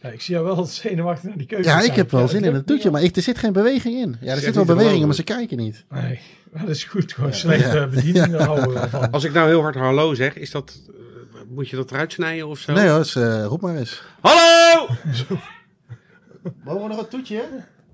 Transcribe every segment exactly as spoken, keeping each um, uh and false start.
Ja, ik zie jou wel zenuwachtig naar die keuze. Ja, ik heb wel zin in het toetje, maar ik, er zit geen beweging in. Ja, er zit wel beweging, maar ze kijken niet. Nee, dat is goed. Gewoon slechte ja. bediening, daar houden we van. Als ik nou heel hard hallo zeg, is dat, uh, moet je dat eruit snijden of zo? Nee hoor, dus, uh, roep maar eens. Hallo! Mogen we nog een toetje?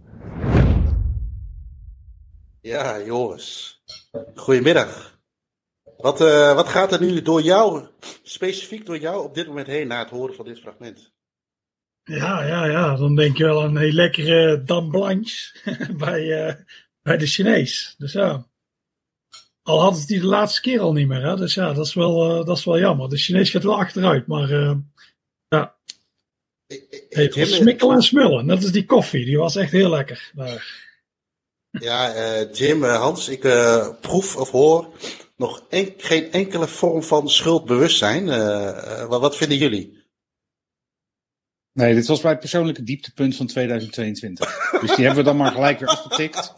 Ja, Joris. Goedemiddag. Wat, uh, wat gaat er nu door jou, specifiek door jou, op dit moment heen na het horen van dit fragment? Ja, ja, ja. Dan denk je wel aan een heel lekkere dame blanche bij, uh, bij de Chinees. Dus ja. Al hadden ze die de laatste keer al niet meer. Hè? Dus ja, dat is wel, uh, dat is wel jammer. De Chinees gaat wel achteruit. Maar uh, ja. Hey, Jim, smikkelen en smullen. Dat is die koffie. Die was echt heel lekker. Daar. Ja, uh, Jim, uh, Hans, ik uh, proef of hoor nog en, geen enkele vorm van schuldbewustzijn. Uh, uh, wat, wat vinden jullie? Nee, dit was mijn persoonlijke dieptepunt van tweeduizend tweeëntwintig. Dus die hebben we dan maar gelijk weer afgetikt.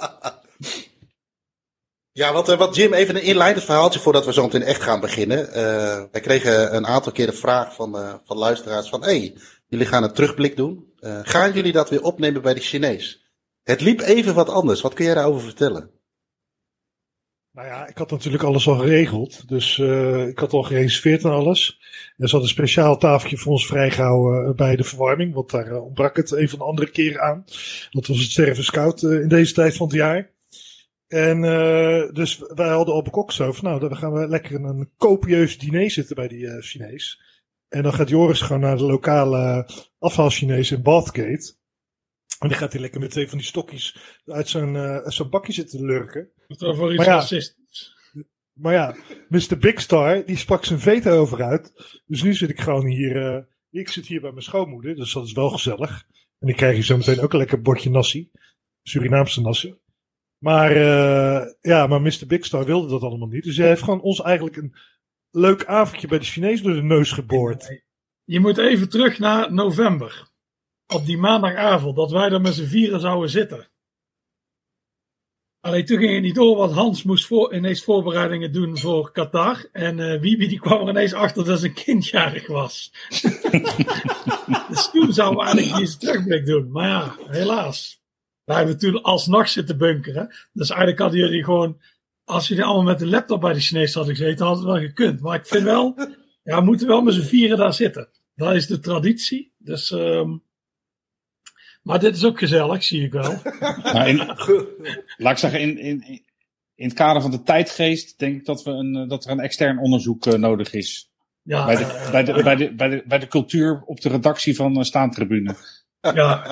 Ja, wat, wat Jim, even een inleidend verhaaltje voordat we zo meteen echt gaan beginnen. Uh, wij kregen een aantal keer de vraag van, uh, van luisteraars van... Hey, jullie gaan een terugblik doen. Uh, gaan jullie dat weer opnemen bij de Chinees? Het liep even wat anders. Wat kun jij daarover vertellen? Nou ja, ik had natuurlijk alles al geregeld. Dus uh, ik had al gereserveerd en alles. Er zat een speciaal tafeltje voor ons vrijgehouden bij de verwarming. Want daar uh, ontbrak het een van de andere keren aan. Dat was het Sterven Scout uh, in deze tijd van het jaar. En uh, dus wij hadden op een zo van, nou, dan gaan we lekker in een copieus diner zitten bij die uh, Chinees. En dan gaat Joris gewoon naar de lokale afhaal-Chinees in Bathgate. En dan gaat hij lekker met twee van die stokjes uit zo'n, uh, zo'n bakje zitten lurken. Dat voor iets racistisch. Ja, maar ja, mister Big Star, die sprak zijn veto over uit. Dus nu zit ik gewoon hier, uh, ik zit hier bij mijn schoonmoeder, dus dat is wel gezellig. En dan krijg je zo meteen ook een lekker bordje nasi. Surinaamse nasi. Maar uh, ja, maar mister Big Star wilde dat allemaal niet. Dus hij heeft gewoon ons eigenlijk een leuk avondje bij de Chinees door de neus geboord. Je moet even terug naar november. Op die maandagavond, dat wij er met z'n vieren zouden zitten. Alleen toen ging het niet door, want Hans moest voor, ineens voorbereidingen doen voor Qatar. En uh, Wiebe die kwam er ineens achter dat zijn kind jarig was. Dus toen zouden we eigenlijk deze terugblik doen. Maar ja, helaas. Wij hebben toen alsnog zitten bunkeren. Dus eigenlijk hadden jullie gewoon, als jullie allemaal met de laptop bij de Chinees hadden gezeten, hadden het wel gekund. Maar ik vind wel, ja, we moeten wel met z'n vieren daar zitten. Dat is de traditie. Dus... Um, Maar dit is ook gezellig, zie ik wel. Nou, in, laat ik zeggen, in, in, in het kader van de tijdgeest denk ik dat, we een, dat er een extern onderzoek uh, nodig is. Ja, bij, de, uh, bij, de, uh, bij, de, bij, de, bij de cultuur op de redactie van uh, Staantribune. Ja.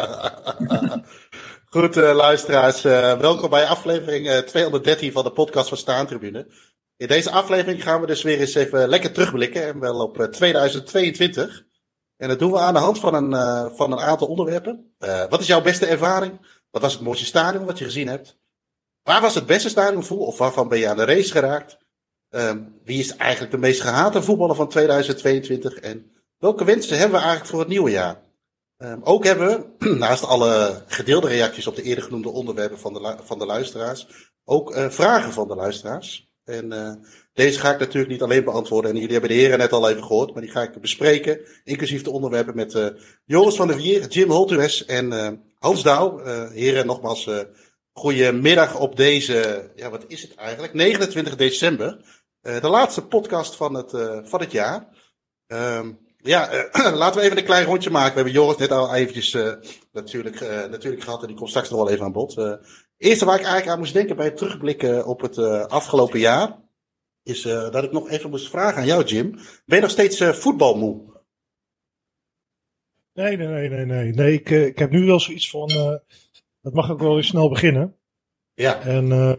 Goed, uh, luisteraars. Uh, welkom bij aflevering uh, tweehonderddertien van de podcast van Staantribune. In deze aflevering gaan we dus weer eens even lekker terugblikken. En wel op uh, tweeduizend tweeëntwintig. En dat doen we aan de hand van een, uh, van een aantal onderwerpen. Uh, wat is jouw beste ervaring? Wat was het mooiste stadion wat je gezien hebt? Waar was het beste stadion voor? Of waarvan ben je aan de race geraakt? Um, wie is eigenlijk de meest gehate voetballer van tweeduizend tweeëntwintig? En welke wensen hebben we eigenlijk voor het nieuwe jaar? Um, ook hebben we, naast alle gedeelde reacties op de eerder genoemde onderwerpen van de, van de luisteraars, ook uh, vragen van de luisteraars. En uh, deze ga ik natuurlijk niet alleen beantwoorden. En jullie hebben de heren net al even gehoord. Maar die ga ik bespreken. Inclusief de onderwerpen met uh, Joris van der Wier, Jim Holtues en uh, Hans Douw. Uh, heren, nogmaals uh, goedemiddag op deze, ja wat is het eigenlijk? negenentwintig december. Uh, de laatste podcast van het, uh, van het jaar. Um, ja, uh, laten we even een klein rondje maken. We hebben Joris net al eventjes uh, natuurlijk, uh, natuurlijk gehad. En die komt straks nog wel even aan bod. Uh, eerste waar ik eigenlijk aan moest denken bij het terugblikken op het uh, afgelopen jaar. Is uh, dat ik nog even moest vragen aan jou, Jim. Ben je nog steeds uh, voetbalmoe? Nee, nee, nee, nee. nee. nee ik, uh, ik heb nu wel zoiets van... Uh, dat mag ook wel weer snel beginnen. Ja. En uh,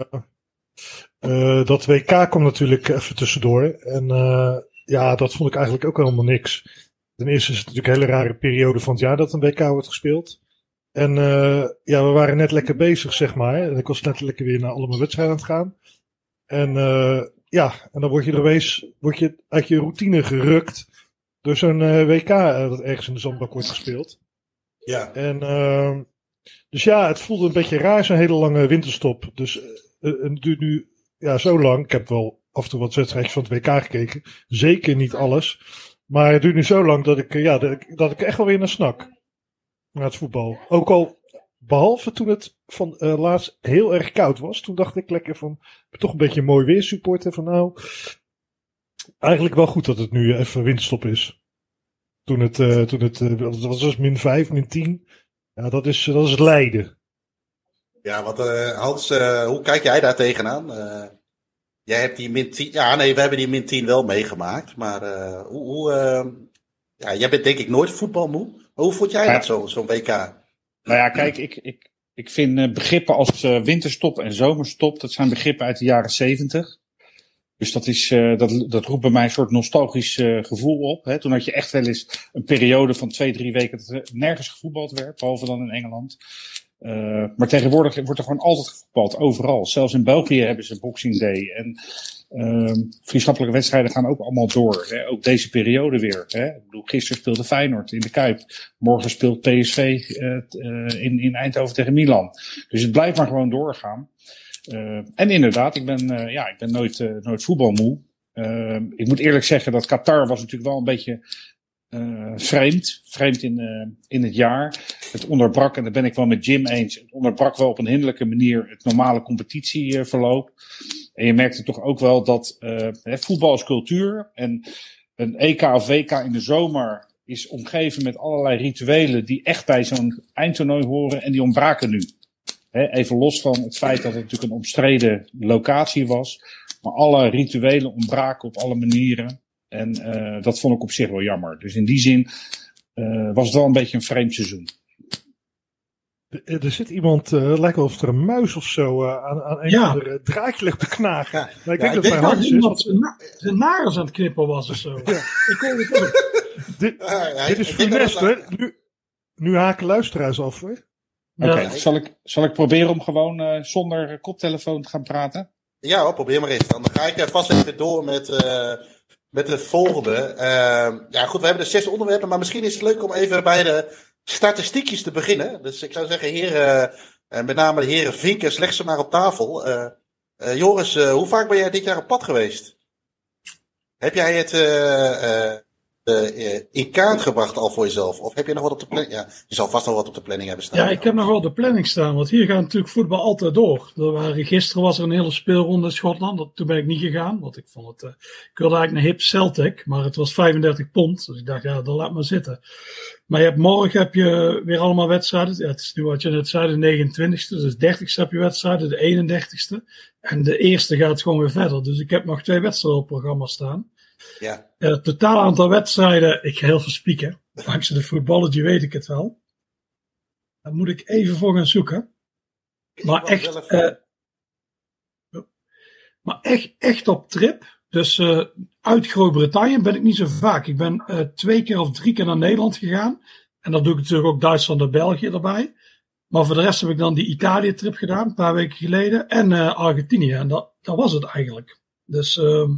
uh, dat W K kwam natuurlijk even tussendoor. En uh, ja, dat vond ik eigenlijk ook helemaal niks. Ten eerste is het natuurlijk een hele rare periode van het jaar dat een W K wordt gespeeld. En uh, ja, we waren net lekker bezig, zeg maar. En ik was net lekker weer naar allemaal wedstrijden aan het gaan. En uh, ja, en dan word je er opeens, word je uit je routine gerukt door zo'n uh, W K uh, dat ergens in de zandbak wordt gespeeld. Ja. En uh, dus ja, het voelde een beetje raar, zo'n hele lange winterstop. Dus uh, het duurt nu ja, zo lang. Ik heb wel af en toe wat wedstrijdjes van het W K gekeken. Zeker niet alles. Maar het duurt nu zo lang dat ik, uh, ja, dat ik, dat ik echt wel weer naar snak. naar het voetbal. Ook al, behalve toen het van uh, laatst heel erg koud was. Toen dacht ik lekker van, toch een beetje een mooi weer supporten. Van nou, eigenlijk wel goed dat het nu even winterstop is. Toen het, uh, toen het uh, wat was het, min vijf, min tien. Ja, dat is, dat is het lijden. Ja, want uh, Hans, uh, hoe kijk jij daar tegenaan? Uh, jij hebt die min tien... Ja, nee, we hebben die min tien wel meegemaakt. Maar uh, hoe... hoe uh, ja, jij bent denk ik nooit voetbalmoe. Maar hoe vond jij ja. dat zo, zo'n W K? Nou ja, kijk, ik, ik, ik vind uh, begrippen als uh, winterstop en zomerstop, dat zijn begrippen uit de jaren zeventig. Dus dat, is, uh, dat, dat roept bij mij een soort nostalgisch uh, gevoel op. Hè. Toen had je echt wel eens een periode van twee, drie weken dat er nergens gevoetbald werd, behalve dan in Engeland. Uh, maar tegenwoordig wordt er gewoon altijd gevoetbald, overal. Zelfs in België hebben ze Boxing Day. En uh, vriendschappelijke wedstrijden gaan ook allemaal door. Hè. Ook deze periode weer. Hè. Ik bedoel, gisteren speelde Feyenoord in de Kuip. Morgen speelt P S V uh, uh, in, in Eindhoven tegen Milan. Dus het blijft maar gewoon doorgaan. Uh, en inderdaad, ik ben, uh, ja, ik ben nooit, uh, nooit voetbalmoe. Uh, ik moet eerlijk zeggen dat Qatar was natuurlijk wel een beetje uh, vreemd. Vreemd in, uh, in het jaar. Het onderbrak, en daar ben ik wel met Jim eens, het onderbrak wel op een hinderlijke manier het normale competitieverloop. En je merkte toch ook wel dat uh, hè, voetbal is cultuur. En een E K of W K in de zomer is omgeven met allerlei rituelen die echt bij zo'n eindtoernooi horen. En die ontbraken nu. He, even los van het feit dat het natuurlijk een omstreden locatie was. Maar alle rituelen ontbraken op alle manieren. En uh, dat vond ik op zich wel jammer. Dus in die zin uh, was het wel een beetje een vreemd seizoen. Er, er zit iemand, uh, lijkt wel of er een muis of zo uh, aan, aan een ja. van de draadje ligt te knagen. Ja. Maar ik Ja, denk ik dat denk bij Ja, Hans is. iemand Want, zijn, na- zijn nagels aan het knippen was of zo. Ja. Ik hoorde het ook. dit, Ja, ja, dit is ik denk funest, dat hè? het- Nu, nu haken luisteraars af, hè? Oké, Ja. okay, zal, ik, zal ik proberen om gewoon uh, zonder koptelefoon te gaan praten? Ja hoor, probeer maar eens. Dan ga ik vast even door met, uh, met het volgende. Uh, ja goed, we hebben dus zes onderwerpen, maar misschien is het leuk om even bij de statistiekjes te beginnen. Dus ik zou zeggen, heren, uh, met name de heren Vinkers, leg ze maar op tafel. Uh, uh, Joris, uh, hoe vaak ben jij dit jaar op pad geweest? Heb jij het uh, uh, uh, in kaart gebracht al voor jezelf? Of heb je nog wat op de planning? Ja, je zal vast nog wat op de planning hebben staan. Ja, ik heb nog wel op de planning staan, want hier gaat natuurlijk voetbal altijd door. Er waren, gisteren was er een hele speelronde in Schotland, dat, toen ben ik niet gegaan, want ik vond het, uh, ik wilde eigenlijk naar Hip Celtic, maar het was vijfendertig pond, dus ik dacht, ja, dan laat maar zitten. Maar je hebt, morgen heb je weer allemaal wedstrijden, ja, het is nu wat je net zei, de negenentwintigste, dus dertigste heb je wedstrijden, de eenendertigste, en de eerste gaat gewoon weer verder, dus ik heb nog twee wedstrijden op het programma staan. Ja. Het uh, totaal aantal wedstrijden, ik ga heel veel spieken. Dankzij de Footballogy weet ik het wel. Daar moet ik even voor gaan zoeken. Maar echt, uh, maar echt, echt op trip. Dus uh, uit Groot-Brittannië ben ik niet zo vaak. Ik ben uh, twee keer of drie keer naar Nederland gegaan. En dan doe ik natuurlijk ook Duitsland en België erbij. Maar voor de rest heb ik dan die Italië-trip gedaan, een paar weken geleden. En uh, Argentinië. En dat, dat was het eigenlijk. Dus... Uh,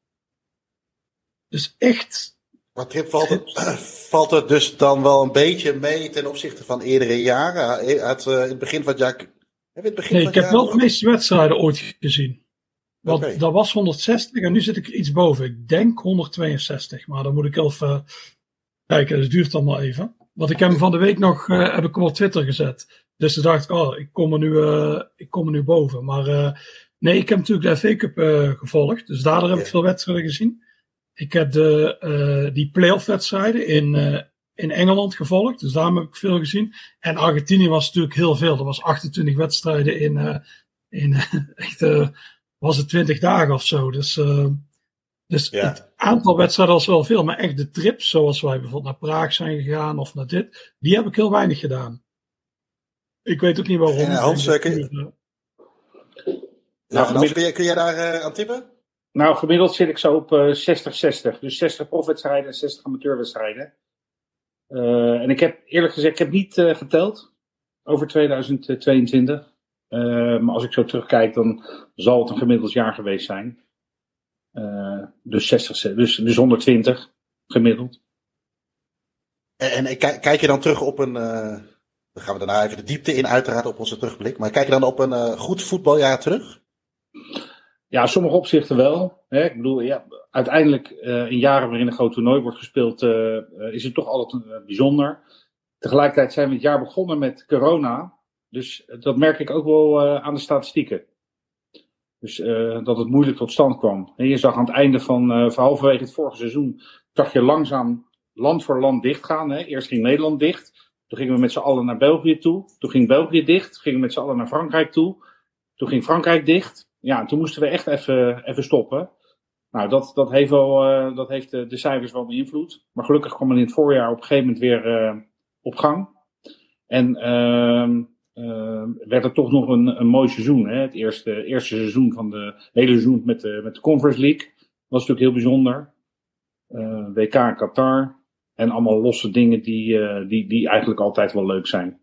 Dus echt. Maar Trip, valt het, valt het dus dan wel een beetje mee ten opzichte van eerdere jaren? Uit, uh, in het begin van het jaar. Heb je het begin Nee, van ik het heb jaar wel de meeste wedstrijden ooit gezien. Want Okay. dat was honderdzestig en nu zit ik iets boven. Ik denk honderdtweeënzestig, maar dan moet ik even uh, kijken. Dus het duurt allemaal even. Want ik heb hem van de week nog uh, heb ik hem op Twitter gezet. Dus toen dacht ik, oh, ik kom er nu, uh, ik kom er nu boven. Maar uh, nee, ik heb natuurlijk de F A Cup uh, gevolgd. Dus daardoor heb ik veel wedstrijden gezien. Ik heb de, uh, die playoff wedstrijden in, uh, in Engeland gevolgd. Dus daar heb ik veel gezien. En Argentinië was natuurlijk heel veel. Er was achtentwintig wedstrijden in, uh, in uh, echt, uh, was het twintig dagen of zo. Dus, uh, dus Ja. het aantal wedstrijden was wel veel. Maar echt de trips, zoals wij bijvoorbeeld naar Praag zijn gegaan of naar dit, die heb ik heel weinig gedaan. Ik weet ook niet waarom. En, uh, Hans, Ik denk kun je- dat- Nou, Nou, Hans, kun, jij, kun jij daar uh, aan tippen? Nou, gemiddeld zit ik zo op uh, zestig zestig. Dus zestig profwedstrijden en zestig amateurwedstrijden. Uh, en ik heb eerlijk gezegd, ik heb niet uh, geteld over tweeduizend tweeëntwintig. Uh, maar als ik zo terugkijk, dan zal het een gemiddeld jaar geweest zijn. Uh, dus, zestig, dus, dus honderdtwintig gemiddeld. En, en kijk, kijk je dan terug op een... Uh, dan gaan we daarna even de diepte in, uiteraard, op onze terugblik. Maar kijk je dan op een uh, goed voetbaljaar terug? Ja, in sommige opzichten wel. Hè. Ik bedoel, ja, uiteindelijk uh, in jaren waarin een groot toernooi wordt gespeeld, uh, uh, is het toch altijd uh, bijzonder. tegelijkertijd zijn we het jaar begonnen met corona. Dus dat merk ik ook wel uh, aan de statistieken. Dus uh, dat het moeilijk tot stand kwam. En je zag aan het einde van, uh, van halverwege het vorige seizoen, zag je langzaam land voor land dichtgaan. Hè. Eerst ging Nederland dicht. Toen gingen we met z'n allen naar België toe. Toen ging België dicht. Toen gingen we met z'n allen naar Frankrijk toe. Toen ging Frankrijk dicht. Ja, en toen moesten we echt even, even stoppen. Nou, dat, dat heeft, wel, uh, dat heeft de, de cijfers wel beïnvloed. Maar gelukkig kwam het in het voorjaar op een gegeven moment weer uh, op gang. En uh, uh, werd het toch nog een, een mooi seizoen. Hè? Het eerste, eerste seizoen van de hele seizoen met de, met de Conference League. Dat was natuurlijk heel bijzonder. Uh, W K in Qatar. En allemaal losse dingen die, uh, die, die eigenlijk altijd wel leuk zijn.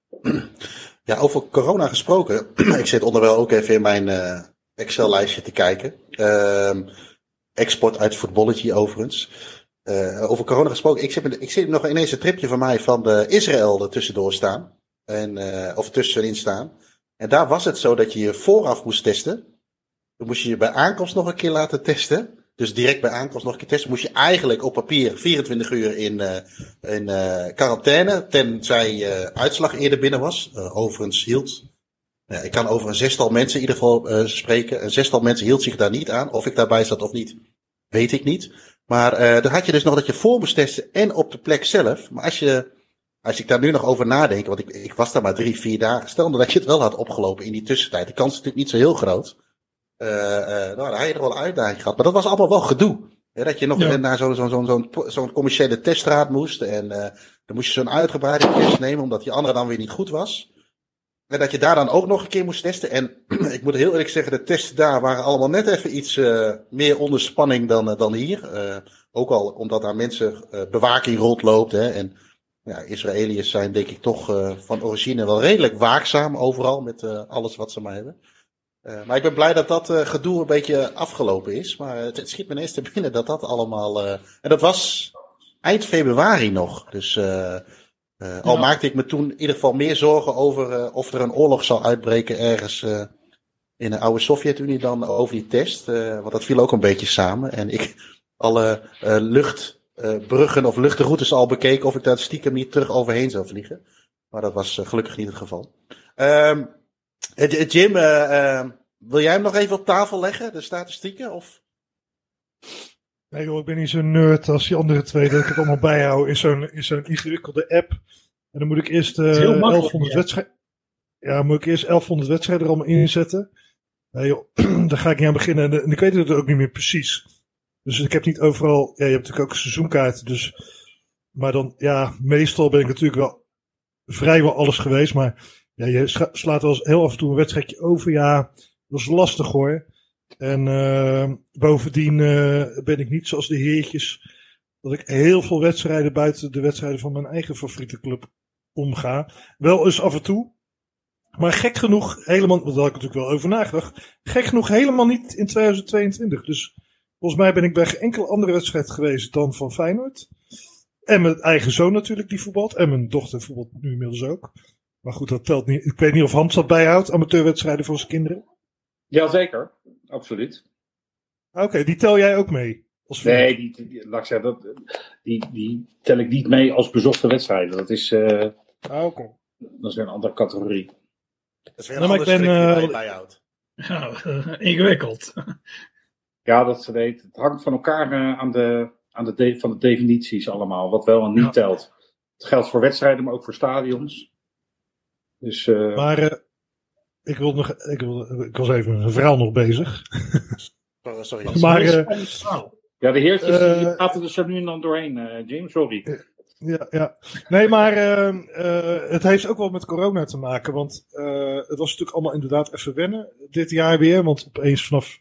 Ja, over corona gesproken. Ik zit onderwijl ook even in mijn uh, Excel-lijstje te kijken. Uh, export uit Footballogy overigens. Uh, over corona gesproken. Ik zit, ik zit nog ineens een tripje van mij van de Israël er tussendoor staan. En, uh, of tussenin staan. En daar was het zo dat je je vooraf moest testen. Dan moest je je bij aankomst nog een keer laten testen. Dus direct bij aankomst nog een keer testen. Moest je eigenlijk op papier vierentwintig uur in, uh, in uh, quarantaine. Tenzij uh, uitslag eerder binnen was. Uh, overigens hield. Uh, ik kan over een zestal mensen in ieder geval uh, spreken. Een zestal mensen hield zich daar niet aan. Of ik daarbij zat of niet, weet ik niet. Maar uh, dan had je dus nog dat je voor moest testen en op de plek zelf. Maar als je, als ik daar nu nog over nadenk, want ik, ik was daar maar drie, vier dagen. Stel dat je het wel had opgelopen in die tussentijd. De kans is natuurlijk niet zo heel groot. Uh, uh, nou, dan had je er wel een uitdaging gehad. Maar dat was allemaal wel gedoe. Hè, dat je nog ja. naar zo'n zo, zo, zo, zo, zo'n commerciële teststraat moest. En uh, dan moest je zo'n uitgebreide test nemen, omdat die andere dan weer niet goed was. En dat je daar dan ook nog een keer moest testen. En ik moet heel eerlijk zeggen, de testen daar waren allemaal net even iets uh, meer onder spanning dan, uh, dan hier. Uh, ook al omdat daar mensen uh, bewaking rondloopt. Hè, en ja, Israëliërs zijn denk ik toch uh, van origine wel redelijk waakzaam overal met uh, alles wat ze maar hebben. Uh, maar ik ben blij dat dat uh, gedoe een beetje afgelopen is. Maar het, het schiet me ineens te binnen dat dat allemaal... Uh, en dat was eind februari nog. Dus uh, uh, al ja. maakte ik me toen in ieder geval meer zorgen over uh, of er een oorlog zal uitbreken ergens uh, in de oude Sovjet-Unie dan over die test. Uh, want dat viel ook een beetje samen. En ik alle uh, luchtbruggen uh, of luchtroutes al bekeken of ik daar stiekem niet terug overheen zou vliegen. Maar dat was uh, gelukkig niet het geval. Um, Jim, uh, uh, wil jij hem nog even op tafel leggen, de statistieken? Of? Nee joh, ik ben niet zo'n nerd als die andere twee, dat ik het allemaal bijhoud in zo'n, in zo'n ingewikkelde app. En dan moet ik eerst uh, elfhonderd wedstrijden. Ja, moet ik eerst elfhonderd wedstrijden er allemaal inzetten. Nee joh, daar ga ik niet aan beginnen. En, en ik weet het ook niet meer precies. Dus ik heb niet overal. Ja, je hebt natuurlijk ook een seizoenkaart. Dus, maar dan, ja, meestal ben ik natuurlijk wel vrijwel alles geweest. Maar ja, je slaat wel eens heel af en toe een wedstrijdje over. Ja, dat is lastig hoor. En uh, bovendien uh, ben ik niet zoals de heertjes, dat ik heel veel wedstrijden buiten de wedstrijden van mijn eigen favoriete club omga. Wel eens af en toe. Maar gek genoeg, helemaal, want daar had ik natuurlijk wel over nagedacht. Gek genoeg helemaal niet in tweeduizend tweeëntwintig. Dus volgens mij ben ik bij geen enkele andere wedstrijd geweest dan van Feyenoord. En mijn eigen zoon natuurlijk, die voetbalt. En mijn dochter voetbalt nu inmiddels ook. Maar goed, dat telt niet. Ik weet niet of Hans dat bijhoudt, amateurwedstrijden voor zijn kinderen. Jazeker, absoluut. Oké, okay, die tel jij ook mee? Als nee, die, die, laat ik zeggen, dat, die, die tel ik niet mee als bezochte wedstrijden. Dat is, uh, ah, okay. dat is weer een andere categorie. Dat is weer een nou, ander ben, uh, die bijhoudt. Ja, uh, ingewikkeld. Ja, dat ze weet. Het hangt van elkaar uh, aan de, aan de de, van de definities allemaal, wat wel en niet ja. telt. Het geldt voor wedstrijden, maar ook voor stadions. Dus, uh, maar uh, ik, wil nog, ik, wil, ik was even een verhaal nog bezig. Oh, sorry. Maar, uh, ja, de heertjes uh, die laten er zo nu en dan doorheen, uh, James, sorry. Ja, ja. Nee, maar uh, uh, het heeft ook wel met corona te maken. Want uh, het was natuurlijk allemaal inderdaad even wennen dit jaar weer. Want opeens vanaf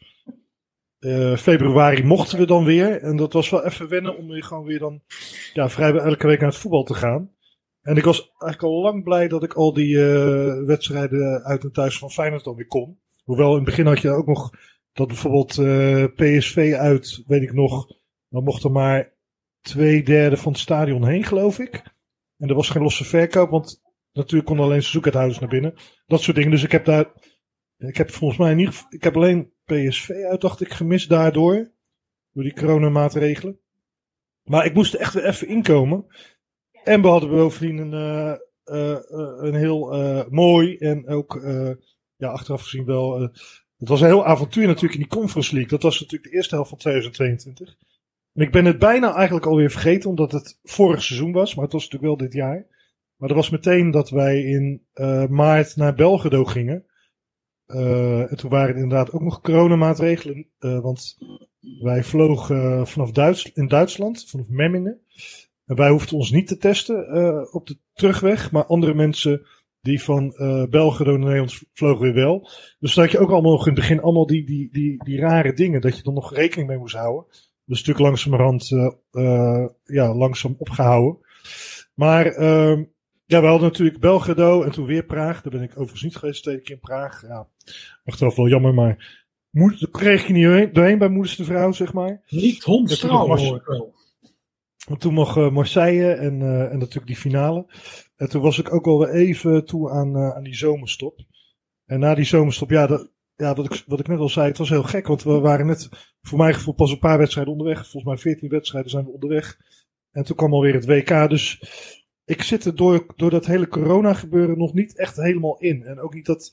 uh, februari mochten we dan weer. En dat was wel even wennen om weer gewoon weer dan ja, vrijwel elke week naar het voetbal te gaan. En ik was eigenlijk al lang blij dat ik al die uh, wedstrijden uit en thuis van Feyenoord dan weer kon. Hoewel in het begin had je ook nog dat bijvoorbeeld uh, P S V uit, weet ik nog, dan mocht er maar twee derde van het stadion heen, geloof ik. En er was geen losse verkoop, want natuurlijk konden alleen seizoenkaarthouders naar binnen. Dat soort dingen. Dus ik heb daar, ik heb volgens mij in ieder geval, ik heb alleen P S V uit, dacht ik, gemist daardoor. Door die coronamaatregelen. Maar ik moest er echt weer even inkomen. En we hadden bovendien een, uh, uh, uh, een heel uh, mooi en ook uh, ja, achteraf gezien wel... Uh, het was een heel avontuur natuurlijk in die Conference League. Dat was natuurlijk de eerste helft van tweeduizend tweeëntwintig. En ik ben het bijna eigenlijk alweer vergeten, omdat het vorig seizoen was. Maar het was natuurlijk wel dit jaar. Maar er was meteen dat wij in uh, maart naar Belgrado gingen. Uh, en toen waren er inderdaad ook nog coronamaatregelen. Uh, want wij vlogen uh, vanaf Duits- in Duitsland, vanaf Memmingen. En wij hoefden ons niet te testen uh, op de terugweg. Maar andere mensen die van uh, Belgrado naar Nederland vlogen weer wel. Dus dan had je ook allemaal nog in het begin allemaal die, die, die, die rare dingen. Dat je er nog rekening mee moest houden. Dus natuurlijk langzamerhand uh, uh, ja, langzaam opgehouden. Maar uh, ja, we hadden natuurlijk Belgrado en toen weer Praag. Daar ben ik overigens niet geweest, twee keer in Praag. Ja, achteraf wel jammer, maar moed, daar kreeg je niet doorheen bij Moeders de Vrouw, zeg maar. Niet hondstrouw, hoor ik wel. En toen nog uh, Marseille en, uh, en natuurlijk die finale. En toen was ik ook al weer even toe aan, uh, aan die zomerstop. En na die zomerstop, ja, dat, ja wat, ik, wat ik net al zei, het was heel gek. Want we waren net, voor mijn gevoel, pas een paar wedstrijden onderweg. Volgens mij veertien wedstrijden zijn we onderweg. En toen kwam alweer het W K. Dus ik zit er door, door dat hele corona gebeuren nog niet echt helemaal in. En ook niet dat...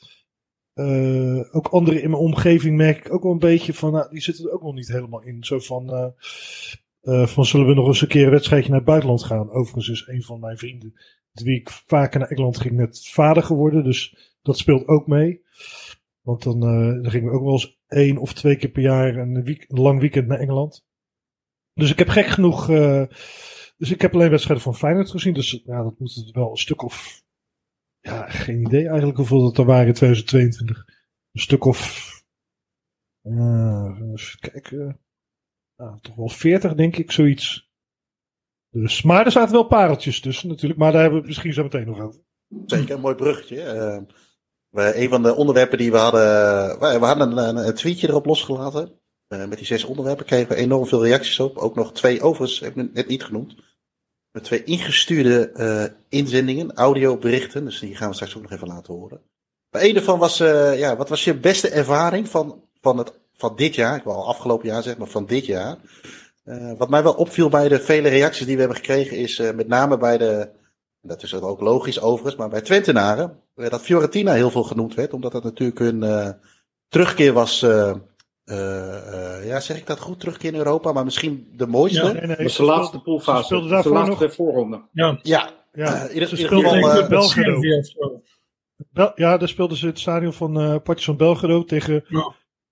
Uh, ook anderen in mijn omgeving merk ik ook wel een beetje van... Nou, die zitten er ook nog niet helemaal in. Zo van... Uh, uh, van zullen we nog eens een keer een wedstrijdje naar het buitenland gaan? Overigens is een van mijn vrienden... met wie ik vaker naar Engeland ging, net vader geworden. Dus dat speelt ook mee. Want dan, uh, dan gingen we ook wel eens één of twee keer per jaar... een, week, een lang weekend naar Engeland. Dus ik heb gek genoeg... Uh, dus ik heb alleen wedstrijden van Feyenoord gezien. Dus ja, dat moet het wel een stuk of... Ja, geen idee eigenlijk hoeveel dat er waren in tweeduizend tweeëntwintig. Een stuk of... Uh, even kijken... Nou, toch wel veertig, denk ik, zoiets. Dus, maar er zaten wel pareltjes tussen natuurlijk. Maar daar hebben we het misschien zo meteen nog over. Zeker, een mooi bruggetje. Uh, we, een van de onderwerpen die we hadden... We, we hadden een, een tweetje erop losgelaten. Uh, met die zes onderwerpen kregen we enorm veel reacties op. Ook nog twee overigens, heb ik net niet genoemd. Met twee ingestuurde uh, inzendingen, audioberichten. Dus die gaan we straks ook nog even laten horen. Maar een daarvan was, uh, ja, wat was je beste ervaring van, van, het, van dit jaar? Ik wil al afgelopen jaar zeggen, maar van dit jaar. Uh, wat mij wel opviel bij de vele reacties die we hebben gekregen is uh, met name bij de, dat is ook logisch overigens, maar bij Twentenaren. Uh, dat Fiorentina heel veel genoemd werd, omdat dat natuurlijk hun uh, terugkeer was... Uh, Uh, uh, ja, zeg ik dat goed? Terugkeer in Europa, maar misschien de mooiste. Ja, nee, nee, dat is de laatste poolfase. Dat is de laatste nog... voorronde. Ja, ja. ja. Uh, ieder, ze ieder geval, uh, Belgrado. Bel- ja, daar speelden ze het stadion van uh, Partizan Belgrado tegen ja.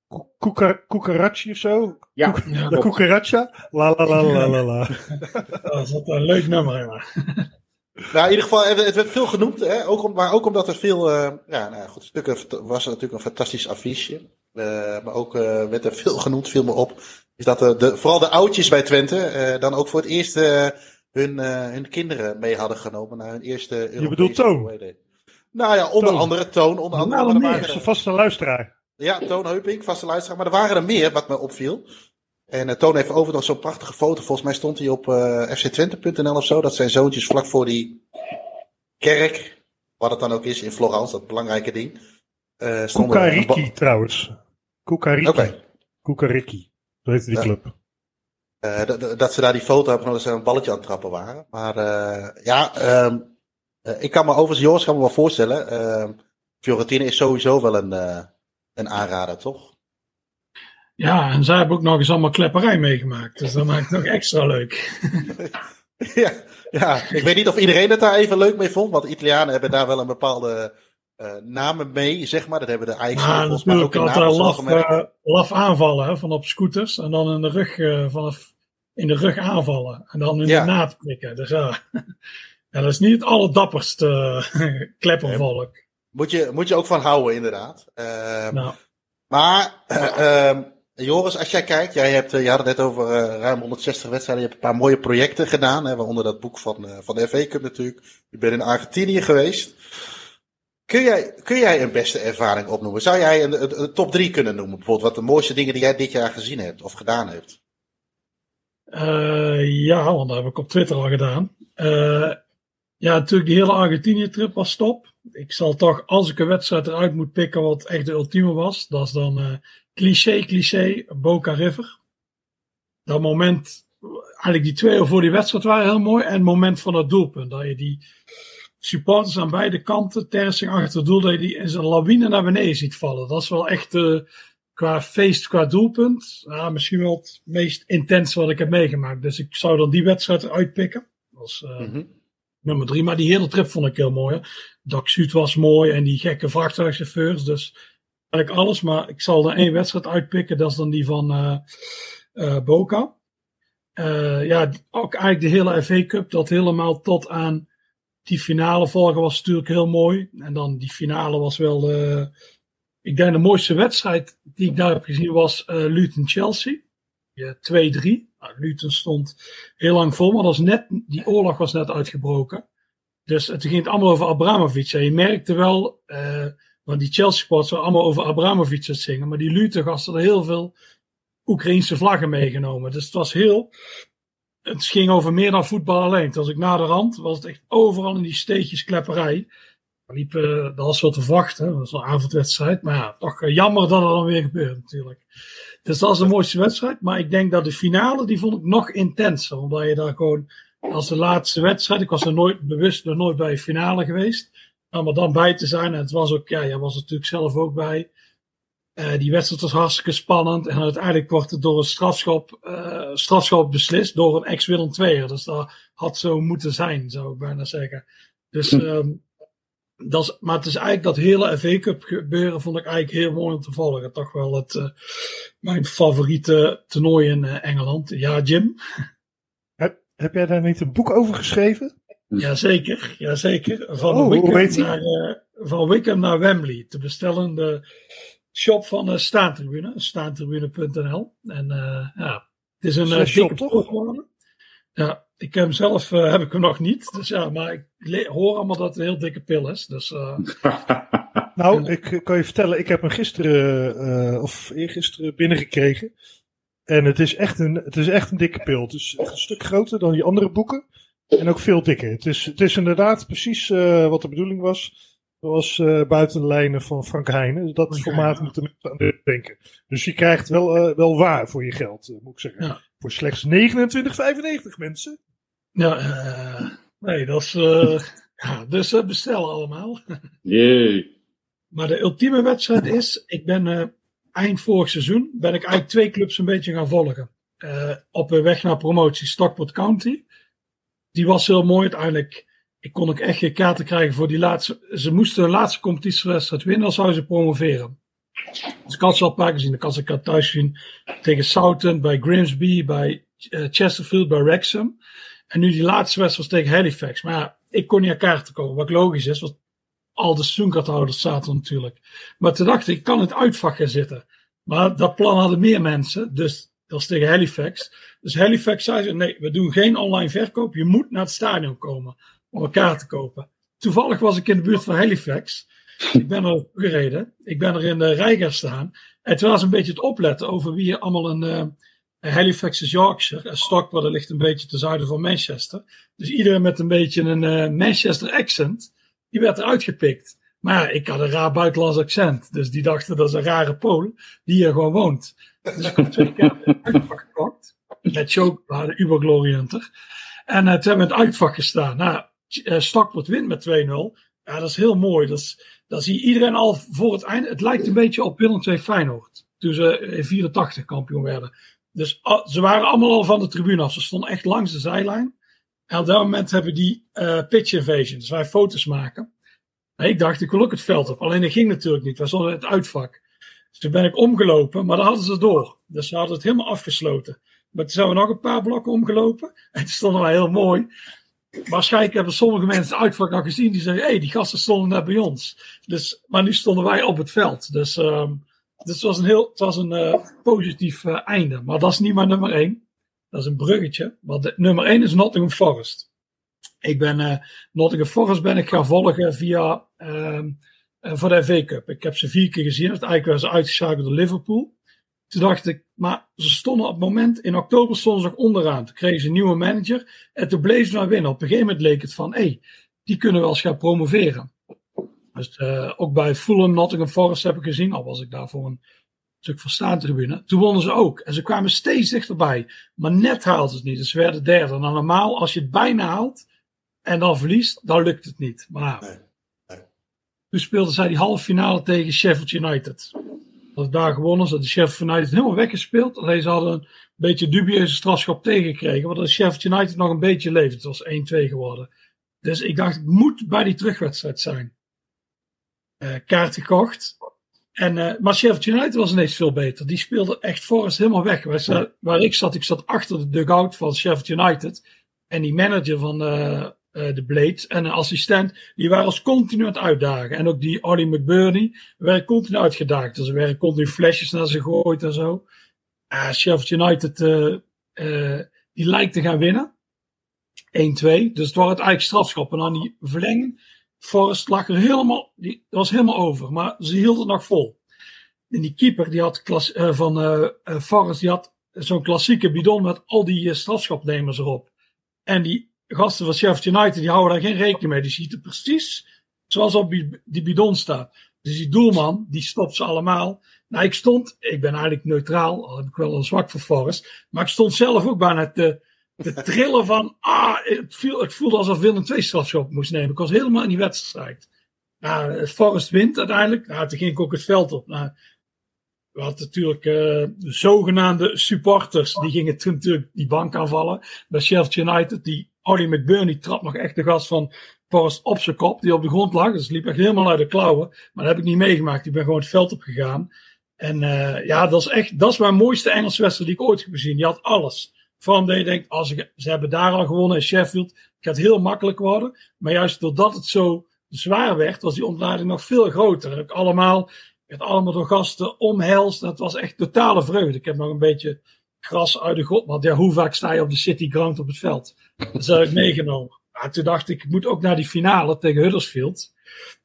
Cucarachi of zo. Ja, ja. La Cucaracha. La la la la la la. Dat is een leuk nummer, ja. Nou, in ieder geval, het werd veel genoemd, hè? Ook om, maar ook omdat er veel, uh, ja, nou goed, stukken was er natuurlijk een fantastisch affiche. Uh, maar ook uh, werd er veel genoemd, viel me op, is dat uh, de, vooral de oudjes bij Twente uh, dan ook voor het eerst uh, hun, uh, hun kinderen mee hadden genomen naar hun eerste Europese... Je bedoelt Toon? Nou ja, onder Toon. andere Toon. Onder andere, nou, maar meer, er, vaste luisteraar. Ja, Toon Heupink, vaste luisteraar. Maar er waren er meer, wat me opviel. En uh, Toon heeft overigens nog zo'n prachtige foto. Volgens mij stond hij op uh, f c twente punt n l of zo. Dat zijn zoontjes vlak voor die kerk, wat het dan ook is in Florence, dat belangrijke ding. Uh, Cucarichi trouwens. Cucarichi. Oké. Okay. Cucarichi. Zo heette die club. Uh, d- d- dat ze daar die foto hebben dat ze een balletje aan het trappen waren. Maar uh, ja, um, uh, ik kan me overigens, Joris kan me wel voorstellen. Uh, Fiorentina is sowieso wel een, uh, een aanrader, toch? Ja, en zij hebben ook nog eens allemaal klepperij meegemaakt. Dus dat maakt het nog extra leuk. ja, ja, ik weet niet of iedereen het daar even leuk mee vond. Want de Italianen hebben daar wel een bepaalde uh, namen mee, zeg maar. Dat hebben de Ajax ja, volgens mij ook in Napels laf, uh, laf aanvallen hè, van op scooters. En dan in de rug, uh, vanaf, in de rug aanvallen. En dan in ja. de naad prikken. Dus ja, ja, dat is niet het allerdapperste uh, kleppervolk. Moet je, moet je ook van houden, inderdaad. Uh, nou. Maar, uh, uh, Joris, als jij kijkt, jij hebt, uh, je had het net over uh, ruim honderdzestig wedstrijden. Je hebt een paar mooie projecten gedaan, hè, waaronder dat boek van, uh, van de F A Cup natuurlijk. Je bent in Argentinië geweest. Kun jij, kun jij een beste ervaring opnoemen? Zou jij een, een, een top drie kunnen noemen? Bijvoorbeeld wat de mooiste dingen die jij dit jaar gezien hebt of gedaan hebt? Uh, ja, want dat heb ik op Twitter al gedaan. Uh, ja, natuurlijk die hele Argentinië-trip was top. Ik zal toch, als ik een wedstrijd eruit moet pikken wat echt de ultieme was, dat is dan uh, cliché, cliché, Boca River. Dat moment, eigenlijk die twee uur voor die wedstrijd waren heel mooi. En het moment van het doelpunt. Dat je die supporters aan beide kanten, Tersing achter het doel, dat je die in zijn lawine naar beneden ziet vallen. Dat is wel echt uh, qua feest, qua doelpunt. Uh, misschien wel het meest intense wat ik heb meegemaakt. Dus ik zou dan die wedstrijd eruit pikken. Dat was uh, mm-hmm. nummer drie. Maar die hele trip vond ik heel mooi. Hè. Dak Zuid was mooi en die gekke vrachtwagenchauffeurs. Dus eigenlijk alles. Maar ik zal er één wedstrijd uitpikken. Dat is dan die van uh, uh, Boca. Uh, ja, ook eigenlijk de hele F A Cup. Dat helemaal tot aan die finale volgen was natuurlijk heel mooi. En dan die finale was wel... Uh, ik denk de mooiste wedstrijd die ik daar heb gezien was uh, Luton-Chelsea. Ja, twee drie. Nou, Luton stond heel lang vol, maar dat was net, die oorlog was net uitgebroken. Dus het ging het allemaal over Abramovic. En je merkte wel, uh, want die Chelsea-sports waren allemaal over Abramovic het zingen. Maar die Luton-gasten hadden heel veel Oekraïense vlaggen meegenomen. Dus het was heel... Het ging over meer dan voetbal alleen. Toen was ik na de rand, was het echt overal in die steegjes klepperij. Liep, uh, dat was wel te verwachten. Dat was een avondwedstrijd. Maar ja, toch uh, jammer dat er dan weer gebeurt natuurlijk. Dus dat was de mooiste wedstrijd. Maar ik denk dat de finale, die vond ik nog intenser. Omdat je daar gewoon, als de laatste wedstrijd, ik was er nooit bewust, er nooit bij de finale geweest. Om er dan bij te zijn. En het was ook, ja, jij was er natuurlijk zelf ook bij. Uh, die wedstrijd was hartstikke spannend. En uiteindelijk wordt het door een strafschop, uh, strafschop beslist. Door een ex-Willem tweeër. Dus dat had zo moeten zijn, zou ik bijna zeggen. Dus... Um, Dat is, maar het is eigenlijk dat hele F A Cup gebeuren vond ik eigenlijk heel mooi om te volgen. Toch wel het, uh, mijn favoriete toernooi in uh, Engeland. Ja, Jim? Heb, heb jij daar niet een boek over geschreven? Jazeker, jazeker. Van, oh, Wickham naar, uh, van Wickham naar Wembley. Te bestellen in de shop van de Staantribune. staantribune punt n l. En uh, ja, het is een uh, dikke toch? Ja, ik heb hem zelf uh, heb ik hem nog niet. Dus ja, maar ik le- hoor allemaal dat het een heel dikke pil is. Dus, uh, nou, ik kan je vertellen, ik heb hem gisteren uh, of eergisteren binnengekregen. En het is echt een, het is echt een dikke pil. Het is echt een stuk groter dan die andere boeken. En ook veel dikker. Het is, het is inderdaad precies uh, wat de bedoeling was. Dat was uh, buiten de lijnen van Frank Heijnen. Dat formaat moet er aan denken. Dus je krijgt wel, uh, wel waar voor je geld, uh, moet ik zeggen. Ja. Voor slechts negenentwintig vijfennegentig mensen. Ja, uh, nee, dat is... Uh, ja, dus uh, bestel allemaal. Jee. Maar de ultieme wedstrijd is... Ik ben uh, eind vorig seizoen... ben ik eigenlijk twee clubs een beetje gaan volgen. Uh, op weg naar promotie Stockport County. Die was heel mooi uiteindelijk. Ik kon ook echt geen kaarten krijgen voor die laatste... Ze moesten de laatste competitiewedstrijd winnen... dan zouden ze promoveren. Dus ik had ze al een paar keer gezien. Ik had ze thuis gezien tegen Southampton, bij Grimsby, bij uh, Chesterfield, bij Wrexham. En nu die laatste wedstrijd was tegen Halifax. Maar ja, ik kon niet aan kaarten komen. Wat logisch is, want al de seizoenkaarthouders zaten natuurlijk. Maar toen dacht ik, ik kan in het uitvak gaan zitten. Maar dat plan hadden meer mensen. Dus dat was tegen Halifax. Dus Halifax zei ze, nee, we doen geen online verkoop. Je moet naar het stadion komen om een kaart te kopen. Toevallig was ik in de buurt van Halifax. Ik ben er gereden. Ik ben er in de rij gaan staan. En toen was een beetje het opletten over wie allemaal een... Uh, Halifax is Yorkshire. En Stockport ligt een beetje ten zuiden van Manchester. Dus iedereen met een beetje een uh, Manchester accent. Die werd eruit gepikt. Maar ja, ik had een raar buitenlands accent. Dus die dachten dat is een rare Pool. Die hier gewoon woont. Dus ik heb twee keer een uitvak gekocht. Met chocolade, de Uber Glory Hunter. En uh, toen hebben we in het uitvak gestaan. Nou, uh, Stockport wint met twee nul. Ja, dat is heel mooi. Dat is, dan zie je iedereen al voor het einde. Het lijkt een beetje op Willem twee Feyenoord. Toen ze in vierentachtig kampioen werden. Dus uh, ze waren allemaal al van de tribune af. Ze stonden echt langs de zijlijn. En op dat moment hebben die uh, pitch invasion. Dus wij foto's maken. En ik dacht, ik wil ook het veld op. Alleen dat ging natuurlijk niet. Wij stonden in het uitvak. Dus toen ben ik omgelopen. Maar dan hadden ze door. Dus ze hadden het helemaal afgesloten. Maar toen zijn we nog een paar blokken omgelopen. En toen stonden wij heel mooi. Waarschijnlijk hebben sommige mensen het uitvak al gezien. Die zeggen, hé, hey, die gasten stonden net bij ons. Dus, maar nu stonden wij op het veld. Dus, um, dus het was een heel, het was een uh, positief uh, einde. Maar dat is niet mijn nummer één. Dat is een bruggetje. Want de, nummer één is Nottingham Forest. Ik ben, uh, Nottingham Forest ben ik gaan volgen via, uh, uh, voor de F A Cup. Ik heb ze vier keer gezien. Eigenlijk werden ze uitgeschakeld door Liverpool. Toen dacht ik, maar ze stonden op het moment, in oktober stonden ze nog onderaan. Toen kregen ze een nieuwe manager en toen bleven ze maar winnen. Op een gegeven moment leek het van, hé, hey, die kunnen wel eens gaan promoveren. Dus uh, ook bij Fulham, Nottingham Forest heb ik gezien, al was ik daar voor een stuk van staantribune. Toen wonnen ze ook. En ze kwamen steeds dichterbij. Maar net haalden ze het niet. Dus ze werden derde. Nou, normaal, als je het bijna haalt en dan verliest, dan lukt het niet. Maar nee, nee. Toen speelden zij die halve finale tegen Sheffield United. Dat daar gewonnen. Ze hadden Sheffield United helemaal weggespeeld. Alleen ze hadden een beetje dubieuze strafschop tegengekregen. Want Sheffield United nog een beetje leefde. Het was één twee geworden. Dus ik dacht, het moet bij die terugwedstrijd zijn. Uh, kaart gekocht. En, uh, maar Sheffield United was ineens veel beter. Die speelde echt Forest helemaal weg. Waar, ze, waar ik zat, ik zat achter de dugout van Sheffield United. En die manager van uh, uh, de Blades en een assistent, die waren ons continu aan het uitdagen. En ook die Ollie McBurney werden continu uitgedaagd. Dus er werden continu flesjes naar ze gegooid en zo. Uh, Sheffield United, uh, uh, die lijkt te gaan winnen. één twee. Dus het was het eigenlijk strafschop. En dan die verlenging. Forest lag er helemaal, die was helemaal over, maar ze hield het nog vol. En die keeper die had klas, uh, van uh, uh, Forest, die had zo'n klassieke bidon met al die uh, strafschopnemers erop. En die gasten van Sheffield United, die houden daar geen rekening mee. Die ziet het precies zoals op die bidon staat. Dus die doelman, die stopt ze allemaal. Nou, ik stond, ik ben eigenlijk neutraal, al heb ik wel een zwak voor Forest, maar ik stond zelf ook bijna te... De trillen van, ah, het, viel, het voelde alsof Willem twee strafschop moest nemen. Ik was helemaal in die wedstrijd. Nou, Forest wint uiteindelijk. Nou, toen ging ik ook het veld op. Nou, we hadden natuurlijk uh, de zogenaamde supporters. Die gingen toen natuurlijk die bank aanvallen. Bij Sheffield United, die Ollie McBurney trap nog echt de gast van Forest op zijn kop. Die op de grond lag. Dus liep echt helemaal uit de klauwen. Maar dat heb ik niet meegemaakt. Ik ben gewoon het veld op gegaan. En uh, ja, dat is echt, dat is mijn mooiste Engelse wedstrijd die ik ooit heb gezien. Die had alles. Van dat je denkt, als ik, ze hebben daar al gewonnen in Sheffield. Het gaat heel makkelijk worden. Maar juist doordat het zo zwaar werd, was die ontlading nog veel groter. En ook allemaal, het allemaal door gasten omhelst. Dat was echt totale vreugde. Ik heb nog een beetje gras uit de grond. Want ja, hoe vaak sta je op de City Ground op het veld? Dat heb ik meegenomen. Maar toen dacht ik, ik moet ook naar die finale tegen Huddersfield.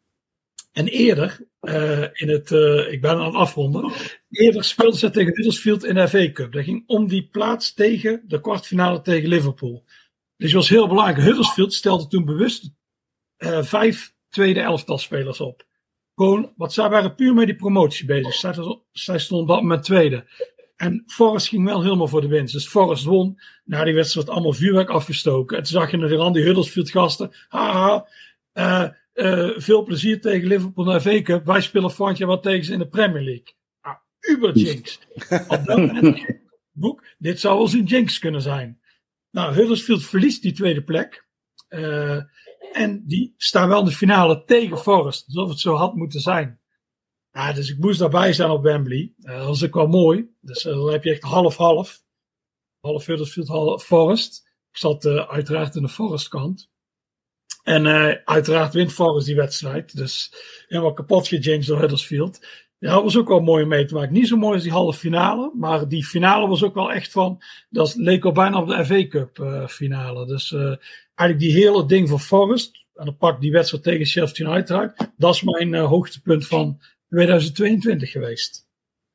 En eerder, uh, in het, uh, ik ben aan het afronden. Eerder speelden ze tegen Huddersfield in de F A Cup. Dat ging om die plaats tegen de kwartfinale tegen Liverpool. Dus het was heel belangrijk. Huddersfield stelde toen bewust uh, vijf tweede elftalspelers op. Gewoon, wat zij waren puur met die promotie bezig. Zij, zij stonden op dat moment tweede. En Forest ging wel helemaal voor de winst. Dus Forest won. Na die wedstrijd werd allemaal vuurwerk afgestoken. En toen zag je naar de die Huddersfield gasten. Haha, uh, Uh, veel plezier tegen Liverpool naar de F A Cup. Wij spelen volgend jaar wat tegen ze in de Premier League. Ah, uber jinx. Op dat moment boek, dit zou wel eens een jinx kunnen zijn. Nou, Huddersfield verliest die tweede plek. Uh, en die staan wel in de finale tegen Forest. Alsof het zo had moeten zijn. Ja, dus ik moest daarbij zijn op Wembley. Uh, dat was ook wel mooi. Dus uh, dan heb je echt half-half. Half Huddersfield, half Forest. Ik zat uh, uiteraard in de Forest kant. En uh, uiteraard wint Forest die wedstrijd. Dus helemaal kapot gejinxed door Huddersfield. Ja, dat was ook wel mooi om mee te maken. Niet zo mooi als die halve finale. Maar die finale was ook wel echt van... Dat leek al bijna op de F A Cup uh, finale. Dus uh, eigenlijk die hele ding van Forest. En dan pak die wedstrijd tegen Sheffield United uit. Dat is mijn uh, hoogtepunt van tweeduizend tweeëntwintig geweest.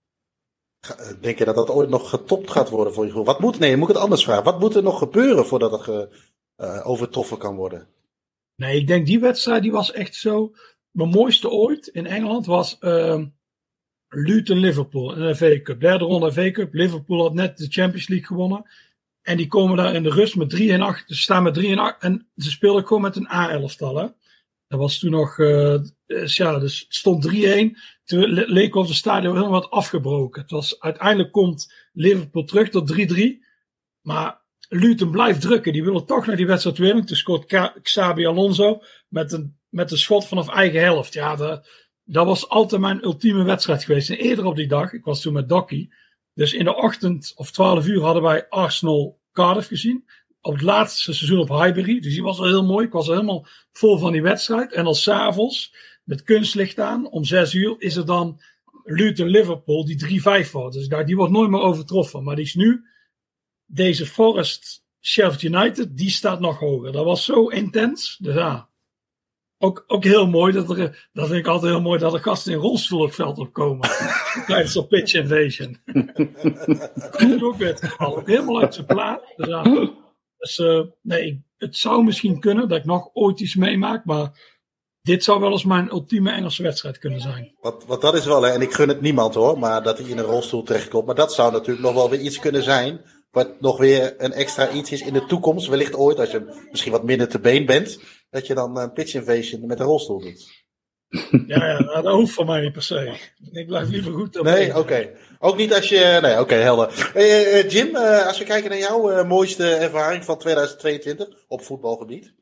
Denk je dat dat ooit nog getopt gaat worden voor je groep? Wat moet, nee, moet ik het anders vragen. Wat moet er nog gebeuren voordat het ge, uh, overtroffen kan worden? Nee, ik denk die wedstrijd die was echt zo... Mijn mooiste ooit in Engeland was uh, Luton-Liverpool in de F A Cup. Derde ronde F A Cup. Liverpool had net de Champions League gewonnen. En die komen daar in de rust met drie en acht. Ze staan met drie en acht. En ze speelden gewoon met een A-elftal. Hè? Dat was toen nog... Uh, ja, dus het stond drie-een. Toen leek of het stadion helemaal wat afgebroken. Het was, uiteindelijk komt Liverpool terug tot drie-drie. Maar... Luton blijft drukken. Die willen toch naar die wedstrijd winnen. Toen scoort Xabi Alonso met een, met een schot vanaf eigen helft. Ja, de, dat was altijd mijn ultieme wedstrijd geweest. En eerder op die dag, ik was toen met Dokkie. Dus in de ochtend of twaalf uur hadden wij Arsenal Cardiff gezien. Op het laatste seizoen op Highbury. Dus die was al heel mooi. Ik was al helemaal vol van die wedstrijd. En dan 's avonds met kunstlicht aan. Om zes uur is er dan Luton Liverpool die drie vijf wordt. Dus daar, die wordt nooit meer overtroffen. Maar die is nu... Deze Forest Sheffield United, die staat nog hoger. Dat was zo intens. Dus ja, ook, ook heel mooi. Dat, er, dat vind ik altijd heel mooi dat er gasten in rolstoel op het veld opkomen. Tijdens op pitch invasion. ook weer, ook helemaal uit zijn plaat. Dus, ja, dus uh, nee, het zou misschien kunnen dat ik nog ooit iets meemaak. Maar dit zou wel eens mijn ultieme Engelse wedstrijd kunnen zijn. Want, want dat is wel, hè, en ik gun het niemand hoor, maar dat hij in een rolstoel terechtkomt. Maar dat zou natuurlijk nog wel weer iets kunnen zijn. Wat nog weer een extra iets is in de toekomst. Wellicht ooit, als je misschien wat minder te been bent. Dat je dan een pitch invasion met een rolstoel doet. Ja, ja, nou, dat hoeft voor mij niet per se. Ik blijf liever goed op. Nee, oké. Okay. Ook niet als je... Nee, oké, okay, helder. Uh, uh, Jim, uh, als we kijken naar jouw uh, mooiste ervaring van tweeduizend tweeëntwintig op voetbalgebied.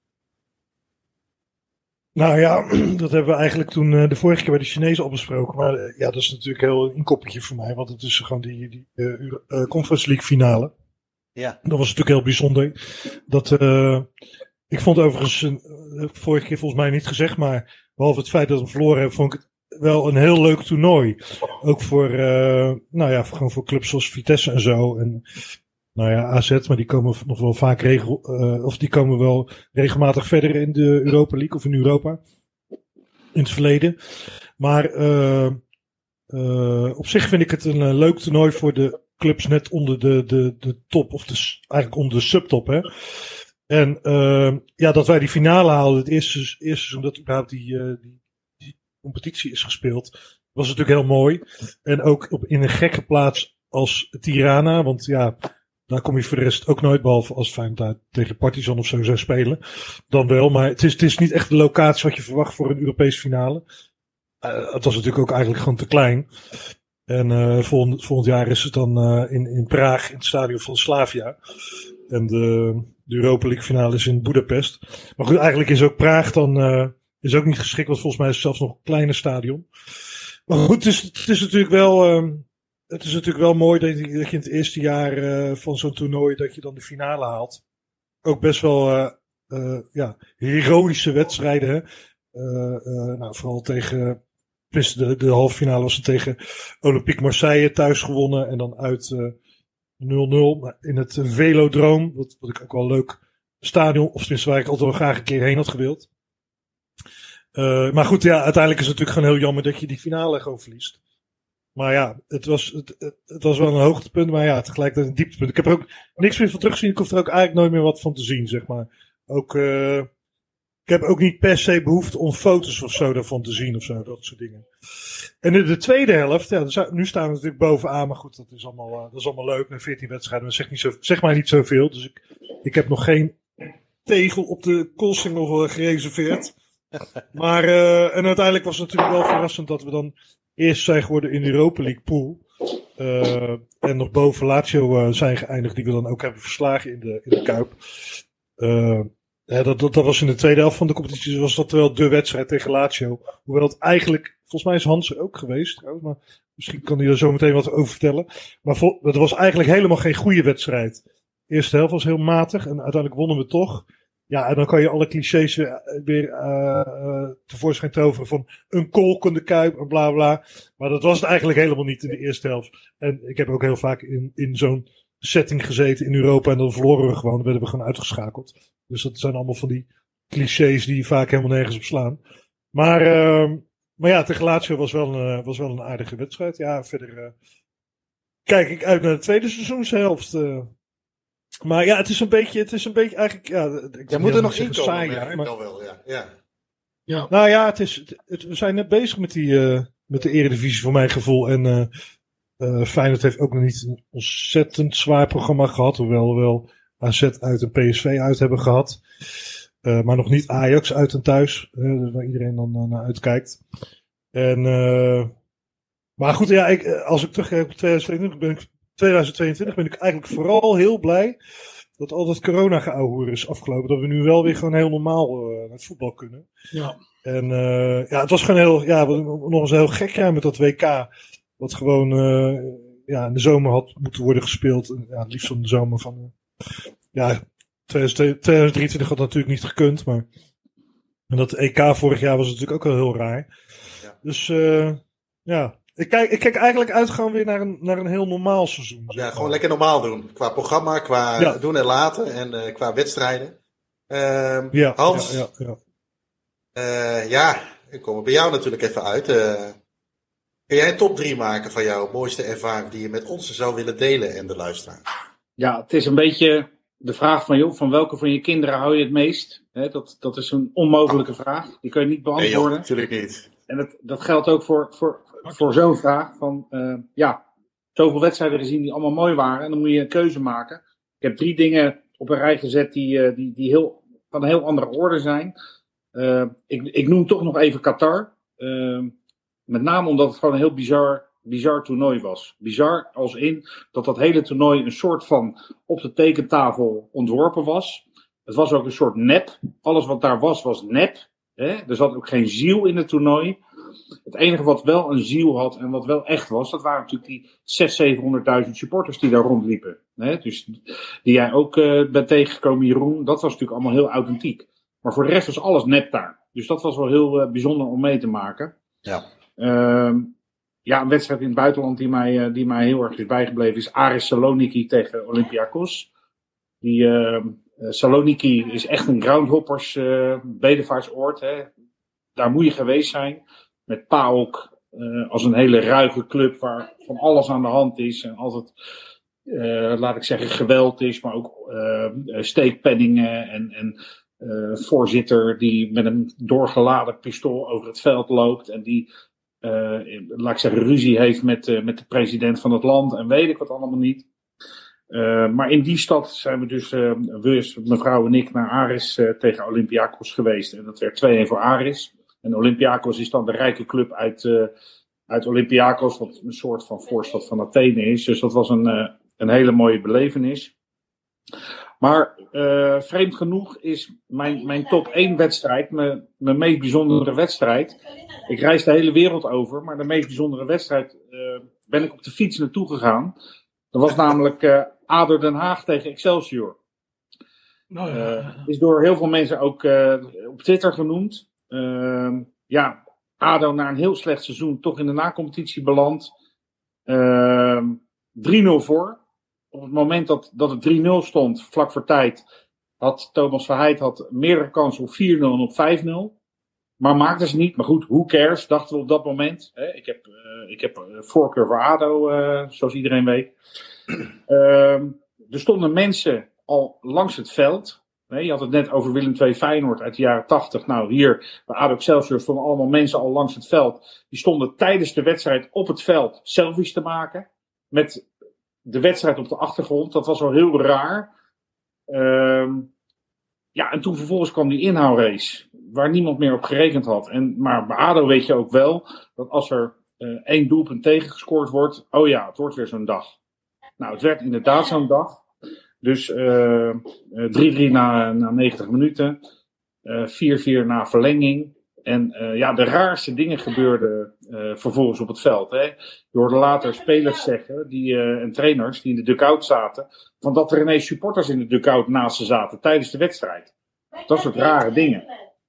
Nou ja, dat hebben we eigenlijk toen uh, de vorige keer bij de Chinezen al besproken. Maar uh, ja, dat is natuurlijk heel een inkoppertje voor mij. Want het is gewoon die, die uh, uh, Conference League finale. Ja. Dat was natuurlijk heel bijzonder. Dat, uh, ik vond overigens, uh, vorige keer volgens mij niet gezegd, maar behalve het feit dat we verloren hebben, vond ik het wel een heel leuk toernooi. Ook voor, uh, nou ja, gewoon voor clubs zoals Vitesse en zo. En nou ja, A Z, maar die komen nog wel vaak regel, uh, of die komen wel regelmatig verder in de Europa League of in Europa. In het verleden. Maar uh, uh, op zich vind ik het een uh, leuk toernooi voor de clubs net onder de, de, de top, of de, eigenlijk onder de subtop, hè. En uh, ja, dat wij die finale haalden, het eerste, eerste seizoen dat überhaupt die, uh, die, die competitie is gespeeld, was natuurlijk heel mooi. En ook op, in een gekke plaats als Tirana, want ja, daar kom je voor de rest ook nooit, behalve als Feyenoord tegen Partizan of zo zou spelen. Dan wel, maar het is, het is niet echt de locatie wat je verwacht voor een Europese finale. Uh, het was natuurlijk ook eigenlijk gewoon te klein. En uh, volgend, volgend jaar is het dan uh, in, in Praag, in het stadion van Slavia. En de, de Europa League finale is in Budapest. Maar goed, eigenlijk is ook Praag dan uh, is ook niet geschikt, want volgens mij is het zelfs nog een kleiner stadion. Maar goed, het is, het is natuurlijk wel... Uh, Het is natuurlijk wel mooi dat je, dat je in het eerste jaar uh, van zo'n toernooi dat je dan de finale haalt. Ook best wel uh, uh, ja, heroïsche wedstrijden. Hè? Uh, uh, nou, vooral tegen, de, de halve finale was het tegen Olympique Marseille thuis gewonnen. En dan uit uh, nul nul in het Velodroom. Wat, wat ik ook wel een leuk stadion, of tenminste waar ik altijd wel graag een keer heen had gewild. Uh, maar goed, ja, uiteindelijk is het natuurlijk gewoon heel jammer dat je die finale gewoon verliest. Maar ja, het was, het, het, het was wel een hoogtepunt, maar ja, tegelijkertijd een dieptepunt. Ik heb er ook niks meer van teruggezien. Ik hoef er ook eigenlijk nooit meer wat van te zien, zeg maar. Ook, uh, ik heb ook niet per se behoefte om foto's of zo daarvan te zien of zo, dat soort dingen. En in de tweede helft, ja, nu staan we natuurlijk bovenaan, maar goed, dat is allemaal, uh, dat is allemaal leuk. Na veertien wedstrijden, maar zeg, niet zo, zeg maar niet zoveel. Dus ik, ik heb nog geen tegel op de koolsingel gereserveerd. Maar, uh, en uiteindelijk was het natuurlijk wel verrassend dat we dan eerst zijn geworden in de Europa League pool. Uh, en nog boven Lazio uh, zijn geëindigd, die we dan ook hebben verslagen in de, in de Kuip. Uh, ja, dat, dat, dat was in de tweede helft van de competitie, dus was dat wel de wedstrijd tegen Lazio. Hoewel het eigenlijk, volgens mij is Hans er ook geweest trouwens, maar misschien kan hij er zo meteen wat over vertellen. Maar vol, dat was eigenlijk helemaal geen goede wedstrijd. De eerste helft was heel matig en uiteindelijk wonnen we toch. Ja, en dan kan je alle clichés weer, weer uh, uh, tevoorschijn toveren van een kolkende Kuip en bla bla. Maar dat was het eigenlijk helemaal niet in de eerste helft. En ik heb ook heel vaak in, in zo'n setting gezeten in Europa en dan verloren we gewoon. Dan werden we gewoon uitgeschakeld. Dus dat zijn allemaal van die clichés die vaak helemaal nergens op slaan. Maar, uh, maar ja, tegen Lazio was wel, een, was wel een aardige wedstrijd. Ja, verder uh, kijk ik uit naar de tweede seizoenshelft. Uh, Maar ja, het is een beetje, het is een beetje eigenlijk, ja, ik ja, moet er nog in komen, saai, ja, maar, wel wel, ja. ja. Ja. Nou ja, het is, het, het, we zijn net bezig met die, uh, met de Eredivisie voor mijn gevoel en uh, uh, Feyenoord heeft ook nog niet een ontzettend zwaar programma gehad, hoewel we wel A Z uit en P S V uit hebben gehad, uh, maar nog niet Ajax uit en thuis, uh, waar iedereen dan uh, naar uitkijkt. En, uh, maar goed, ja, ik, als ik terugkijk op tweeduizend tweeëntwintig ben ik tweeduizend tweeëntwintig ben ik eigenlijk vooral heel blij dat al dat corona geouwehoer is afgelopen. Dat we nu wel weer gewoon heel normaal uh, naar het voetbal kunnen. Ja. En uh, ja, het was gewoon heel, ja, nog eens heel gek ja, met dat W K. Wat gewoon uh, ja, in de zomer had moeten worden gespeeld. Ja, het liefst van de zomer van, uh, ja, tweeduizend drieëntwintig had natuurlijk niet gekund. Maar en dat E K vorig jaar was natuurlijk ook wel heel raar. Ja. Dus uh, ja. Ik kijk, ik kijk eigenlijk uit gewoon weer naar een, naar een heel normaal seizoen. Ja, maar. Gewoon lekker normaal doen. Qua programma, qua ja. doen en laten en uh, qua wedstrijden. Uh, ja, Hans, ja, ja, ja. Uh, ja, ik kom er bij jou natuurlijk even uit. Uh, kun jij een top drie maken van jouw mooiste ervaring die je met ons zou willen delen en de luisteraar? Ja, het is een beetje de vraag van, joh, van welke van je kinderen hou je het meest? Hè, dat, dat is een onmogelijke vraag. Die kun je niet beantwoorden. Nee, joh, natuurlijk niet. En dat, dat geldt ook voor, voor, voor zo'n vraag. Van, uh, ja, zoveel wedstrijden gezien die allemaal mooi waren. En dan moet je een keuze maken. Ik heb drie dingen op een rij gezet die, uh, die, die heel, van een heel andere orde zijn. Uh, ik, ik noem toch nog even Qatar. Uh, met name omdat het gewoon een heel bizar, bizar toernooi was. Bizar als in dat dat hele toernooi een soort van op de tekentafel ontworpen was. Het was ook een soort nep. Alles wat daar was, was nep. Hè? Er zat ook geen ziel in het toernooi. Het enige wat wel een ziel had en wat wel echt was, dat waren natuurlijk die zeshonderdduizend, zevenhonderdduizend supporters die daar rondliepen. Hè? Dus die jij ook uh, bent tegengekomen, Jeroen. Dat was natuurlijk allemaal heel authentiek. Maar voor de rest was alles nep daar. Dus dat was wel heel uh, bijzonder om mee te maken. Ja. Uh, ja, een wedstrijd in het buitenland die mij, uh, die mij heel erg is bijgebleven is Aris Saloniki tegen Olympiakos. Die uh, Saloniki is echt een groundhoppers uh, bedevaartsoord. Hè. Daar moet je geweest zijn. Met PAOK uh, als een hele ruige club waar van alles aan de hand is. En altijd, uh, laat ik zeggen, geweld is. Maar ook uh, steekpenningen en... en Uh, voorzitter die met een doorgeladen pistool over het veld loopt en die, uh, laat ik zeggen, ruzie heeft met, uh, met de president van het land en weet ik wat allemaal niet. Uh, maar in die stad zijn we dus, uh, we, mevrouw en ik, naar Aris uh, tegen Olympiakos geweest. En dat werd twee-een voor Aris. En Olympiakos is dan de rijke club uit, uh, uit Olympiakos, wat een soort van voorstad van Athene is. Dus dat was een, uh, een hele mooie belevenis. Maar uh, vreemd genoeg is mijn, mijn top één wedstrijd, mijn, mijn meest bijzondere wedstrijd. Ik reis de hele wereld over, maar de meest bijzondere wedstrijd uh, ben ik op de fiets naartoe gegaan. Dat was namelijk uh, A D O Den Haag tegen Excelsior. Nou ja. Uh, is door heel veel mensen ook uh, op Twitter genoemd. Uh, ja, A D O na een heel slecht seizoen toch in de nacompetitie beland. Uh, drie nul voor. Op het moment dat, dat het drie nul stond, vlak voor tijd, had Thomas Verheid had meerdere kansen op vier nul en op vijf nul. Maar maakte ze niet. Maar goed, who cares, dachten we op dat moment. Hè? Ik heb, uh, ik heb uh, voorkeur voor A D O, uh, zoals iedereen weet. Uh, er stonden mensen al langs het veld. Nee, je had het net over Willem twee Feyenoord uit de jaren tachtig. Nou, hier bij A D O Excelsior stonden allemaal mensen al langs het veld. Die stonden tijdens de wedstrijd op het veld selfies te maken. Met de wedstrijd op de achtergrond. Dat was wel heel raar. Uh, ja, en toen vervolgens kwam die inhoudrace. Waar niemand meer op gerekend had. En, maar bij A D O weet je ook wel dat als er uh, één doelpunt tegengescoord wordt. Oh ja, het wordt weer zo'n dag. Nou, het werd inderdaad zo'n dag. Dus uh, drie drie na, na negentig minuten. Uh, vier vier na verlenging. En uh, ja, de raarste dingen gebeurden uh, vervolgens op het veld. Hè. Je hoorde later spelers zeggen die, uh, en trainers die in de dugout zaten. Van dat er ineens supporters in de dugout naast ze zaten tijdens de wedstrijd. Dat soort rare dingen.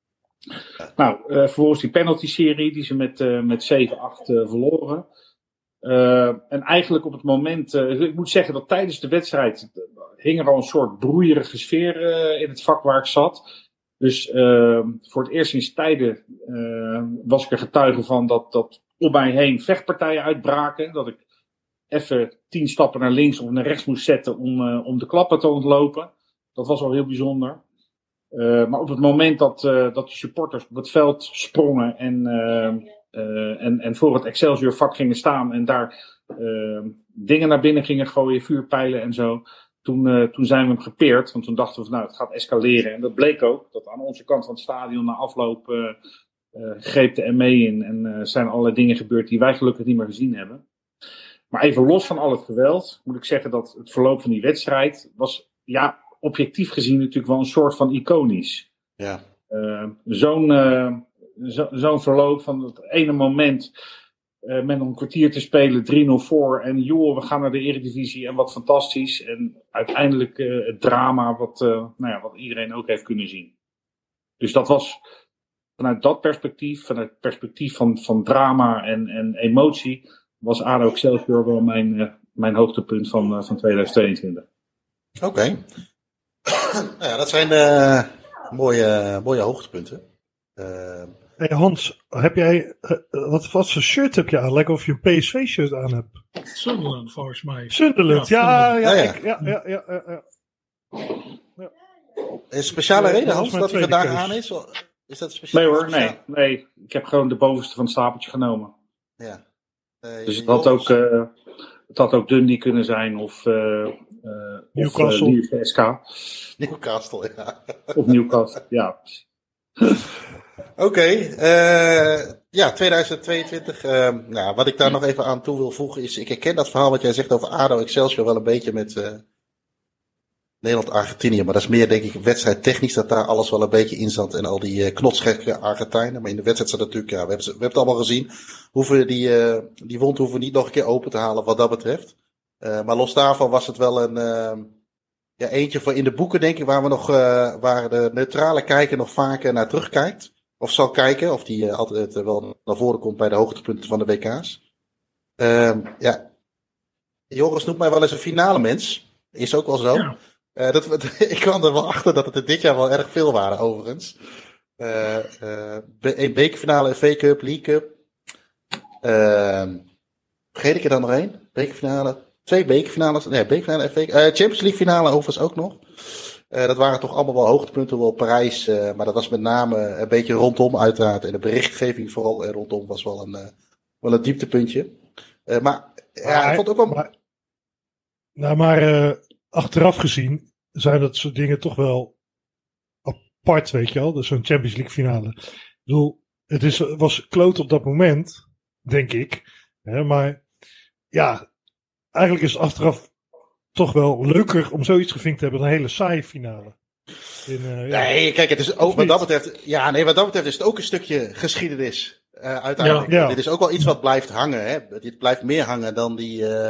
Nou, uh, vervolgens die penalty-serie die ze met, uh, met zeven acht uh, verloren. Uh, en eigenlijk op het moment, uh, ik moet zeggen dat tijdens de wedstrijd uh, hing er al een soort broeierige sfeer uh, in het vak waar ik zat. Dus uh, voor het eerst sinds tijden uh, was ik er getuige van dat, dat om mij heen vechtpartijen uitbraken. Dat ik even tien stappen naar links of naar rechts moest zetten om, uh, om de klappen te ontlopen. Dat was al heel bijzonder. Uh, maar op het moment dat, uh, dat de supporters op het veld sprongen en, uh, uh, en, en voor het Excelsior vak gingen staan en daar uh, dingen naar binnen gingen gooien, vuurpijlen en zo. Toen, uh, toen zijn we hem gepeerd, want toen dachten we van nou het gaat escaleren. En dat bleek ook, dat aan onze kant van het stadion na afloop uh, uh, greep de M E in en uh, zijn allerlei dingen gebeurd die wij gelukkig niet meer gezien hebben. Maar even los van al het geweld, moet ik zeggen dat het verloop van die wedstrijd was, ja, objectief gezien natuurlijk wel een soort van iconisch. Ja. Uh, zo'n, uh, zo, zo'n verloop van het ene moment uh, met nog een kwartier te spelen, drie nul voor en joh, we gaan naar de Eredivisie en wat fantastisch. En uiteindelijk uh, het drama wat, uh, nou ja, wat iedereen ook heeft kunnen zien. Dus dat was vanuit dat perspectief, vanuit het perspectief van, van drama en, en emotie, was A D O Excelsior wel mijn, uh, mijn hoogtepunt van, uh, van tweeduizend tweeëntwintig. Oké. Okay. Nou ja, dat zijn uh, mooie, mooie hoogtepunten. Uh, hey Hans, heb jij, uh, wat, wat voor shirt heb je aan? Lijkt of je een P S V-shirt aan hebt. Sunderland, volgens mij. Sunderland, ja, ja, ja, ja, ja. Ik, ja, ja, ja, ja, ja. Ja. Een speciale reden, Hans, dat hij vandaag aan is? Is dat speciaal? Nee hoor, nee, nee. Ik heb gewoon de bovenste van het stapeltje genomen. Ja. Uh, dus het had, ook, uh, het had ook Dundee kunnen zijn of, uh, uh, Newcastle. Of, uh, S K. Newcastle, ja. Of Newcastle, ja. Oké, okay, uh, ja, tweeduizend tweeëntwintig. Uh, nou, wat ik daar nog even aan toe wil voegen is, ik herken dat verhaal wat jij zegt over ADO Excelsior wel een beetje met uh, Nederland-Argentinië. Maar dat is meer, denk ik, wedstrijd technisch, dat daar alles wel een beetje in zat. En al die uh, knotsgekke Argentijnen. Maar in de wedstrijd zat natuurlijk, ja, we hebben, we hebben het allemaal gezien. Hoeven die, uh, die wond hoeven we niet nog een keer open te halen wat dat betreft. Uh, maar los daarvan was het wel een, uh, ja, eentje voor in de boeken, denk ik, waar we nog, uh, waar de neutrale kijker nog vaker naar terugkijkt. Of zal kijken, of die uh, altijd uh, wel naar voren komt bij de hoogtepunten van de W K's. Uh, ja, Joris noemt mij wel eens een finale mens. Is ook wel zo. Ja. Uh, dat, ik kwam er wel achter dat het er dit jaar wel erg veel waren, overigens. Uh, uh, een bekerfinale, F A Cup, League Cup. Uh, vergeet ik er dan nog één? Bekerfinale, twee bekerfinales. Nee, bekerfinale, F A Cup. Uh, Champions League finale overigens ook nog. Uh, dat waren toch allemaal wel hoogtepunten, wel Parijs. Uh, maar dat was met name een beetje rondom uiteraard. En de berichtgeving vooral uh, rondom was wel een, uh, wel een dieptepuntje. Uh, maar ja, maar, ik vond ook wel... Maar, nou, maar uh, achteraf gezien zijn dat soort dingen toch wel apart, weet je wel. Dus zo'n Champions League finale. Ik bedoel, het is, was kloot op dat moment, denk ik. Hè, maar ja, eigenlijk is het achteraf toch wel leuker om zoiets gevinkt te hebben dan een hele saaie finale. In, uh, ja. Nee, kijk, het is ook wat dat betreft. Ja, nee, wat dat betreft is het ook een stukje geschiedenis. Uh, uiteindelijk. Ja, ja. Dit is ook wel iets wat blijft hangen. Hè? Dit blijft meer hangen dan die uh,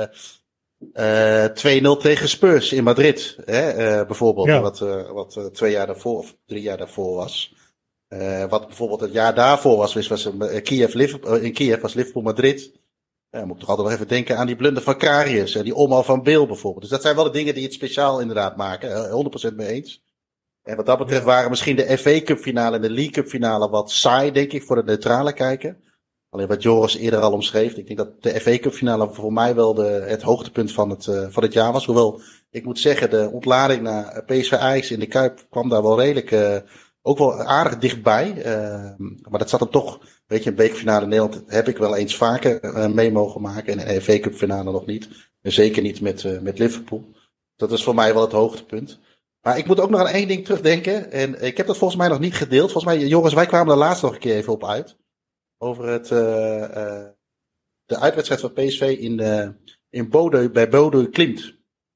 uh, twee nul tegen Spurs in Madrid. Hè? Uh, bijvoorbeeld. Ja. Wat, uh, wat uh, twee jaar daarvoor of drie jaar daarvoor was. Uh, wat bijvoorbeeld het jaar daarvoor was, was, was uh, Kiev, Liverpool, uh, in Kiev was Liverpool-Madrid. Ja, moet ik toch altijd nog even denken aan die blunder van Karius. En die omhaal van Beel bijvoorbeeld. Dus dat zijn wel de dingen die het speciaal inderdaad maken. honderd procent mee eens. En wat dat betreft waren misschien de F A Cup finale en de League Cup finale wat saai, denk ik, voor de neutrale kijker. Alleen wat Joris eerder al omschreef. Ik denk dat de F A Cup finale voor mij wel de, het hoogtepunt van het, uh, van het jaar was. Hoewel, ik moet zeggen, de ontlading naar P S V Ajax in de Kuip kwam daar wel redelijk, uh, ook wel aardig dichtbij. Uh, maar dat zat hem toch, weet je, een bekerfinale in Nederland heb ik wel eens vaker uh, mee mogen maken. En een F A Cup finale nog niet. En zeker niet met, uh, met Liverpool. Dat is voor mij wel het hoogtepunt. Maar ik moet ook nog aan één ding terugdenken. En ik heb dat volgens mij nog niet gedeeld. Volgens mij, Joris, wij kwamen er laatst nog een keer even op uit. Over het, uh, uh, de uitwedstrijd van P S V in, uh, in Bodø, bij Bodø Klimt.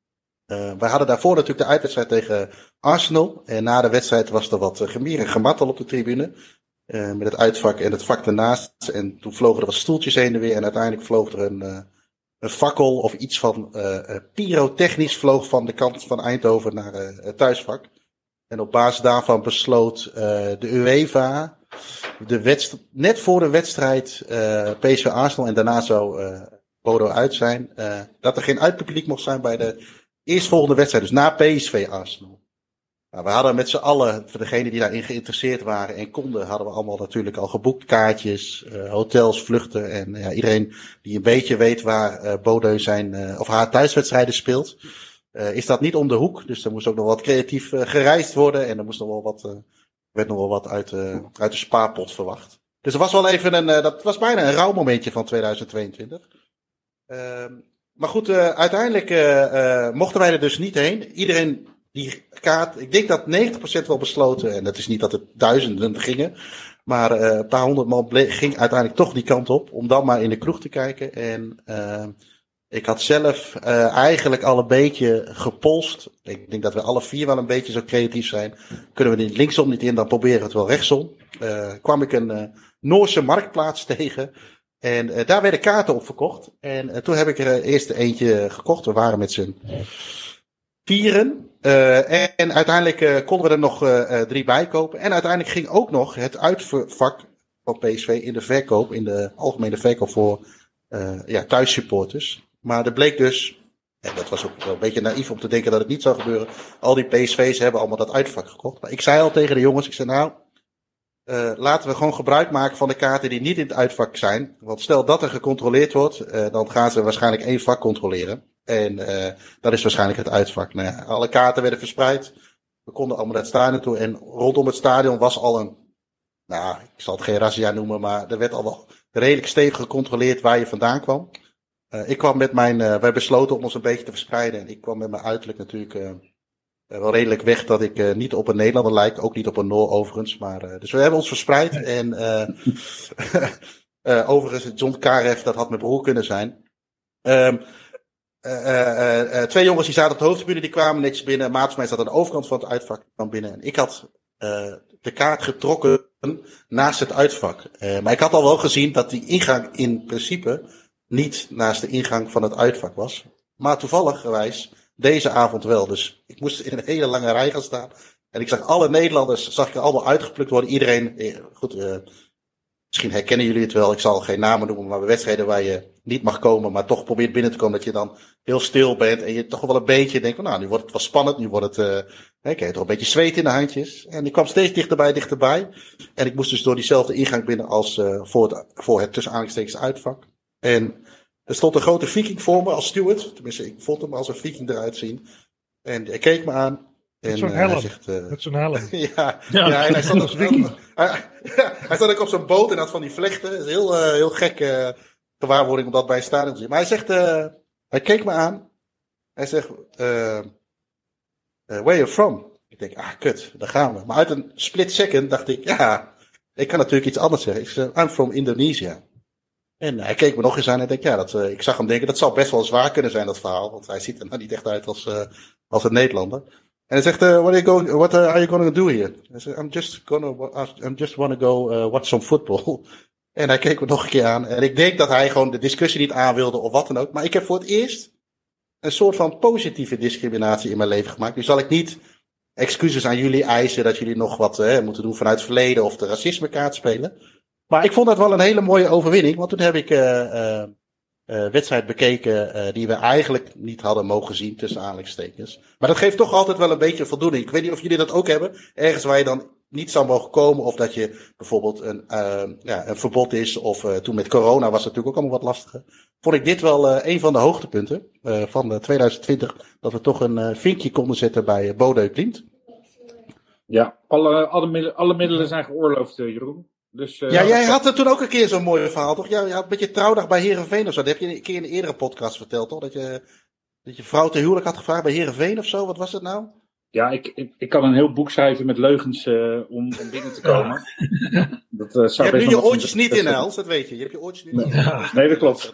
Uh, wij hadden daarvoor natuurlijk de uitwedstrijd tegen Arsenal. En na de wedstrijd was er wat uh, gemier en gemattel op de tribune. Uh, met het uitvak en het vak ernaast. En toen vlogen er wat stoeltjes heen en weer. En uiteindelijk vloog er een... Uh, Een fakkel of iets van uh, pyrotechnisch vloog van de kant van Eindhoven naar uh, het thuisvak. En op basis daarvan besloot uh, de UEFA, de wedst- net voor de wedstrijd uh, P S V Arsenal en daarna zou uh, Bodø uit zijn, uh, dat er geen uitpubliek mocht zijn bij de eerstvolgende wedstrijd, dus na P S V Arsenal. Nou, we hadden met z'n allen, voor degenen die daarin geïnteresseerd waren en konden, hadden we allemaal natuurlijk al geboekt kaartjes, uh, hotels, vluchten. En ja, iedereen die een beetje weet waar uh, Bodø zijn, uh, of haar thuiswedstrijden speelt, uh, is dat niet om de hoek. Dus er moest ook nog wat creatief uh, gereisd worden en er moest nog wel wat, uh, werd nog wel wat uit, uh, uit de spaarpot verwacht. Dus er was wel even een, uh, dat was bijna een rouwmomentje van tweeduizend tweeëntwintig. Uh, maar goed, uh, uiteindelijk uh, uh, mochten wij er dus niet heen. Iedereen... Die kaart, ik denk dat negentig procent wel besloten, en dat is niet dat het duizenden gingen, maar uh, een paar honderd man ble- ging uiteindelijk toch die kant op, om dan maar in de kroeg te kijken. En uh, ik had zelf uh, eigenlijk al een beetje gepolst. Ik denk dat we alle vier wel een beetje zo creatief zijn. Kunnen we niet linksom niet in, dan proberen we het wel rechtsom. Uh, kwam ik een uh, Noorse marktplaats tegen. En uh, daar werden kaarten op verkocht. En uh, toen heb ik er uh, eerst eentje gekocht. We waren met z'n vieren. Uh, en, en uiteindelijk uh, konden we er nog uh, uh, drie bij kopen. En uiteindelijk ging ook nog het uitvak van P S V in de verkoop, in de algemene verkoop voor uh, ja, thuissupporters. Maar er bleek dus, en dat was ook wel een beetje naïef om te denken dat het niet zou gebeuren, al die P S V's hebben allemaal dat uitvak gekocht. Maar ik zei al tegen de jongens, ik zei nou, uh, laten we gewoon gebruik maken van de kaarten die niet in het uitvak zijn. Want stel dat er gecontroleerd wordt, uh, dan gaan ze waarschijnlijk één vak controleren. En uh, dat is waarschijnlijk het uitvak. Nou ja, alle kaarten werden verspreid. We konden allemaal naar het stadion toe. En rondom het stadion was al een, nou, ik zal het geen razzia noemen, maar er werd al wel redelijk stevig gecontroleerd waar je vandaan kwam. Uh, ik kwam met mijn, uh, wij besloten om ons een beetje te verspreiden. En ik kwam met mijn uiterlijk natuurlijk uh, uh, wel redelijk weg dat ik uh, niet op een Nederlander lijk. Ook niet op een Noor overigens. Maar, uh, dus we hebben ons verspreid. En uh, uh, overigens, John Karev, dat had mijn broer kunnen zijn. Um, Uh, uh, uh, twee jongens die zaten op de hoofdtribune, die kwamen netjes binnen. Een maat van mij zat aan de overkant van het uitvak, kwam binnen. En ik had uh, de kaart getrokken naast het uitvak. Uh, maar ik had al wel gezien dat die ingang in principe niet naast de ingang van het uitvak was. Maar toevallig gewijs deze avond wel. Dus ik moest in een hele lange rij gaan staan. En ik zag alle Nederlanders, zag ik er allemaal uitgeplukt worden. Iedereen, goed, uh, misschien herkennen jullie het wel. Ik zal geen namen noemen, maar bij wedstrijden waar je niet mag komen, maar toch probeert binnen te komen, dat je dan heel stil bent en je toch wel een beetje denkt van, nou, nu wordt het wel spannend, nu wordt het, uh, ik heb toch een beetje zweet in de handjes. En ik kwam steeds dichterbij, dichterbij. En ik moest dus door diezelfde ingang binnen als uh, voor het, voor het tussen aanhalingstekens uitvak. En er stond een grote viking voor me als steward. Tenminste, ik vond hem als een viking eruit zien. En hij keek me aan. Met en, zo'n uh, helm. Hij zegt, uh, Met zo'n helm. ja, ja, ja, en hij stond, op, hij, ja, hij stond ook op zo'n boot en had van die vlechten. Dat is heel, uh, heel gek uh, gewaarwording om dat bij een stadion te zien. Maar hij zegt, uh, hij keek me aan. Hij zegt, uh, uh, where you from? Ik denk, ah, kut, daar gaan we. Maar uit een split second dacht ik, ja, ik kan natuurlijk iets anders zeggen. Ik zeg, I'm from Indonesia. En hij keek me nog eens aan en ik denk, ja, dat, uh, ik zag hem denken, dat zal best wel zwaar kunnen zijn, dat verhaal. Want hij ziet er nou niet echt uit als, uh, als een Nederlander. En hij zegt, uh, what, are you going, what are you going to do here? Hij zegt, I'm just gonna, I'm just want to go uh, watch some football. En hij keek me nog een keer aan. En ik denk dat hij gewoon de discussie niet aan wilde of wat dan ook. Maar ik heb voor het eerst een soort van positieve discriminatie in mijn leven gemaakt. Nu zal ik niet excuses aan jullie eisen dat jullie nog wat uh, moeten doen vanuit het verleden of de racismekaart spelen. Maar ik vond dat wel een hele mooie overwinning. Want toen heb ik uh, uh, uh, wedstrijd bekeken uh, die we eigenlijk niet hadden mogen zien, tussen aanhalingstekens. Maar dat geeft toch altijd wel een beetje voldoening. Ik weet niet of jullie dat ook hebben. Ergens waar je dan niet zou mogen komen. Of dat je bijvoorbeeld een, uh, ja, een verbod is. Of uh, toen met corona was het natuurlijk ook allemaal wat lastiger. Vond ik dit wel uh, een van de hoogtepunten uh, van uh, twintig twintig. Dat we toch een uh, vinkje konden zetten bij uh, Bodø Glimt. Ja, alle, alle, middelen, alle middelen zijn geoorloofd, uh, Jeroen. Dus, uh, ja, jij had er toen ook een keer zo'n mooi verhaal, toch? Ja, je had een beetje trouwdag bij Heerenveen of zo. Dat heb je een keer in een eerdere podcast verteld, toch? Dat je, dat je vrouw te huwelijk had gevraagd bij Heerenveen of zo. Wat was het nou? Ja, ik, ik, ik kan een heel boek schrijven met leugens uh, om, om binnen te komen. Dat, uh, zou je hebt nu je oortjes een, niet in, Els, dat weet je. Je hebt je oortjes niet nee. in. Ja. Nee, dat klopt.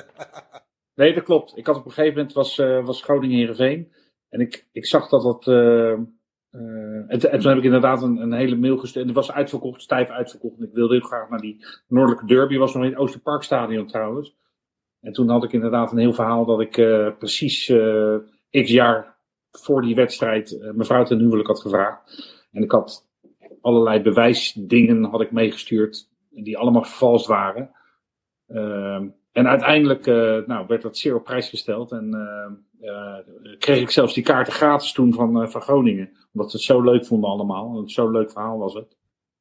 Nee, dat klopt. Ik had op een gegeven moment, was, uh, was Groningen Heerenveen. En ik, ik zag dat dat... Uh, Uh, en, en toen heb ik inderdaad een, een hele mail gestuurd. En die was uitverkocht, stijf uitverkocht. En ik wilde heel graag naar die Noordelijke Derby. Was nog in het Oosterparkstadion trouwens. En toen had ik inderdaad een heel verhaal dat ik uh, precies uh, x jaar voor die wedstrijd uh, mevrouw ten huwelijk had gevraagd. En ik had allerlei bewijsdingen had ik meegestuurd. Die allemaal vervalst waren. Uh, en uiteindelijk uh, nou, werd dat zeer op prijs gesteld. En uh, uh, kreeg ik zelfs die kaarten gratis toen van, uh, van Groningen. Omdat ze het zo leuk vonden allemaal. En zo'n leuk verhaal was het.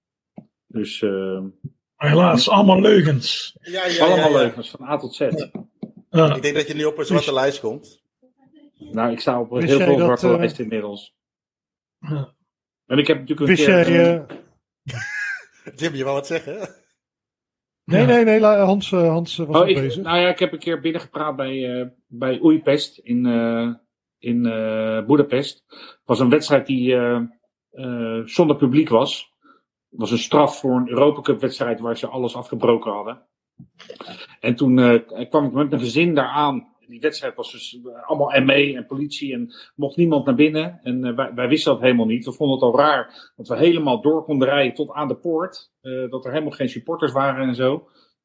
Dus... Uh, helaas, allemaal leugens. Ja, ja, allemaal ja, ja. leugens, van A tot Z. Uh, ik denk dat je nu op een zwarte lijst komt. Nou, ik sta op Wist heel jij veel dat, zwarte uh, lijsten inmiddels. uh, En ik heb natuurlijk een Wist keer... jij... Uh, Uh... Jim, je wou wat zeggen? Nee, ja. nee, nee, Hans, uh, Hans was oh, nog ik, bezig. nou ja, ik heb een keer binnengepraat bij, uh, bij Újpest in, uh, in uh, Boedapest. Het was een wedstrijd die uh, uh, zonder publiek was. Het was een straf voor een Europa Cup wedstrijd waar ze alles afgebroken hadden. En toen uh, kwam ik met mijn gezin daar aan. Die wedstrijd was dus allemaal M E en politie en mocht niemand naar binnen. En uh, wij, wij wisten dat helemaal niet. We vonden het al raar dat we helemaal door konden rijden tot aan de poort. Uh, dat er helemaal geen supporters waren en zo.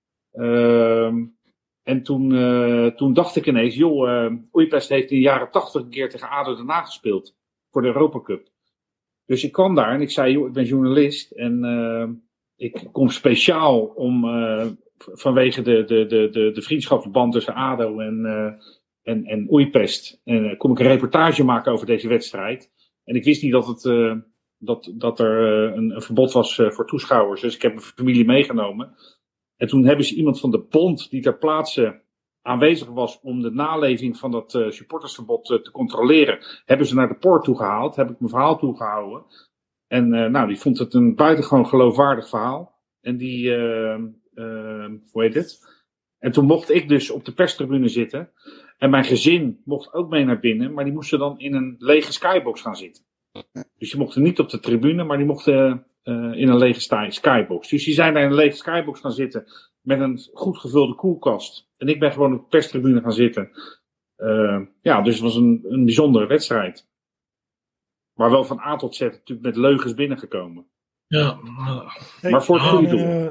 Uh, en toen, uh, toen dacht ik ineens, joh, uh, Újpest heeft in de jaren tachtig een keer tegen A D O Den Haag gespeeld. Voor de Europa Cup. Dus ik kwam daar en ik zei, joh, ik ben journalist. En uh, ik kom speciaal om... Uh, vanwege de, de, de, de, de vriendschapsband tussen A D O en, uh, en, en Újpest. En uh, kom ik een reportage maken over deze wedstrijd. En ik wist niet dat, het, uh, dat, dat er uh, een, een verbod was uh, voor toeschouwers. Dus ik heb mijn familie meegenomen. En toen hebben ze iemand van de bond die ter plaatse aanwezig was om de naleving van dat uh, supportersverbod uh, te controleren, hebben ze naar de poort toegehaald. Heb ik mijn verhaal toegehouden. En uh, nou, die vond het een buitengewoon geloofwaardig verhaal. En die, uh, uh, hoe heet het? En toen mocht ik dus op de perstribune zitten. En mijn gezin mocht ook mee naar binnen, maar die moesten dan in een lege skybox gaan zitten. Dus die mochten niet op de tribune, maar die mochten uh, in een lege skybox. Dus die zijn daar in een lege skybox gaan zitten met een goed gevulde koelkast. En ik ben gewoon op de perstribune gaan zitten. Uh, ja, dus het was een, een bijzondere wedstrijd. Maar wel van A tot Z natuurlijk met leugens binnengekomen. Ja. Hey, maar voor het goede doel. Uh,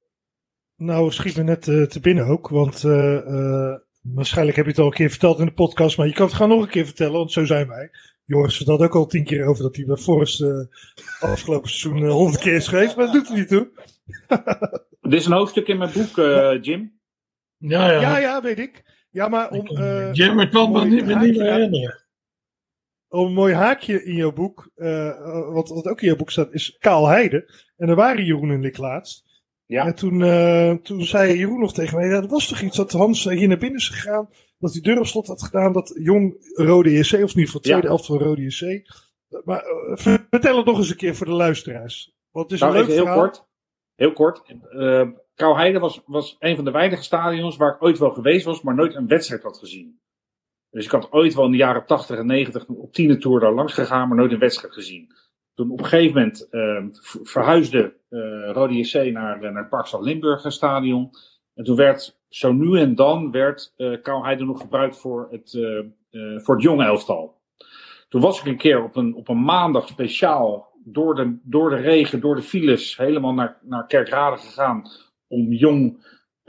nou, schiet me net uh, te binnen ook, want uh, uh, waarschijnlijk heb je het al een keer verteld in de podcast, maar je kan het gewoon nog een keer vertellen, want zo zijn wij. Joris vertelde ook al tien keer over dat hij bij Forrest uh, afgelopen seizoen uh, honderd keer is geweest, maar dat doet er niet toe. Dit is een hoofdstuk in mijn boek, uh, Jim. Ja, ja. Ja, ja, weet ik. Ja, maar om... Uh, Jim, ik kan me niet, me niet meer herinneren. Om een mooi haakje in jouw boek, uh, wat, wat ook in jouw boek staat, is Kaal Heide. En daar waren Jeroen en ik laatst. Ja. En toen, uh, toen zei Jeroen nog tegen mij, ja, dat was toch iets dat Hans hier naar binnen is gegaan, dat die deur op slot had gedaan, dat jong Rode J C, of in ieder geval tweede helft van Rode J C. Maar uh, vertel het nog eens een keer voor de luisteraars. Want het is nou, een leuk heel verhaal. Kort, heel kort. Uh, Kaal Heide was, was een van de weinige stadions waar ik ooit wel geweest was, maar nooit een wedstrijd had gezien. Dus ik had ooit wel in de jaren tachtig en negentig op tienertour daar langs gegaan, maar nooit een wedstrijd gezien. Toen op een gegeven moment uh, verhuisde uh, Rode J C naar, uh, naar het Parkstad Limburg stadion. En toen werd zo nu en dan werd uh, Kaal Heide nog gebruikt voor het, uh, uh, voor het jonge elftal. Toen was ik een keer op een, op een maandag speciaal door de, door de regen, door de files, helemaal naar, naar Kerkrade gegaan om jong,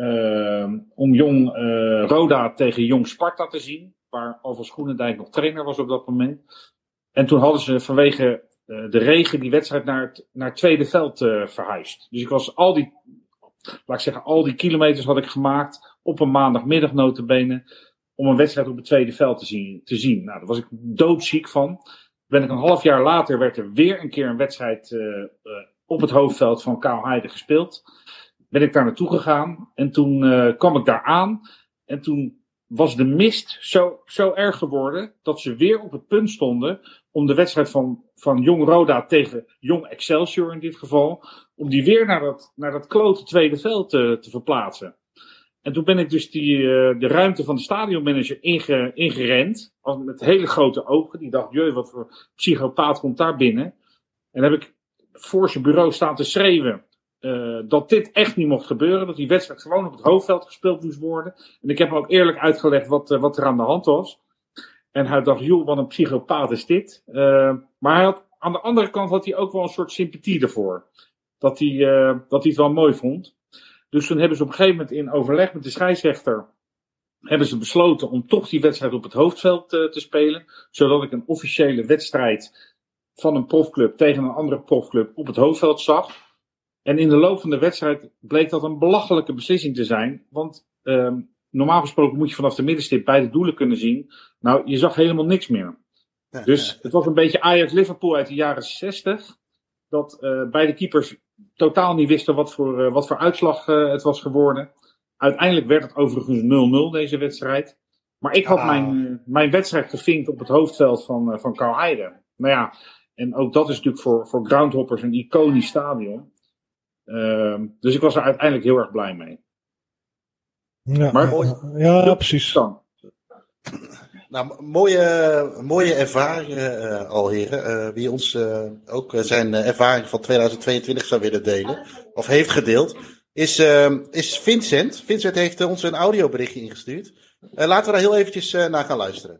uh, om jong uh, Roda tegen jong Sparta te zien. Waar Alfons Groenendijk nog trainer was op dat moment. En toen hadden ze vanwege uh, de regen die wedstrijd naar het, naar het tweede veld uh, verhuisd. Dus ik was al die, laat ik zeggen, al die kilometers had ik gemaakt op een maandagmiddag nota bene om een wedstrijd op het tweede veld te zien. Te zien. Nou, daar was ik doodziek van. Ben ik een half jaar later werd er weer een keer een wedstrijd uh, uh, op het hoofdveld van Kaal Heide gespeeld. Ben ik daar naartoe gegaan en toen uh, kwam ik daar aan en toen was de mist zo, zo erg geworden dat ze weer op het punt stonden om de wedstrijd van, van Jong Roda tegen Jong Excelsior in dit geval, om die weer naar dat, naar dat klote tweede veld te, te verplaatsen. En toen ben ik dus die, uh, de ruimte van de stadionmanager inge, ingerend, met hele grote ogen. Die dacht, jee, wat voor psychopaat komt daar binnen? En heb ik voor zijn bureau staan te schreeuwen Uh, dat dit echt niet mocht gebeuren. Dat die wedstrijd gewoon op het hoofdveld gespeeld moest worden. En ik heb hem ook eerlijk uitgelegd wat, uh, wat er aan de hand was. En hij dacht, joh, wat een psychopaat is dit. Uh, maar hij had, aan de andere kant had hij ook wel een soort sympathie ervoor. Dat hij, uh, dat hij het wel mooi vond. Dus toen hebben ze op een gegeven moment in overleg met de scheidsrechter hebben ze besloten om toch die wedstrijd op het hoofdveld uh, te spelen. Zodat ik een officiële wedstrijd van een profclub tegen een andere profclub op het hoofdveld zag. En in de loop van de wedstrijd bleek dat een belachelijke beslissing te zijn. Want uh, normaal gesproken moet je vanaf de middenstip beide doelen kunnen zien. Nou, je zag helemaal niks meer. Ja, dus ja. Het was een beetje Ajax-Liverpool uit de jaren zestig. Dat uh, beide keepers totaal niet wisten wat voor, uh, wat voor uitslag uh, het was geworden. Uiteindelijk werd het overigens nul nul deze wedstrijd. Maar ik had ah. mijn, uh, mijn wedstrijd gevinkt op het hoofdveld van, uh, van Kaal Heide. Nou ja, en ook dat is natuurlijk voor, voor groundhoppers een iconisch stadion. Uh, dus ik was er uiteindelijk heel erg blij mee. Ja, maar, ja, ja precies. Dan. Nou, mooie, mooie ervaringen uh, al, heren. Uh, wie ons uh, ook uh, zijn uh, ervaring van tweeduizend tweeëntwintig zou willen delen, of heeft gedeeld, is, uh, is Vincent. Vincent heeft uh, ons een audioberichtje ingestuurd. Uh, laten we daar heel eventjes uh, naar gaan luisteren.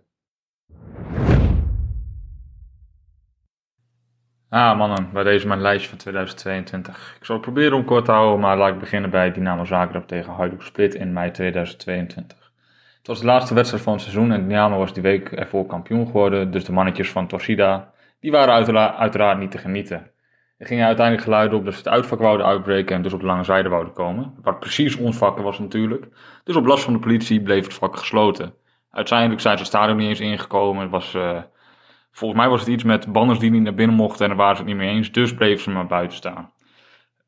Ah mannen, bij deze mijn lijstje van tweeduizend tweeëntwintig. Ik zal het proberen om kort te houden, maar laat ik beginnen bij Dynamo Zagreb tegen Hajduk Split in mei tweeduizend tweeëntwintig. Het was de laatste wedstrijd van het seizoen en Dynamo was die week ervoor kampioen geworden, dus de mannetjes van Torcida, die waren uitera- uiteraard niet te genieten. Er gingen uiteindelijk geluiden op dat ze het uitvak wouden uitbreken en dus op de lange zijde wouden komen, wat precies ons vak was natuurlijk. Dus op last van de politie bleef het vak gesloten. Uiteindelijk zijn ze het stadion niet eens ingekomen, het was... Uh, Volgens mij was het iets met banners die niet naar binnen mochten en daar waren ze het niet mee eens, dus bleven ze maar buiten staan.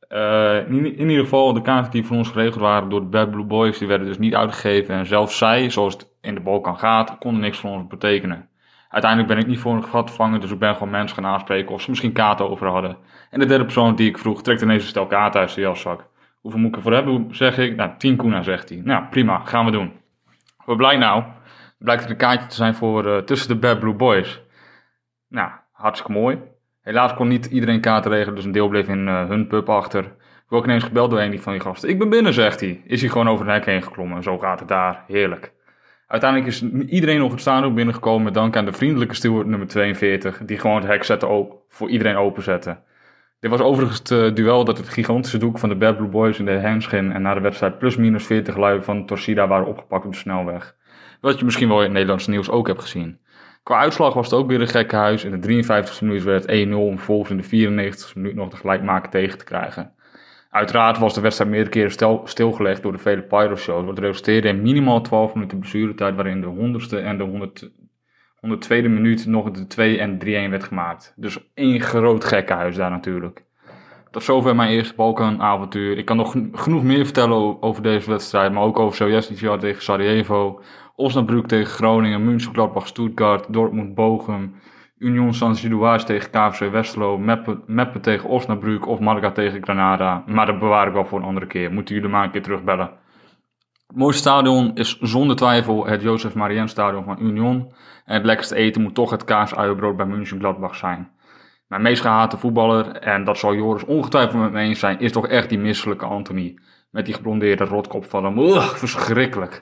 Uh, in, in ieder geval, de kaarten die voor ons geregeld waren door de Bad Blue Boys, die werden dus niet uitgegeven. En zelfs zij, zoals het in de Balkan gaat, konden niks voor ons betekenen. Uiteindelijk ben ik niet voor een gat vervangen, dus ik ben gewoon mensen gaan aanspreken of ze misschien kaarten over hadden. En de derde persoon die ik vroeg, trekt ineens een stel kaarten uit zijn jaszak. Hoeveel moet ik ervoor hebben, zeg ik? Nou, tien kuna, zegt hij. Nou, prima, gaan we doen. Wat blijkt nou? Blijkt het een kaartje te zijn voor uh, tussen de Bad Blue Boys. Nou, hartstikke mooi. Helaas kon niet iedereen kaarten regelen, dus een deel bleef in uh, hun pub achter. Ik word ineens gebeld door een van die gasten. Ik ben binnen, zegt hij. Is hij gewoon over het hek heen geklommen. Zo gaat het daar. Heerlijk. Uiteindelijk is iedereen nog het stadion binnengekomen met dank aan de vriendelijke steward nummer tweeënveertig, die gewoon het hek zette op, voor iedereen openzette. Dit was overigens het uh, duel dat het gigantische doek van de Bad Blue Boys in de Hemschin en na de wedstrijd plus minus veertig lui van Torcida waren opgepakt op de snelweg. Wat je misschien wel in het Nederlandse nieuws ook hebt gezien. Qua uitslag was het ook weer een gekkenhuis. In de drieënvijftigste minuut werd het één nul om vervolgens in de vierennegentigste minuut nog de gelijkmaker tegen te krijgen. Uiteraard was de wedstrijd meerdere keren stil, stilgelegd door de vele pyro-shows, wat resulteerde in minimaal twaalf minuten blessuretijd, waarin de honderdste en de honderd, honderdtweede minuut nog de twee en drie-een werd gemaakt. Dus één groot gekkenhuis daar natuurlijk. Tot zover mijn eerste Balkan-avontuur. Ik kan nog genoeg meer vertellen over deze wedstrijd, maar ook over Sovjet tegen Sarajevo, Osnabrück tegen Groningen, München, Gladbach, Stuttgart, Dortmund, Bochum, Union Saint-Gilloise tegen K V C Westerlo, Meppen, Meppen tegen Osnabrück of Malaga tegen Granada. Maar dat bewaar ik wel voor een andere keer. Moeten jullie maar een keer terugbellen. Het mooiste stadion is zonder twijfel het Jozef Mariens stadion van Union. En het lekkerste eten moet toch het kaas-uienbrood bij München Gladbach zijn. Mijn meest gehate voetballer, en dat zal Joris ongetwijfeld met me eens zijn, is toch echt die misselijke Anthony. Met die geblondeerde rotkop van hem. Ugh, verschrikkelijk.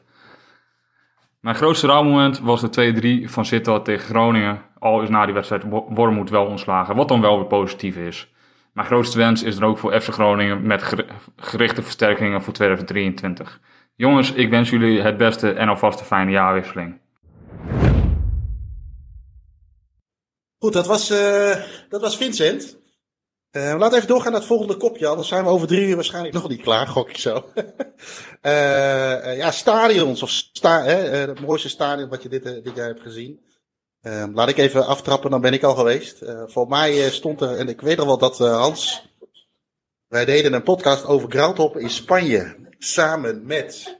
Mijn grootste rouwmoment was de twee drie van Sittard tegen Groningen. Al is na die wedstrijd Wormoed wel ontslagen, wat dan wel weer positief is. Mijn grootste wens is er ook voor F C Groningen met gerichte versterkingen voor tweeduizend drieëntwintig. Jongens, ik wens jullie het beste en alvast een fijne jaarwisseling. Goed, dat was, uh, dat was Vincent. Uh, we laten even doorgaan naar het volgende kopje, anders zijn we over drie uur waarschijnlijk nog niet klaar, gok ik zo. uh, uh, ja, stadions, of sta, hè, uh, het mooiste stadion wat je dit, uh, dit jaar hebt gezien. Uh, laat ik even aftrappen, dan ben ik al geweest. Uh, voor mij uh, stond er, en ik weet al wel dat uh, Hans, wij deden een podcast over Groundhop in Spanje, samen met...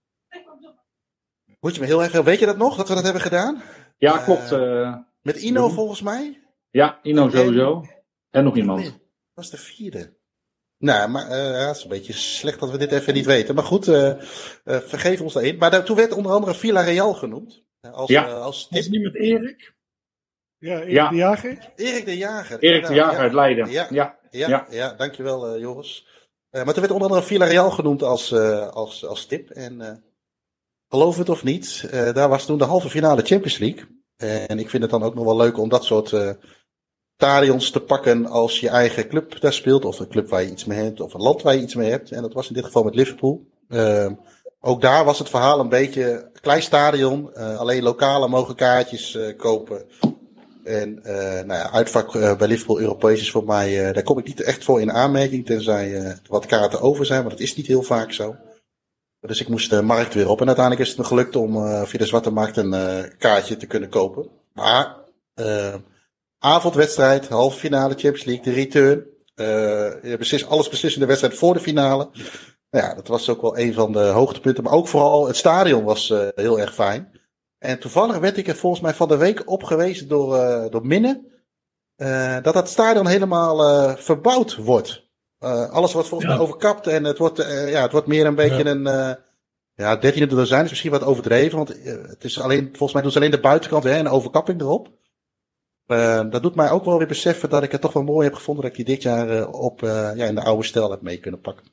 Moet je me heel even, weet je dat nog, dat we dat hebben gedaan? Ja, klopt. Uh, met Ino volgens mij? Ja, Ino sowieso. En, en nog iemand. Dat was de vierde. Nou, maar uh, ja, het is een beetje slecht dat we dit even niet weten. Maar goed, uh, uh, vergeef ons daarin. Maar daar, toen werd onder andere Villarreal genoemd. Als, ja. Uh, als tip. Is het niet met Erik? Ja, Erik ja. de Jager? Erik de Jager. Erik de Jager ja. uit Leiden. Ja, ja. ja, ja. ja dankjewel uh, Joris. Uh, maar toen werd onder andere Villarreal genoemd als, uh, als, als tip. En uh, geloof het of niet, uh, daar was toen de halve finale Champions League. Uh, en ik vind het dan ook nog wel leuk om dat soort... Uh, stadions te pakken als je eigen club daar speelt, of een club waar je iets mee hebt, of een land waar je iets mee hebt. En dat was in dit geval met Liverpool. Uh, ook daar was het verhaal een beetje klein stadion, uh, alleen lokalen mogen kaartjes uh, kopen. En uh, nou ja, uitvak uh, bij Liverpool Europees is voor mij, uh, daar kom ik niet echt voor in aanmerking, tenzij uh, wat kaarten over zijn, maar dat is niet heel vaak zo. Dus ik moest de markt weer op en uiteindelijk is het me gelukt om uh, via de zwarte markt een uh, kaartje te kunnen kopen. Maar... Uh, avondwedstrijd, halve finale Champions League, de return. Uh, beslist, alles beslissende wedstrijd voor de finale. Nou ja, dat was ook wel een van de hoogtepunten. Maar ook vooral het stadion was uh, heel erg fijn. En toevallig werd ik er volgens mij van de week op gewezen door, uh, door Minne. Uh, dat dat stadion helemaal uh, verbouwd wordt. Uh, alles wordt volgens ja. mij overkapt. En het wordt, uh, ja, het wordt meer een beetje ja. een... Uh, ja, dertiende dozijn is misschien wat overdreven. Want uh, het is alleen, volgens mij doen ze alleen de buitenkant hè, en een overkapping erop. Uh, dat doet mij ook wel weer beseffen dat ik het toch wel mooi heb gevonden dat ik die dit jaar uh, op, uh, ja, in de oude stijl heb mee kunnen pakken.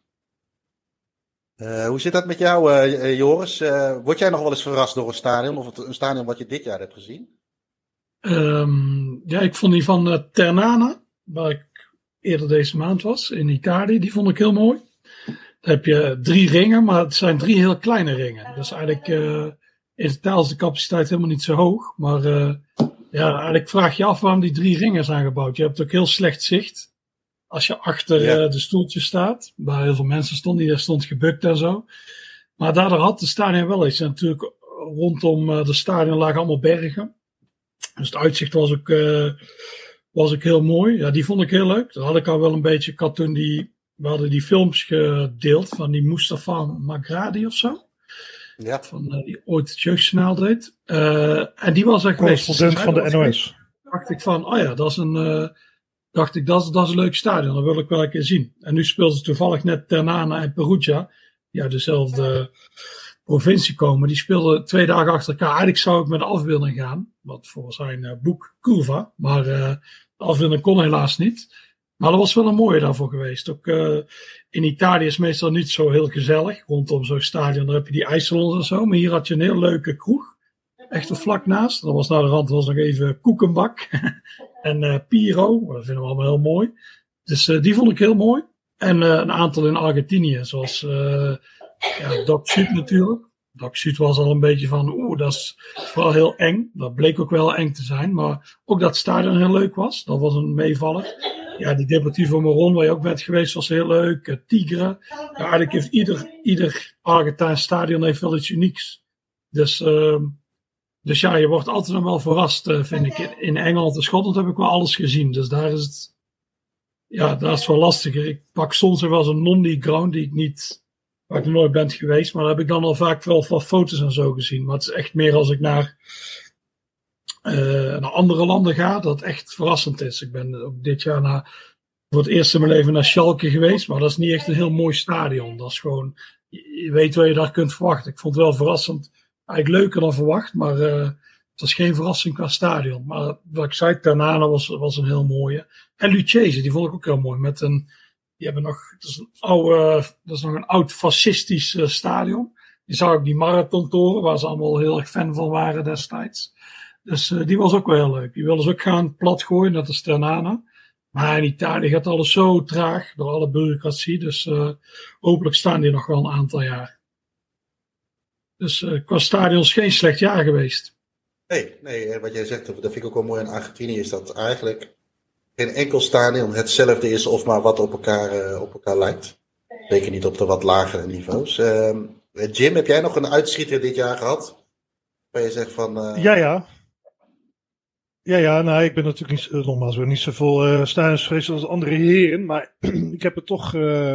Uh, hoe zit dat met jou, uh, Joris? Uh, word jij nog wel eens verrast door een stadion of een stadion wat je dit jaar hebt gezien? Um, ja, ik vond die van uh, Ternana, waar ik eerder deze maand was, in Italië, die vond ik heel mooi. Daar heb je drie ringen, maar het zijn drie heel kleine ringen. Dus eigenlijk uh, in totaal is de capaciteit helemaal niet zo hoog, maar... Uh, Ja, eigenlijk vraag je af waarom die drie ringen zijn gebouwd. Je hebt ook heel slecht zicht. Als je achter ja. uh, de stoeltjes staat, waar heel veel mensen stonden, die daar stond gebukt en zo. Maar daardoor had de stadion wel iets. En natuurlijk rondom uh, de stadion lagen allemaal bergen. Dus het uitzicht was ook, uh, was ook heel mooi. Ja, die vond ik heel leuk. Dat had ik al wel een beetje. Ik had toen die we hadden die films gedeeld van die Mustafa Magradi of zo. Ja. Van, uh, die ooit het jeugdjournaal deed. Uh, en die was er geweest. Correspondent van de N O S. Dacht ik van, oh ja, dat is een, uh, dacht ik, dat is, dat is een leuk stadion. Dat wil ik wel een keer zien. En nu speelden ze toevallig net Ternana en Perugia. Die uit dezelfde provincie komen. Die speelden twee dagen achter elkaar. Eigenlijk zou ik met de afbeelding gaan. Wat voor zijn uh, boek Curva. Maar uh, de afbeelding kon helaas niet. Maar dat was wel een mooie daarvoor geweest. Ook uh, in Italië is meestal niet zo heel gezellig. Rondom zo'n stadion, daar heb je die ijssalons en zo. Maar hier had je een heel leuke kroeg. Echt er vlak naast. Dat was naar de rand was nog even Koekenbak. en uh, Piro. Dat vinden we allemaal heel mooi. Dus uh, die vond ik heel mooi. En uh, een aantal in Argentinië. Zoals uh, ja, Doc Sud natuurlijk. Doc Sud was al een beetje van, oeh, dat is vooral heel eng. Dat bleek ook wel eng te zijn. Maar ook dat het stadion heel leuk was. Dat was een meevaller. Ja, die Deportivo Moron, waar je ook bent geweest, was heel leuk. Uh, Tigre. Ja, eigenlijk heeft ieder, ieder Argentijns stadion heeft wel iets unieks. Dus, uh, dus ja, je wordt altijd nog wel verrast, uh, vind ik. In, in Engeland en Schotland heb ik wel alles gezien. Dus daar is het, ja, daar is het wel lastiger. Ik pak soms wel eens een non-league ground die ik niet, waar ik nog nooit ben geweest. Maar daar heb ik dan al vaak wel van foto's en zo gezien. Maar het is echt meer als ik naar... Uh, naar andere landen ga, dat echt verrassend is. Ik ben ook dit jaar naar, voor het eerst in mijn leven naar Schalke geweest, maar dat is niet echt een heel mooi stadion. Dat is gewoon, je, je weet wat je daar kunt verwachten. Ik vond het wel verrassend, eigenlijk leuker dan verwacht, maar uh, het was geen verrassing qua stadion. Maar wat ik zei, Ternana was, was een heel mooie. En Lucchese, die vond ik ook heel mooi. Met een, die hebben nog, dat is, een oude, dat is nog een oud fascistisch uh, stadion. Je zag ook die marathontoren, waar ze allemaal heel erg fan van waren destijds. Dus uh, die was ook wel heel leuk. Die wilden ze ook gaan platgooien, net als Ternana. Maar in Italië gaat alles zo traag door alle bureaucratie. Dus uh, hopelijk staan die nog wel een aantal jaar. Dus uh, qua stadions geen slecht jaar geweest. Nee, nee, wat jij zegt, dat vind ik ook wel mooi aan Argentinië, is dat eigenlijk geen enkel stadion hetzelfde is of maar wat op elkaar, uh, op elkaar lijkt. Zeker niet op de wat lagere niveaus. Uh, Jim, heb jij nog een uitschieter dit jaar gehad? Waar je zegt van... Uh... Ja, ja. Ja, ja, nou, ik ben natuurlijk niet, uh, nogmaals, weer niet zoveel uh, stadions geweest als andere heren, maar ik heb er toch uh,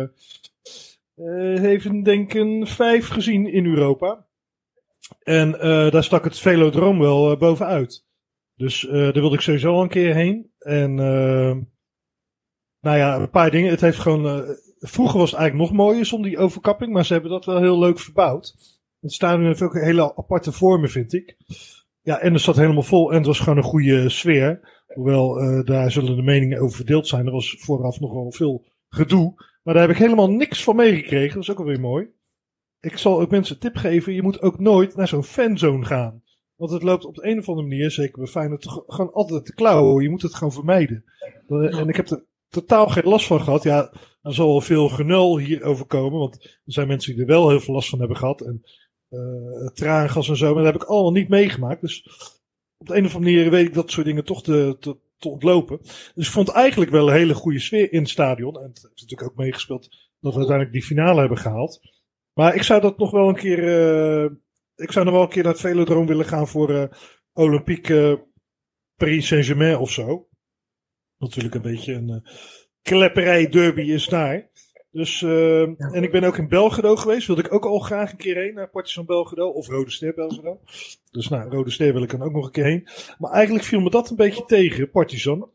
uh, even denken vijf gezien in Europa. En uh, daar stak het Velodroom wel uh, bovenuit. Dus uh, daar wilde ik sowieso al een keer heen. En uh, nou ja, een paar dingen. Het heeft gewoon, uh, vroeger was het eigenlijk nog mooier zonder die overkapping, maar ze hebben dat wel heel leuk verbouwd. Het stadion heeft ook hele aparte vormen, vind ik. Ja, en er zat helemaal vol en het was gewoon een goede sfeer. Hoewel, uh, daar zullen de meningen over verdeeld zijn. Er was vooraf nogal veel gedoe. Maar daar heb ik helemaal niks van meegekregen. Dat is ook alweer mooi. Ik zal ook mensen een tip geven. Je moet ook nooit naar zo'n fanzone gaan. Want het loopt op de een of andere manier, zeker bij Feyenoord, gewoon altijd te klauwen. Je moet het gewoon vermijden. En ik heb er totaal geen last van gehad. Ja, er zal wel veel genul hierover komen. Want er zijn mensen die er wel heel veel last van hebben gehad. En Uh, traangas en zo, maar dat heb ik allemaal niet meegemaakt. Dus op de een of andere manier weet ik dat soort dingen toch te, te, te ontlopen. Dus ik vond eigenlijk wel een hele goede sfeer in het stadion. En het heeft natuurlijk ook meegespeeld dat we uiteindelijk die finale hebben gehaald. Maar ik zou dat nog wel een keer... Uh, ik zou nog wel een keer naar het Velodroom willen gaan voor uh, Olympique uh, Paris Saint-Germain of zo. Natuurlijk een beetje een uh, klepperij derby is daar. Dus, uh, ja. En ik ben ook in Belgrado geweest. Wilde ik ook al graag een keer heen naar Partizan Belgrado. Of Rode Ster Belgrado. Dus nou, Rode Ster wil ik dan ook nog een keer heen. Maar eigenlijk viel me dat een beetje tegen, Partizan.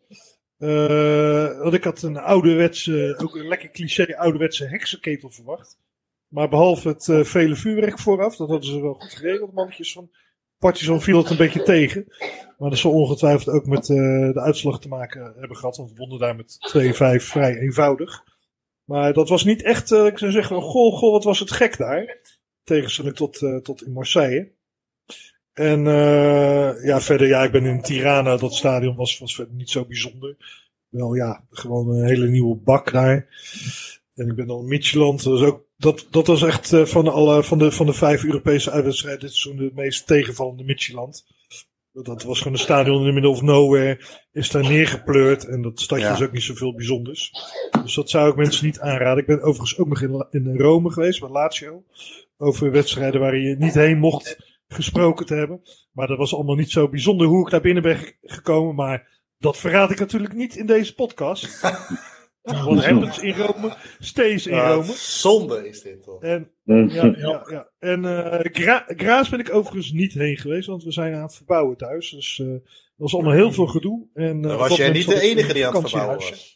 Uh, want ik had een ouderwetse, ook een lekker cliché ouderwetse heksenketel verwacht. Maar behalve het uh, vele vuurwerk vooraf, dat hadden ze wel goed geregeld, mannetjes van Partizan, viel het een beetje tegen. Maar dat zal ongetwijfeld ook met uh, de uitslag te maken hebben gehad. Want we wonnen daar met twee vijf vrij eenvoudig. Maar dat was niet echt, uh, ik zou zeggen, van, goh, goh, wat was het gek daar. Tegenstelling tot, uh, tot in Marseille. En uh, ja, verder, ja, ik ben in Tirana, dat stadion was, was verder niet zo bijzonder. Wel ja, gewoon een hele nieuwe bak daar. En ik ben dan in Midtjylland, dat, ook, dat, dat was echt uh, van, alle, van, de, van de vijf Europese uitwedstrijden dit seizoen de meest tegenvallende Midtjylland. Dat was gewoon een stadion in the middle of nowhere. Is daar neergepleurd. En dat stadje ja. is ook niet zoveel bijzonders. Dus dat zou ik mensen niet aanraden. Ik ben overigens ook nog in, in Rome geweest. Bij Lazio. Over wedstrijden waar je niet heen mocht gesproken te hebben. Maar dat was allemaal niet zo bijzonder hoe ik daar binnen ben gekomen. Maar dat verraad ik natuurlijk niet in deze podcast. What happens in Rome, stays in Ja, Rome. zonde is dit toch? En, ja, ja, ja. en uh, Gra- Graas ben ik overigens niet heen geweest, want we zijn aan het verbouwen thuis. Dus uh, er was allemaal heel veel gedoe. En, uh, Dan was jij niet de enige die aan het verbouwen was.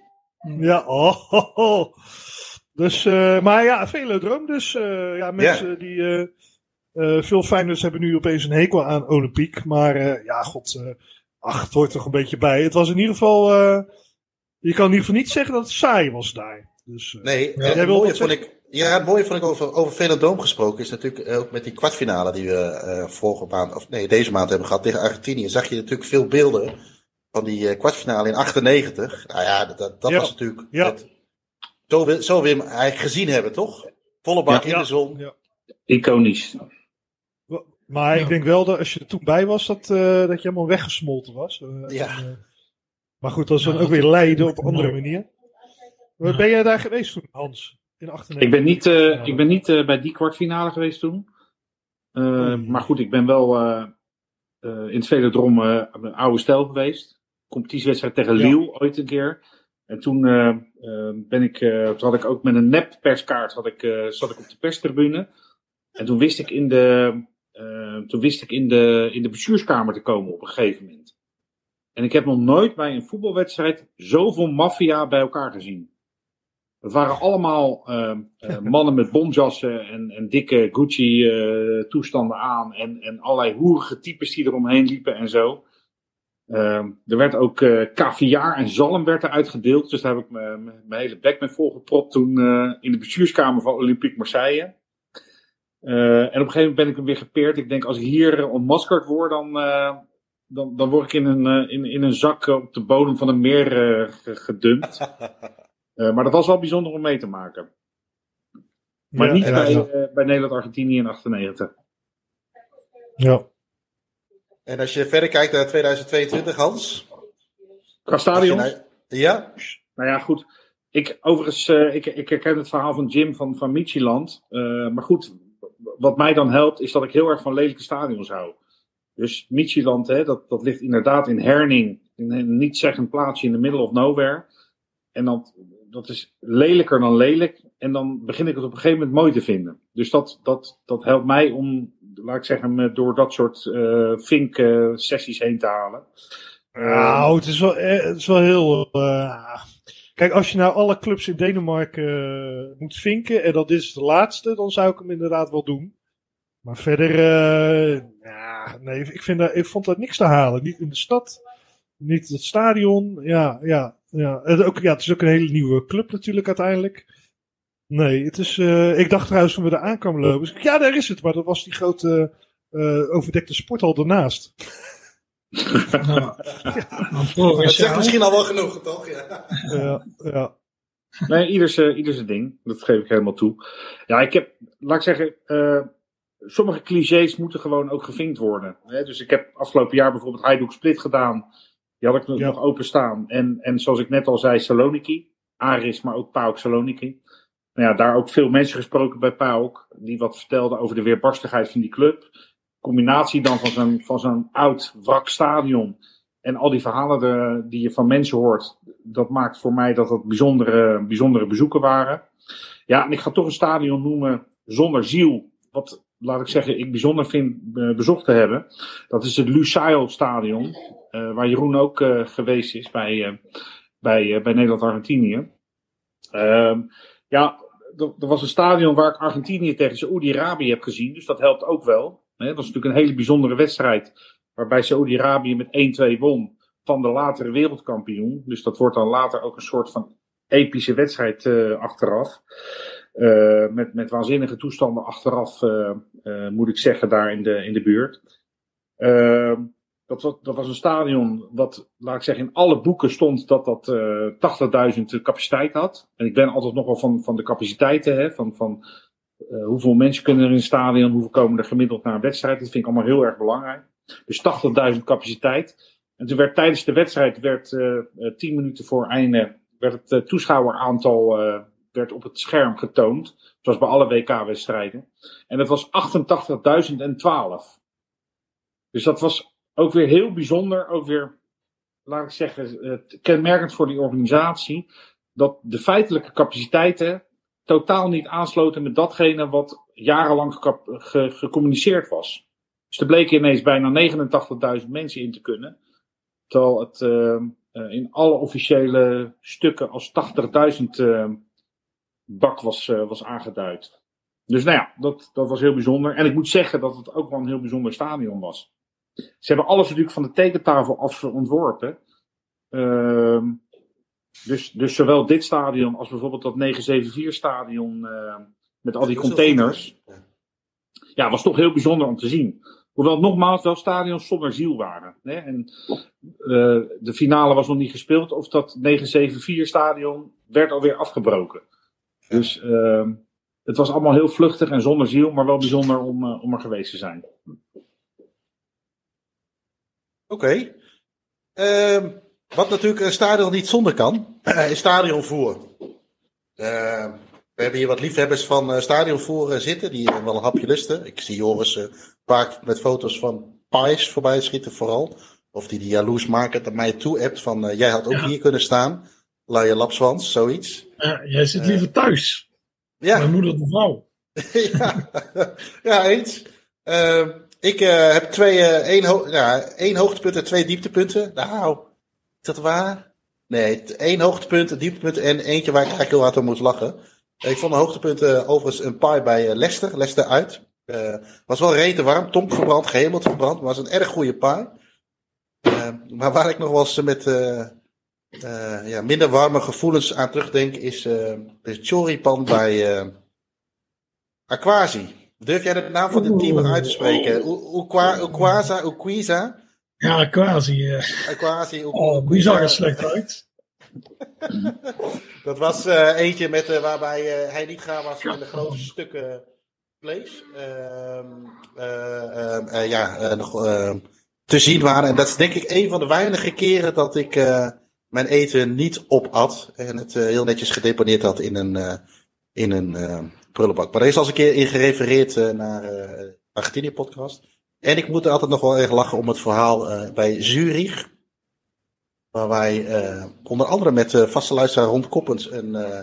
Ja, oh, oh, oh. Dus, uh, maar ja, Velodroom. Dus uh, ja, mensen yeah. die... Uh, uh, veel Feyenoorders hebben nu opeens een hekel aan Olympiek. Maar uh, ja, god, uh, ach, het hoort toch een beetje bij. Het was in ieder geval... Uh, je kan in ieder geval niet zeggen dat het saai was daar. Dus, uh, nee, ja, het, mooie vond ik, ja, het mooie vond ik over, over Velodroom gesproken is natuurlijk ook met die kwartfinale die we uh, vorige maand, of nee, deze maand hebben gehad tegen Argentinië. Zag je natuurlijk veel beelden van die uh, kwartfinale in achtennegentig. Nou ja, dat, dat, dat ja. was natuurlijk ja. het, zo, wil, zo wil je hem eigenlijk gezien hebben, toch? Volle bak ja. in de zon. Ja. Iconisch. Maar ja. ik denk wel dat als je er toen bij was, dat, uh, dat je helemaal weggesmolten was. Uh, ja. En, uh, maar goed, dat is dan ja, ook weer Leiden op een andere manier. Ja. Ben jij daar geweest toen, Hans? In achtennegentig? Ik ben niet, uh, ik ben niet uh, bij die kwartfinale geweest toen. Uh, oh. Maar goed, ik ben wel uh, uh, in het Velodrom uh, een oude stijl geweest. Competitiewedstrijd tegen ja. Lille ooit een keer. En toen uh, uh, ben ik, uh, toen had ik ook met een nep perskaart had ik, uh, zat ik op de perstribune. En toen wist ik in de, uh, toen wist ik in de, in de bestuurskamer te komen op een gegeven moment. En ik heb nog nooit bij een voetbalwedstrijd zoveel maffia bij elkaar gezien. Het waren allemaal uh, uh, mannen met bomjassen en, en dikke Gucci uh, toestanden aan. En, en allerlei hoerige types die eromheen liepen en zo. Uh, er werd ook uh, caviar en zalm werd er uitgedeeld. Dus daar heb ik mijn hele bek mee volgepropt toen uh, in de bestuurskamer van Olympique Marseille. Uh, en op een gegeven moment ben ik hem weer gepeerd. Ik denk als ik hier ontmaskerd word, dan, uh, dan, dan word ik in een, uh, in, in een zak op de bodem van een meer uh, gedumpt. Uh, maar dat was wel bijzonder om mee te maken. Maar ja, niet ja, bij, ja. Uh, bij Nederland-Argentinië in achtennegentig. Ja. En als je verder kijkt naar tweeduizend tweeëntwintig, Hans? Qua stadion? Nou, ja? Nou ja, goed. Ik, overigens, uh, ik, ik herken het verhaal van Jim van, van Michieland. Uh, maar goed, wat mij dan helpt, is dat ik heel erg van lelijke stadions hou. Dus Michieland, hè, dat, dat ligt inderdaad in Herning. In een niet-zeggend plaatsje in the middle of nowhere. En dan, dat is lelijker dan lelijk. En dan begin ik het op een gegeven moment mooi te vinden. Dus dat, dat, dat helpt mij om, laat ik zeggen, door dat soort uh, vink-sessies heen te halen. Nou, het is wel, het is wel heel... Uh, kijk, als je nou alle clubs in Denemarken uh, moet vinken en dat is de laatste, dan zou ik hem inderdaad wel doen. Maar verder, uh, ja, nee, ik, vind dat, ik vond dat niks te halen. Niet in de stad, niet het stadion. Ja, ja, ja. Het, ook, ja, het is ook een hele nieuwe club natuurlijk uiteindelijk. Nee, het is, uh, ik dacht trouwens toen we er aankwamen lopen, ja, daar is het, maar dat was die grote uh, overdekte sporthal ernaast. Nou, ja. Dat zegt misschien al wel genoeg, toch? Ja, ja. ja. Nee, ieders, uh, ieders ding. Dat geef ik helemaal toe. Ja, ik heb, laat ik zeggen, uh, sommige clichés moeten gewoon ook gevinkt worden. Hè? Dus ik heb afgelopen jaar bijvoorbeeld Hajduk Split gedaan. Die had ik nog, ja. nog openstaan. En, en zoals ik net al zei, Saloniki. Aris, maar ook PAOK Saloniki. Nou ja, daar ook veel mensen gesproken bij PAOK. Die wat vertelden over de weerbarstigheid van die club. Combinatie dan van zo'n, van zo'n oud wrak stadion. En al die verhalen de, die je van mensen hoort. Dat maakt voor mij dat dat bijzondere, bijzondere bezoeken waren. Ja, en ik ga toch een stadion noemen zonder ziel. Wat, laat ik zeggen, ik bijzonder vind uh, bezocht te hebben. Dat is het Lusail Stadion. Uh, waar Jeroen ook uh, geweest is bij, uh, bij, uh, bij Nederland-Argentinië. Uh, ja, er was een stadion waar ik Argentinië tegen Saoedi-Arabië heb gezien. Dus dat helpt ook wel. He, dat was natuurlijk een hele bijzondere wedstrijd. Waarbij Saoedi-Arabië met één twee won van de latere wereldkampioen. Dus dat wordt dan later ook een soort van epische wedstrijd uh, achteraf. Uh, met, met waanzinnige toestanden achteraf, uh, uh, moet ik zeggen, daar in de, in de buurt. Uh, dat, was, dat was een stadion wat, laat ik zeggen, in alle boeken stond dat dat uh, tachtigduizend capaciteit had. En ik ben altijd nog wel van, van de capaciteiten, hè, van... van Uh, hoeveel mensen kunnen er in het stadion, hoeveel komen er gemiddeld naar een wedstrijd. Dat vind ik allemaal heel erg belangrijk. Dus tachtigduizend capaciteit. En toen werd tijdens de wedstrijd, werd uh, uh, tien minuten voor einde, werd het uh, toeschouweraantal uh, werd op het scherm getoond. Zoals bij alle W K-wedstrijden. En dat was achtentachtigduizend twaalf. Dus dat was ook weer heel bijzonder. Ook weer, laat ik zeggen, uh, kenmerkend voor die organisatie. dat de feitelijke capaciteiten totaal niet aansloten met datgene wat jarenlang gecap- ge- gecommuniceerd was. Dus er bleken ineens bijna negenentachtigduizend mensen in te kunnen. Terwijl het uh, uh, in alle officiële stukken als tachtigduizend uh, bak was, uh, was aangeduid. Dus nou ja, dat, dat was heel bijzonder. En ik moet zeggen dat het ook wel een heel bijzonder stadion was. Ze hebben alles natuurlijk van de tekentafel af ontworpen. Uh, dus, dus zowel dit stadion als bijvoorbeeld dat negen zeven vier stadion uh, met al die containers. Ja, was toch heel bijzonder om te zien. Hoewel het nogmaals wel stadions zonder ziel waren. Hè? En uh, de finale was nog niet gespeeld. Of dat negen zeven vier stadion werd alweer afgebroken. Dus uh, het was allemaal heel vluchtig en zonder ziel. Maar wel bijzonder om, uh, om er geweest te zijn. Oké. Okay. Uh, wat natuurlijk een stadion niet zonder kan. Uh, is stadionvoer. Uh, we hebben hier wat liefhebbers van uh, stadionvoer uh, zitten. Die uh, wel een hapje lusten. Ik zie Joris uh, vaak met foto's van pies voorbij schieten vooral. Of die die jaloers maken naar mij toe appt. Van uh, jij had ook ja. hier kunnen staan. Luie lapswans, zoiets. Ja, jij zit liever uh, thuis. Ja. Mijn moeder de vrouw. ja. ja, eens. Uh, ik uh, heb twee, uh, één, ho- ja, één hoogtepunt en twee dieptepunten. Nou, is dat waar? Nee, één hoogtepunt, een dieptepunt en eentje waar ik eigenlijk heel hard om moest lachen. Ik vond de hoogtepunt uh, overigens een pie bij uh, Leicester. Leicester uit. Uh, was wel rete warm, tonk verbrand, gehemeld verbrand. Maar was een erg goede pie. Uh, maar waar ik nog wel eens met uh, uh, ja, minder warme gevoelens aan terugdenk is uh, de choripan bij uh, Aquasi. Durf jij de naam van dit team nog uit te spreken? Ukwaza, Ukwiza? Ja, Aquasi. Uh. Aquasi, oh, die zag er slecht uit. Dat was uh, eentje met, uh, waarbij uh, hij niet gaar was in de grote stukken vlees. Uh, uh, uh, uh, ja, uh, nog uh, te zien waren. En dat is denk ik een van de weinige keren dat ik uh, mijn eten niet opat. En het uh, heel netjes gedeponeerd had in een, uh, in een uh, prullenbak. Maar er is al eens een keer in gerefereerd uh, naar uh, de Argentinië podcast. En ik moet er altijd nog wel erg lachen om het verhaal uh, bij Zurich. Waar wij uh, onder andere met uh, vaste luisteraar Ron Koppens een, uh,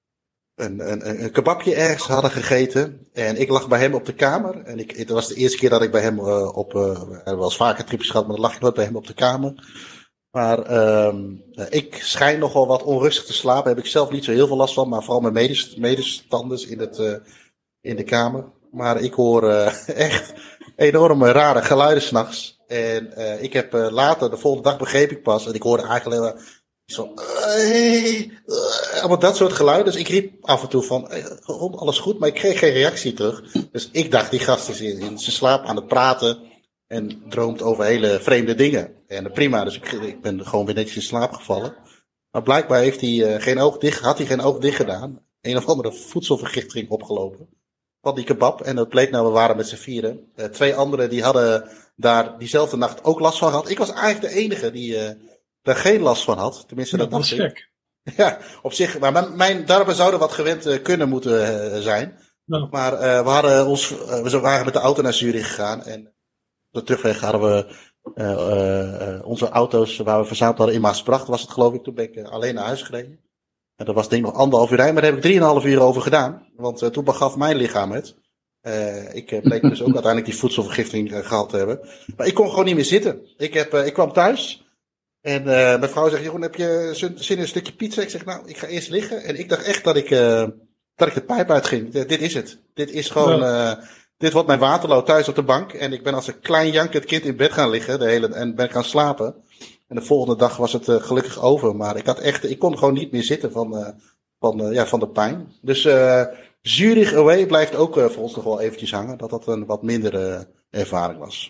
een, een, een kebabje ergens hadden gegeten. En ik lag bij hem op de kamer. En ik, het was de eerste keer dat ik bij hem uh, op... Uh, we hebben wel eens vaker tripjes gehad, maar dan lag ik nooit bij hem op de kamer. Maar uh, ik schijn nogal wat onrustig te slapen. Daar heb ik zelf niet zo heel veel last van. Maar vooral mijn medes, medestanders in, het, uh, in de kamer. Maar ik hoor uh, echt enorme rare geluiden 's nachts. En uh, ik heb uh, later, de volgende dag begreep ik pas, en ik hoorde eigenlijk alleen maar zo, uh, uh, allemaal dat soort geluiden. Dus ik riep af en toe van, uh, alles goed, maar ik kreeg geen reactie terug. Dus ik dacht, die gast is in, in zijn slaap aan het praten en droomt over hele vreemde dingen. En uh, prima, dus ik, ik ben gewoon weer netjes in slaap gevallen. Maar blijkbaar heeft hij uh, geen oog dicht, had hij geen oog dicht gedaan. Een of andere voedselvergiftiging opgelopen van die kebab. En dat bleek nou, we waren met z'n vieren. Uh, twee anderen die hadden daar diezelfde nacht ook last van gehad. Ik was eigenlijk de enige die uh, daar geen last van had. Tenminste, dat, dat dacht ik. Ja, op zich. Maar mijn, mijn darmen zouden wat gewend uh, kunnen moeten uh, zijn. Ja. Maar uh, we hadden ons, uh, we waren met de auto naar Zurich gegaan. En op de terugweg hadden we uh, uh, uh, onze auto's waar we verzameld hadden in Maasbracht, was het geloof ik. Toen ben ik uh, alleen naar huis gereden. En dat was denk ik nog anderhalf uur rijden, maar daar heb ik drieënhalf uur over gedaan. Want uh, toen begaf mijn lichaam het. Uh, ik uh, bleek dus ook uiteindelijk die voedselvergiftiging uh, gehad te hebben. Maar ik kon gewoon niet meer zitten. Ik, heb, uh, ik kwam thuis. En uh, mijn vrouw zegt, Jeroen, heb je zin in een stukje pizza? Ik zeg, nou, ik ga eerst liggen. En ik dacht echt dat ik, uh, dat ik de pijp uitging. D- dit is het. Dit is gewoon, uh, dit wordt mijn Waterloo thuis op de bank. En ik ben als een klein jankend kind in bed gaan liggen. De hele, en ben gaan slapen. En de volgende dag was het uh, gelukkig over. Maar ik had echt, ik kon gewoon niet meer zitten van, uh, van, uh, ja, van de pijn. Dus uh, Zurich away blijft ook uh, voor ons nog wel eventjes hangen. Dat dat een wat mindere uh, ervaring was.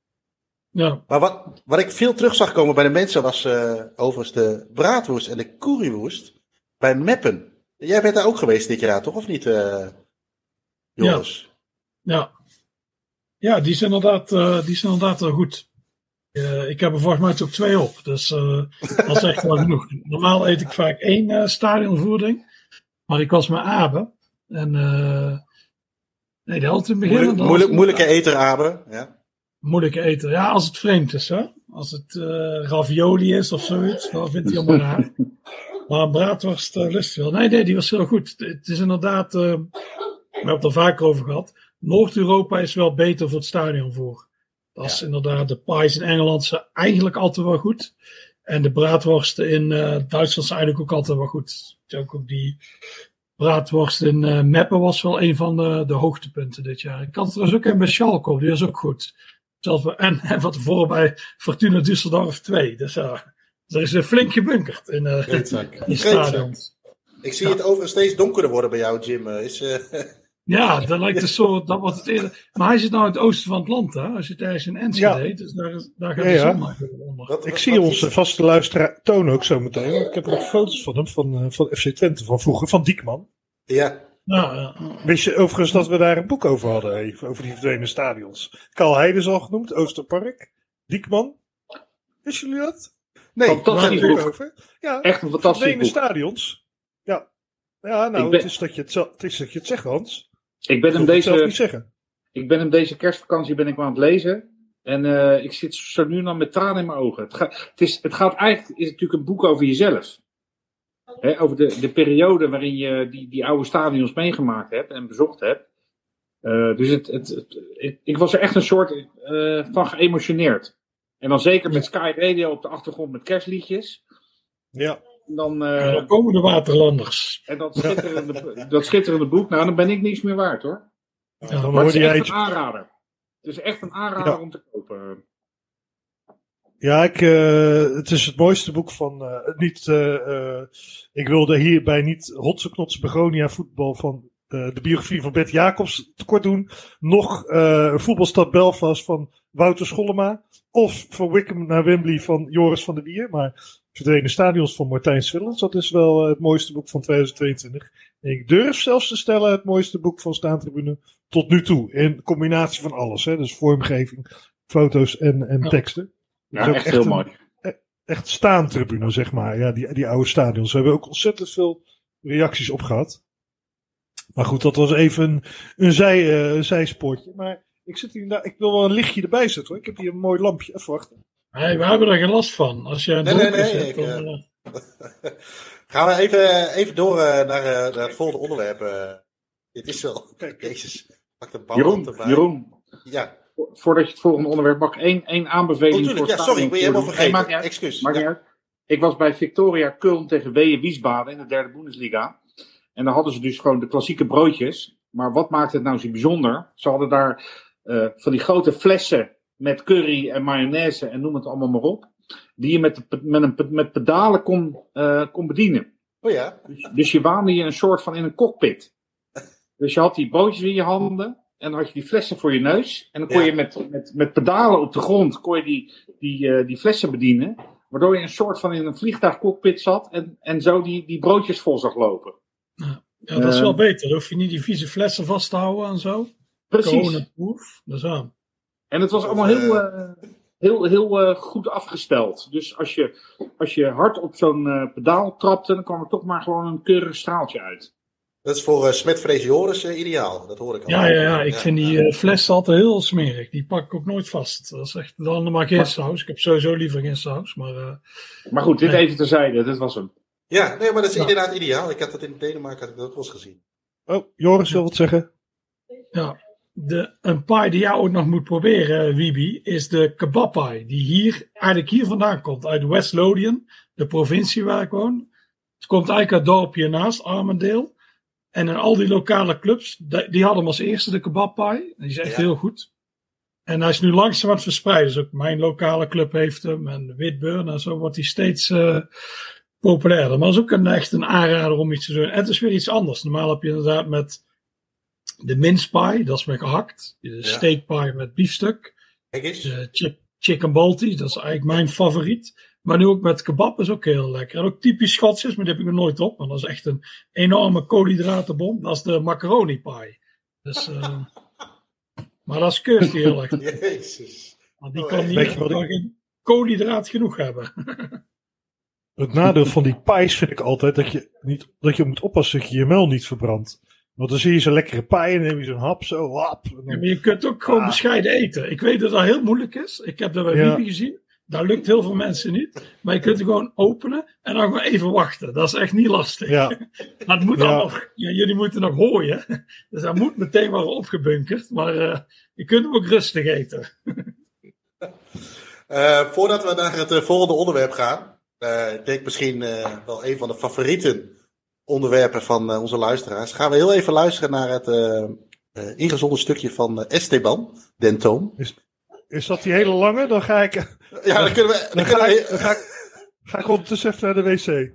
Ja. Maar wat, wat ik veel terug zag komen bij de mensen was uh, overigens de braadwoest en de currywoest bij Meppen. Jij bent daar ook geweest dit jaar, toch? Of niet, uh, Joris? Ja. ja. Ja, die is inderdaad, uh, die is inderdaad uh, goed. Uh, ik heb er volgens mij ook twee op. Dus uh, dat is echt wel genoeg. Normaal eet ik vaak één uh, stadionvoeding. Maar ik was met Abe. En uh, nee, de altijd in het begin. Moeilijk, moeilijk, moeilijke eter, Abe. Ja. Moeilijke eten. Ja, als het vreemd is, hè. Als het uh, ravioli is of zoiets, dan vindt hij allemaal raar. Maar braadworst uh, lust wel. Nee, nee, die was heel goed. Het is inderdaad, uh, we hebben het er vaker over gehad. Noord-Europa is wel beter voor het stadion voor. Dat is ja. inderdaad, de pies in Engeland zijn eigenlijk altijd wel goed. En de braadworsten in uh, Duitsland zijn eigenlijk ook altijd wel goed. Ook, ook die braadworst in uh, Meppen was wel een van de, de hoogtepunten dit jaar. Ik had het trouwens ook in bij Schalke op, die was ook goed. Zelfs, en, en van tevoren bij Fortuna Düsseldorf twee. Dus ja, uh, er is een flink gebunkerd in uh, die stadions. Ik zie ja. het overigens steeds donkerder worden bij jou, Jim. Is, uh... Ja, dat lijkt het zo. Dat was het eerder. Maar hij zit nou in het oosten van het land, hè? Als je het ergens in Enschede, ja. dus daar, daar gaat ja, de zon ja. onder. Wat, ik wat, zie wat onze vaste luisteraar Toon ook zo meteen. Want ik heb ook foto's van hem, van, uh, van F C Twente van vroeger, van Diekman. Ja. Ja, ja. Wist je overigens dat we daar een boek over hadden, even, over die verdwenen stadions? Karl Heide is al genoemd, Oosterpark, Diekman. Wisten jullie dat? Nee, fantastisch boek. Over. Ja, echt een fantastisch verdwenen boek. stadions. Ja, ja nou, ben... het, is dat je het, het is dat je het zegt, Hans. Ik ben, hem ik deze, zelf niet zeggen. ik ben hem deze kerstvakantie ben ik aan het lezen. En uh, ik zit zo nu dan met tranen in mijn ogen. Het, ga, het, is, het gaat eigenlijk, is natuurlijk een boek over jezelf. He, over de, de periode waarin je die, die oude stadions meegemaakt hebt en bezocht hebt. Uh, dus het, het, het, het, ik was er echt een soort uh, van geëmotioneerd. En dan zeker met Sky Radio op de achtergrond met kerstliedjes. Ja. En dan, uh, en dan komen de waterlanders. En dat schitterende, dat schitterende boek, nou dan ben ik niks meer waard hoor. Ja, dan maar hoorde het is echt jij een aanrader. Het is echt een aanrader ja. om te kopen. Ja, ik, uh, het is het mooiste boek van, uh, niet, uh, uh, ik wilde hierbij niet Hotse Knots Begonia voetbal van uh, de biografie van Bert Jacobs tekort doen. Nog uh, Voetbalstad Belfast van Wouter Schollema. Of van Wickham naar Wembley van Joris van der Wier. Maar Verdwenen Stadions van Martijn Swillens, dat is wel uh, het mooiste boek van tweeduizend tweeëntwintig. En ik durf zelfs te stellen het mooiste boek van Staantribune tot nu toe. In combinatie van alles, hè? Dus vormgeving, foto's en, en ja. teksten. Ja, echt, echt heel een, mooi. Echt staantribune, zeg maar. Ja, die, die oude stadions. We hebben ook ontzettend veel reacties op gehad. Maar goed, dat was even een, een, zij, uh, zijspoortje. Maar ik, zit hier, ik wil wel een lichtje erbij zetten hoor. Ik heb hier een mooi lampje. Even wachten. Nee, we hebben er geen last van. Als je een nee, nee, nee. Zet, ik, dan, uh... Gaan we even, even door uh, naar, uh, naar het volgende onderwerp. Uh, dit is wel... Kijk, Jezus. Pak de bal Jeroen, erbij. Jeroen. Ja. Voordat je het volgende onderwerp mag, één, één aanbeveling oh, voor ja, sorry, ik ben je helemaal vergeten. Nee, maakt Excuus. Maakt ja. Ik was bij Victoria Köln tegen Wehe Wiesbaden in de derde Bundesliga. En daar hadden ze dus gewoon de klassieke broodjes. Maar wat maakte het nou zo bijzonder? Ze hadden daar uh, van die grote flessen met curry en mayonaise en noem het allemaal maar op. Die je met, de, met, een, met pedalen kon, uh, kon bedienen. Oh ja. Dus, dus je waande je een soort van in een cockpit. Dus je had die broodjes in je handen. En dan had je die flessen voor je neus. En dan kon ja. je met, met, met pedalen op de grond kon je die, die, uh, die flessen bedienen. Waardoor je een soort van in een vliegtuigcockpit zat. En, en zo die, die broodjes vol zag lopen. Ja, ja dat is wel uh, beter. Dan hoef je niet die vieze flessen vast te houden en zo. Precies. Dat is aan. En het was allemaal heel, uh, heel, heel uh, goed afgesteld. Dus als je, als je hard op zo'n uh, pedaal trapte. Dan kwam er toch maar gewoon een keurig straaltje uit. Dat is voor uh, Smet Joris uh, ideaal, dat hoor ik al. Ja, ja, ja. ik ja, vind die uh, flessen altijd heel smerig. Die pak ik ook nooit vast. Dat is echt, dan maar geen maar, saus. Ik heb sowieso liever geen saus. Maar, uh, maar goed, dit nee. even terzijde. Dit was hem. Ja, nee, maar dat is ja. inderdaad ideaal. Ik had dat in Denemarken had ik dat ook wel eens gezien. Oh, Joris wil wat zeggen. Ja, de, een pie die jij ook nog moet proberen, Wiebe, is de kebab pie. Die hier, eigenlijk hier vandaan komt. Uit West Lothian, de provincie waar ik woon. Het komt eigenlijk uit het dorpje naast, Armendale. En in al die lokale clubs, die hadden hem als eerste de kebabpie. Die is echt ja. heel goed. En hij is nu langzaam aan het verspreiden. Dus ook mijn lokale club heeft hem. En Witburn en zo wordt hij steeds uh, populairder. Maar dat is ook een, echt een aanrader om iets te doen. En het is weer iets anders. Normaal heb je inderdaad met de mince pie. Dat is met gehakt. De ja. steak pie met biefstuk. De chip, chicken balti. Dat is eigenlijk mijn favoriet. Maar nu ook met kebab is ook heel lekker. En ook typisch Schots is, maar die heb ik er nooit op. Want dat is echt een enorme koolhydratenbom. Dat is de macaroni pie. Dus, uh, maar dat is Kirsty heel erg. Jezus. Want die kan niet geen koolhydraat genoeg hebben. Het nadeel van die pies vind ik altijd dat je, niet, dat je moet oppassen dat je je mel niet verbrandt. Want dan zie je zo'n lekkere pie en dan heb je zo'n hap zo. Hap, en dan... ja, maar je kunt ook gewoon ah. bescheiden eten. Ik weet dat dat heel moeilijk is. Ik heb dat bij ja. Wiebe gezien. Dat lukt heel veel mensen niet. Maar je kunt het gewoon openen en dan gewoon even wachten. Dat is echt niet lastig. Ja. Maar het moet Ja. allemaal, ja, jullie moeten nog hooien. Dus dat moet meteen worden opgebunkerd. Maar uh, je kunt hem ook rustig eten. Uh, voordat we naar het uh, volgende onderwerp gaan. Uh, ik denk misschien uh, wel een van de favorieten onderwerpen van uh, onze luisteraars. Gaan we heel even luisteren naar het uh, uh, ingezonden stukje van uh, Esteban Dentoom. Is, is dat die hele lange? Dan ga ik... Ja, dan kunnen we... Dan, dan, kunnen ga, we... ik, dan ga, ik, ga ik ondertussen even naar de wc.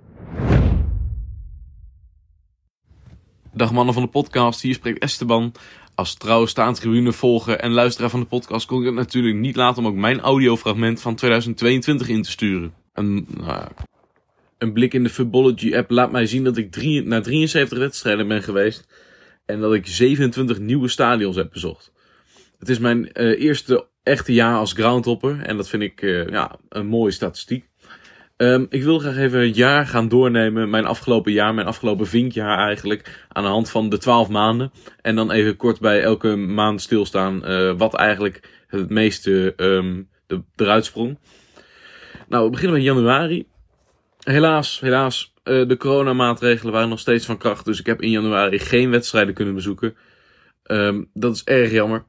Dag mannen van de podcast, hier spreekt Esteban. Als trouwe staantribune volger en luisteraar van de podcast kon ik het natuurlijk niet laten om ook mijn audiofragment van tweeduizend tweeëntwintig in te sturen. Een, nou, een blik in de Fubology app laat mij zien dat ik drie, naar drieënzeventig wedstrijden ben geweest en dat ik zevenentwintig nieuwe stadions heb bezocht. Het is mijn uh, eerste echte jaar als groundhopper en dat vind ik uh, ja, een mooie statistiek. Um, ik wil graag even een jaar gaan doornemen, mijn afgelopen jaar, mijn afgelopen vinkjaar eigenlijk, aan de hand van de twaalf maanden. En dan even kort bij elke maand stilstaan uh, wat eigenlijk het meeste um, de, eruit sprong. Nou, we beginnen met januari. Helaas, helaas, uh, de coronamaatregelen waren nog steeds van kracht, dus ik heb in januari geen wedstrijden kunnen bezoeken. Um, dat is erg jammer.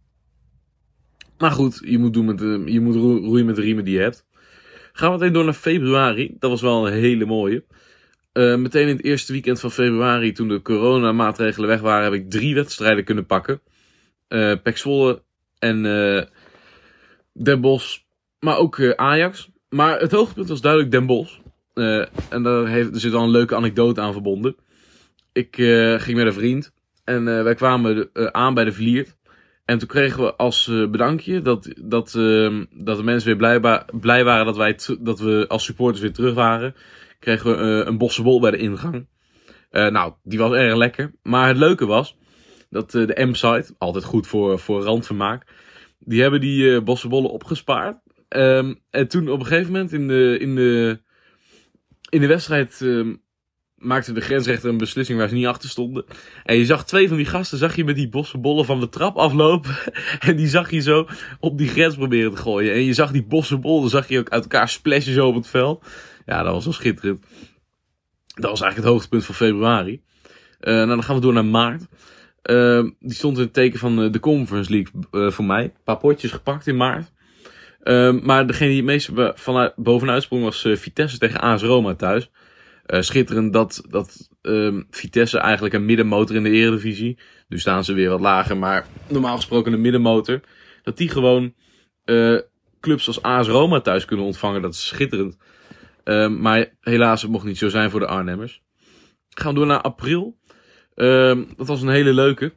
Maar goed, je moet, doen met de, je moet roeien met de riemen die je hebt. Gaan we meteen door naar februari. Dat was wel een hele mooie. Uh, meteen in het eerste weekend van februari, toen de coronamaatregelen weg waren, heb ik drie wedstrijden kunnen pakken. Uh, P E C Zwolle en uh, Den Bosch, maar ook uh, Ajax. Maar het hoogtepunt was duidelijk Den Bosch. Uh, en daar heeft, er zit al een leuke anekdote aan verbonden. Ik uh, ging met een vriend en uh, wij kwamen uh, aan bij de Vliert. En toen kregen we als uh, bedankje dat, dat, uh, dat de mensen weer blij, ba- blij waren dat, wij t- dat we als supporters weer terug waren. Kregen we uh, een bossenbol bij de ingang. Uh, nou, die was erg lekker. Maar het leuke was dat uh, de M-site, altijd goed voor, voor randvermaak, die hebben die uh, bossenbollen opgespaard. Um, en toen op een gegeven moment in de, in de, in de wedstrijd um, maakte de grensrechter een beslissing waar ze niet achter stonden. En je zag twee van die gasten, zag je met die bossenbollen van de trap aflopen. En die zag je zo op die grens proberen te gooien. En je zag die bossenbollen, zag je ook uit elkaar splashen zo op het veld. Ja, dat was wel schitterend. Dat was eigenlijk het hoogtepunt van februari. Uh, nou, dan gaan we door naar maart. Uh, die stond in het teken van uh, de Conference League uh, voor mij. Een paar potjes gepakt in maart. Uh, maar degene die het meest vanuit, bovenuit sprong was uh, Vitesse tegen A S Roma thuis. Uh, schitterend dat, dat uh, Vitesse eigenlijk een middenmotor in de Eredivisie. Nu staan ze weer wat lager, maar normaal gesproken een middenmotor. Dat die gewoon uh, clubs als A S Roma thuis kunnen ontvangen. Dat is schitterend. Uh, maar helaas, het mocht niet zo zijn voor de Arnhemmers. Gaan we door naar april. Uh, dat was een hele leuke.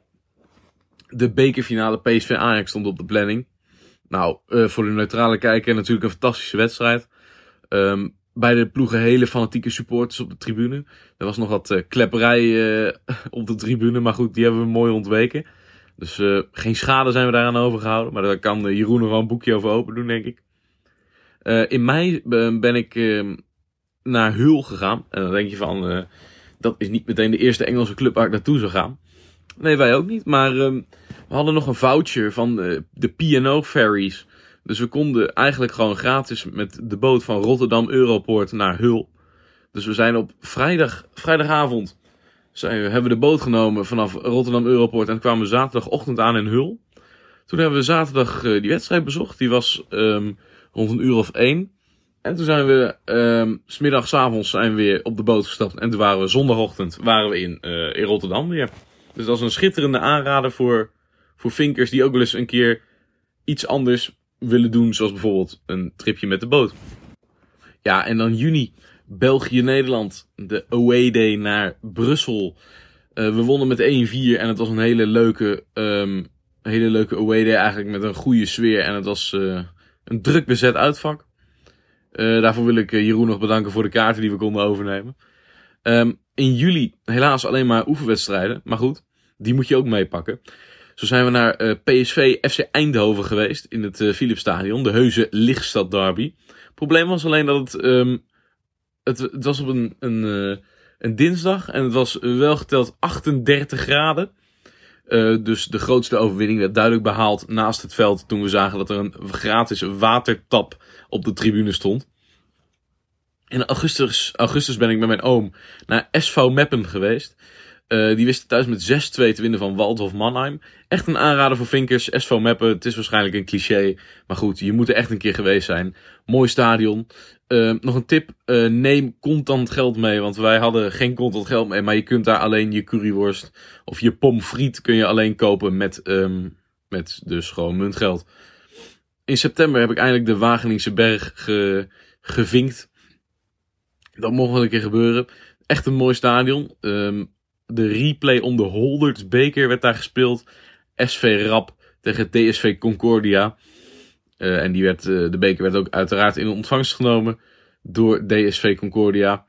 De bekerfinale P S V Ajax stond op de planning. Nou, uh, voor de neutrale kijker natuurlijk een fantastische wedstrijd. Um, Beide ploegen hele fanatieke supporters op de tribune. Er was nog wat uh, klepperij uh, op de tribune, maar goed, die hebben we mooi ontweken. Dus uh, geen schade zijn we daaraan overgehouden. Maar daar kan uh, Jeroen nog wel een boekje over open doen, denk ik. Uh, in mei uh, ben ik uh, naar Hull gegaan. En dan denk je van, uh, dat is niet meteen de eerste Engelse club waar ik naartoe zou gaan. Nee, wij ook niet. Maar uh, we hadden nog een voucher van uh, de P en O Ferries. Dus we konden eigenlijk gewoon gratis met de boot van Rotterdam Europoort naar Hull. Dus we zijn op vrijdag, vrijdagavond zijn we, hebben we de boot genomen vanaf Rotterdam Europoort en kwamen zaterdagochtend aan in Hull. Toen hebben we zaterdag uh, die wedstrijd bezocht. Die was um, rond een uur of één. En toen zijn we um, 's middags 's avonds zijn we weer op de boot gestapt. En toen waren we zondagochtend waren we in, uh, in Rotterdam weer. Dus dat was een schitterende aanrader voor, voor vinkers die ook wel eens een keer iets anders willen doen, zoals bijvoorbeeld een tripje met de boot. Ja, en dan juni, België-Nederland, de away day naar Brussel. Uh, we wonnen met één vier en het was een hele leuke, um, hele leuke away day eigenlijk met een goede sfeer. En het was uh, een druk bezet uitvak. Uh, daarvoor wil ik uh, Jeroen nog bedanken voor de kaarten die we konden overnemen. Um, in juli helaas alleen maar oefenwedstrijden, maar goed, die moet je ook meepakken. Zo zijn we naar uh, P S V F C Eindhoven geweest in het uh, Philipsstadion, de heuse Lichtstad derby. Het probleem was alleen dat het, um, het, het was op een, een, uh, een dinsdag en het was wel geteld achtendertig graden. Uh, dus de grootste overwinning werd duidelijk behaald naast het veld toen we zagen dat er een gratis watertap op de tribune stond. In augustus, augustus ben ik met mijn oom naar S V Meppen geweest. Uh, die wisten thuis met zes twee te winnen van Waldhof Mannheim. Echt een aanrader voor Vinkers. S V Meppen, het is waarschijnlijk een cliché. Maar goed, je moet er echt een keer geweest zijn. Mooi stadion. Uh, nog een tip. Uh, neem contant geld mee. Want wij hadden geen contant geld mee. Maar je kunt daar alleen je curryworst of je pommes frites kun je alleen kopen met, um, met dus gewoon muntgeld. In september heb ik eindelijk de Wageningse Berg ge, gevinkt. Dat mocht wel een keer gebeuren. Echt een mooi stadion. Um, de replay om de Holdertsbeker werd daar gespeeld. S V Rap tegen D S V Concordia. Uh, en die werd, uh, de beker werd ook uiteraard in ontvangst genomen door D S V Concordia.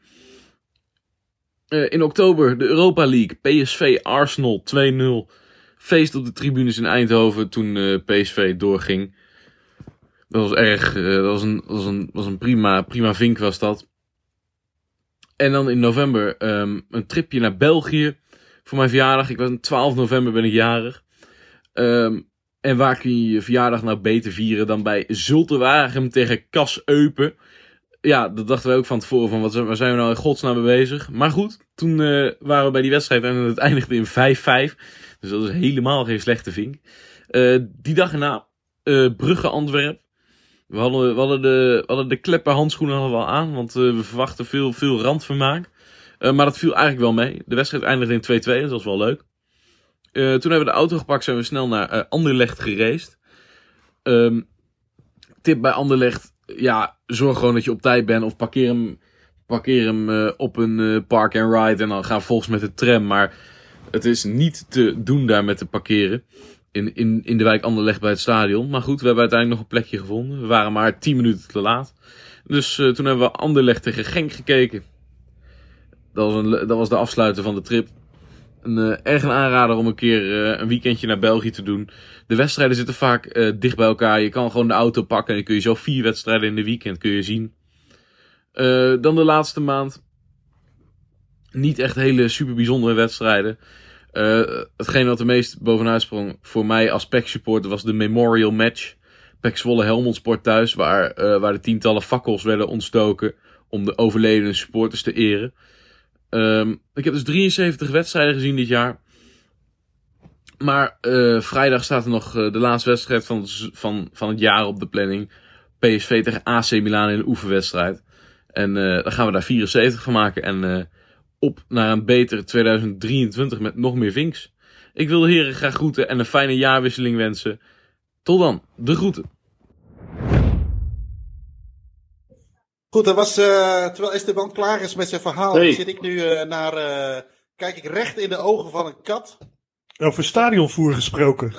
Uh, in oktober de Europa League. P S V Arsenal twee nul. Feest op de tribunes in Eindhoven toen uh, P S V doorging. Dat was erg. Uh, dat was een, dat was een, was een prima, prima vink was dat. En dan in november um, een tripje naar België voor mijn verjaardag. Ik was twaalf november ben ik jarig. Um, en waar kun je je verjaardag nou beter vieren dan bij Zulte Waregem tegen Cas Eupen. Ja, dat dachten wij ook van tevoren van wat, waar zijn we nou in godsnaam mee bezig. Maar goed, toen uh, waren we bij die wedstrijd en het eindigde in vijf vijf. Dus dat is helemaal geen slechte vink. Uh, die dag erna uh, Brugge Antwerp. We hadden, we hadden de, we hadden de klepperhandschoenen hadden we al aan, want uh, we verwachten veel, veel randvermaak. Uh, maar dat viel eigenlijk wel mee. De wedstrijd eindigde in twee twee, dat was wel leuk. Uh, toen hebben we de auto gepakt, zijn we snel naar uh, Anderlecht gereisd. Um, tip bij Anderlecht, ja, zorg gewoon dat je op tijd bent of parkeer hem, parkeer hem uh, op een uh, park and ride en dan ga volgens met de tram. Maar het is niet te doen daar met te parkeren. In, in, in de wijk Anderlecht bij het stadion. Maar goed, we hebben uiteindelijk nog een plekje gevonden. We waren maar tien minuten te laat. Dus uh, toen hebben we Anderlecht tegen Genk gekeken. Dat was, een, dat was de afsluiter van de trip. Een, uh, erg een aanrader om een keer uh, een weekendje naar België te doen. De wedstrijden zitten vaak uh, dicht bij elkaar. Je kan gewoon de auto pakken en dan kun je zo vier wedstrijden in de weekend kun je zien. Uh, dan de laatste maand. Niet echt hele super bijzondere wedstrijden. Uh, hetgeen wat de meest bovenuit sprong voor mij als P E C supporter was de Memorial Match. P E C Zwolle Helmond Sport thuis, waar, uh, waar de tientallen fakkels werden ontstoken om de overledene supporters te eren. Um, ik heb dus drieënzeventig wedstrijden gezien dit jaar. Maar uh, vrijdag staat er nog uh, de laatste wedstrijd van, van, van het jaar op de planning. P S V tegen A C Milan in een oefenwedstrijd. En uh, dan gaan we daar vierenzeventig van maken en uh, op naar een betere tweeduizend drieëntwintig met nog meer vinks. Ik wil de heren graag groeten en een fijne jaarwisseling wensen. Tot dan, de groeten. Goed, dat was, uh, terwijl Esteban klaar is met zijn verhaal, hey. zit ik nu uh, naar, uh, kijk ik recht in de ogen van een kat. Over stadionvoer gesproken.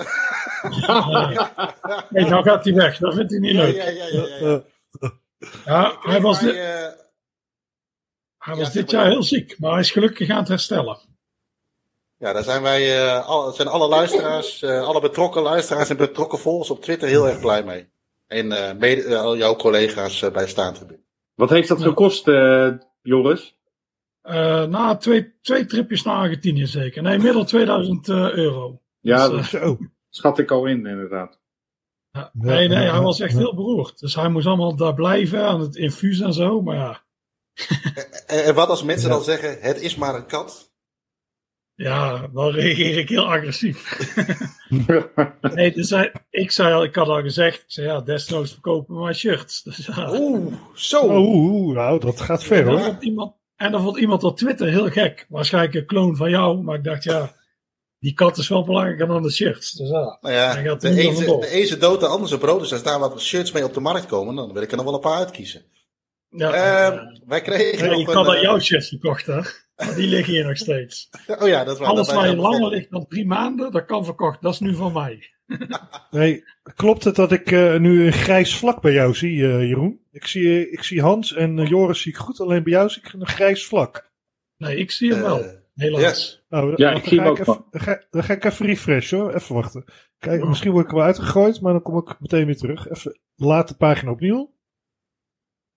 Nee, nou gaat hij weg, dat vindt hij niet Ja, leuk. ja, ja, ja, ja. Uh, uh, Ja, hij was, Wij, dit, uh, hij ja, was zeg dit maar. jaar heel ziek, maar hij is gelukkig aan het herstellen. Ja, daar zijn wij, uh, al, zijn alle luisteraars, uh, alle betrokken luisteraars en betrokken volgers op Twitter heel erg blij mee. En uh, mede, uh, al jouw collega's uh, bij Staantribune. Wat heeft dat Ja. gekost, uh, Joris? Uh, na twee, twee tripjes naar Argentinië zeker. Nee, middel tweeduizend uh, euro. Ja, Dus, dat uh, zo. schat ik al in, inderdaad. ja, nee, nee, hij was echt heel beroerd. Dus hij moest allemaal daar blijven aan het infuus en zo, maar ja. En, en wat als mensen Ja. dan zeggen, het is maar een kat? Ja, dan reageer ik heel agressief. Nee, dus hij, ik zei al, ik had al gezegd, ik zei ja, desnoods verkopen we maar shirts. Dus, ja. Oeh, zo. Oh, oeh, nou, dat gaat ver en, dan hoor. vond iemand, en dan vond iemand op Twitter heel gek. Waarschijnlijk een kloon van jou, maar ik dacht ja, die kat is wel belangrijker dan de shirts. Dus ja, Nou ja, hij gaat de er niet ene, vandoor. de ene dood, de andere brood. Dus als daar wat shirts mee op de markt komen, dan wil ik er nog wel een paar uitkiezen. Ja, Uh, wij kregen ja, nog ik had al een... jouw shirts gekocht hè. Maar die liggen hier nog steeds. uh, oh ja, dat is waar. Alles dat waar wij je gaan langer beginnen. ligt dan drie maanden, dat kan verkocht. Dat is nu van mij. Nee, klopt het dat ik uh, nu een grijs vlak bij jou zie, uh, Jeroen? Ik zie, ik zie Hans en uh, Joris zie ik goed, alleen bij jou zie ik een grijs vlak. Nee, ik zie hem Uh, wel. Helaas. Nou, Ja, dan ik zie ga hem ook even, dan, ga, dan ga ik even refreshen hoor, even wachten. Kijk, Oh. misschien word ik er wel uitgegooid, maar dan kom ik meteen weer terug. Even laat de pagina opnieuw.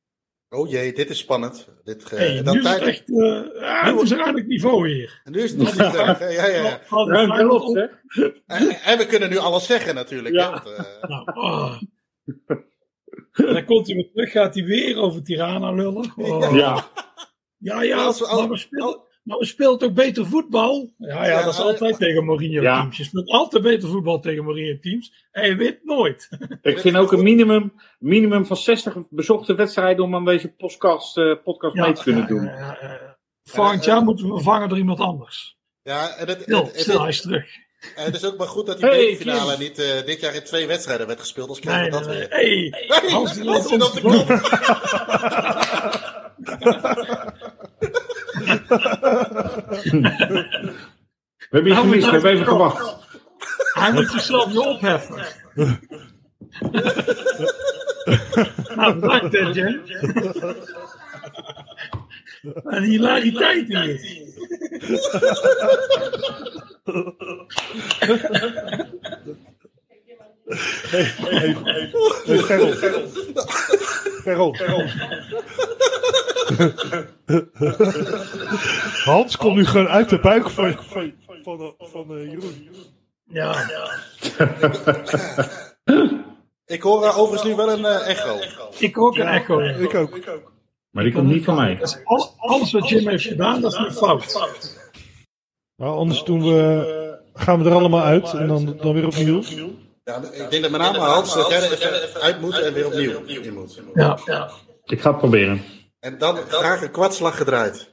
Oh jee, dit is spannend. Dit, uh, hey, dat nu is tijd... het echt, uh, ja, nu is er eigenlijk niveau hier. En nu is het nog niet erg. Ja, ja, ja. Ruim klopt, hè? En, en we kunnen nu alles zeggen natuurlijk. Ja. Hè, want, uh... Nou, oh. Dan komt hij weer terug, gaat hij weer over Tirana lullen. Oh. Ja. Ja, ja, Als we- als- maar, we spelen, maar we spelen toch beter voetbal? Ja, ja, Ja, dat is maar- altijd tegen Mourinho-teams. Ja. Je speelt altijd beter voetbal tegen Mourinho-teams. En je wint nooit. Ik vind ook een minimum, minimum van zestig bezochte wedstrijden om aan deze podcast, uh, podcast mee te kunnen ja, doen. ja, ja, ja. Volgend jaar moeten we vervangen door iemand anders. Ja, en het, Stil, het, het, stil, hij het, is terug. het is ook maar goed dat die Hey, bekerfinale Jim. niet uh, dit jaar in twee wedstrijden werd gespeeld. Anders krijgen Nee, we nee, dat nee. weer. Hey, Hans, die laat Hans zit ons op de gewoon- knop. We hebben je Nou, gemist, we moet hebben je- even gewacht. Hij moet zichzelf weer opheffen. Nou, bedankt, hè, Jen. En hilariteit hier. Hey, hey, hey, hey, Gerald. Gerald. Hans komt nu gewoon uit de buik van, van, van, van uh, Jeroen. Ja, ja. Ik hoor uh, overigens nu wel een uh, echo. Ik hoor ook een echo. Ja. Ik ook. Maar die komt niet van mij. Dus al- alles wat Jim heeft gedaan, dat is niet fout. Nou, anders doen we, gaan we er allemaal uit en dan, dan weer opnieuw. Ja, ik denk dat met name Hans dat jij er even uit moet en weer opnieuw in moet. Ja, ja. Ik ga het proberen. En dan graag een kwartslag gedraaid.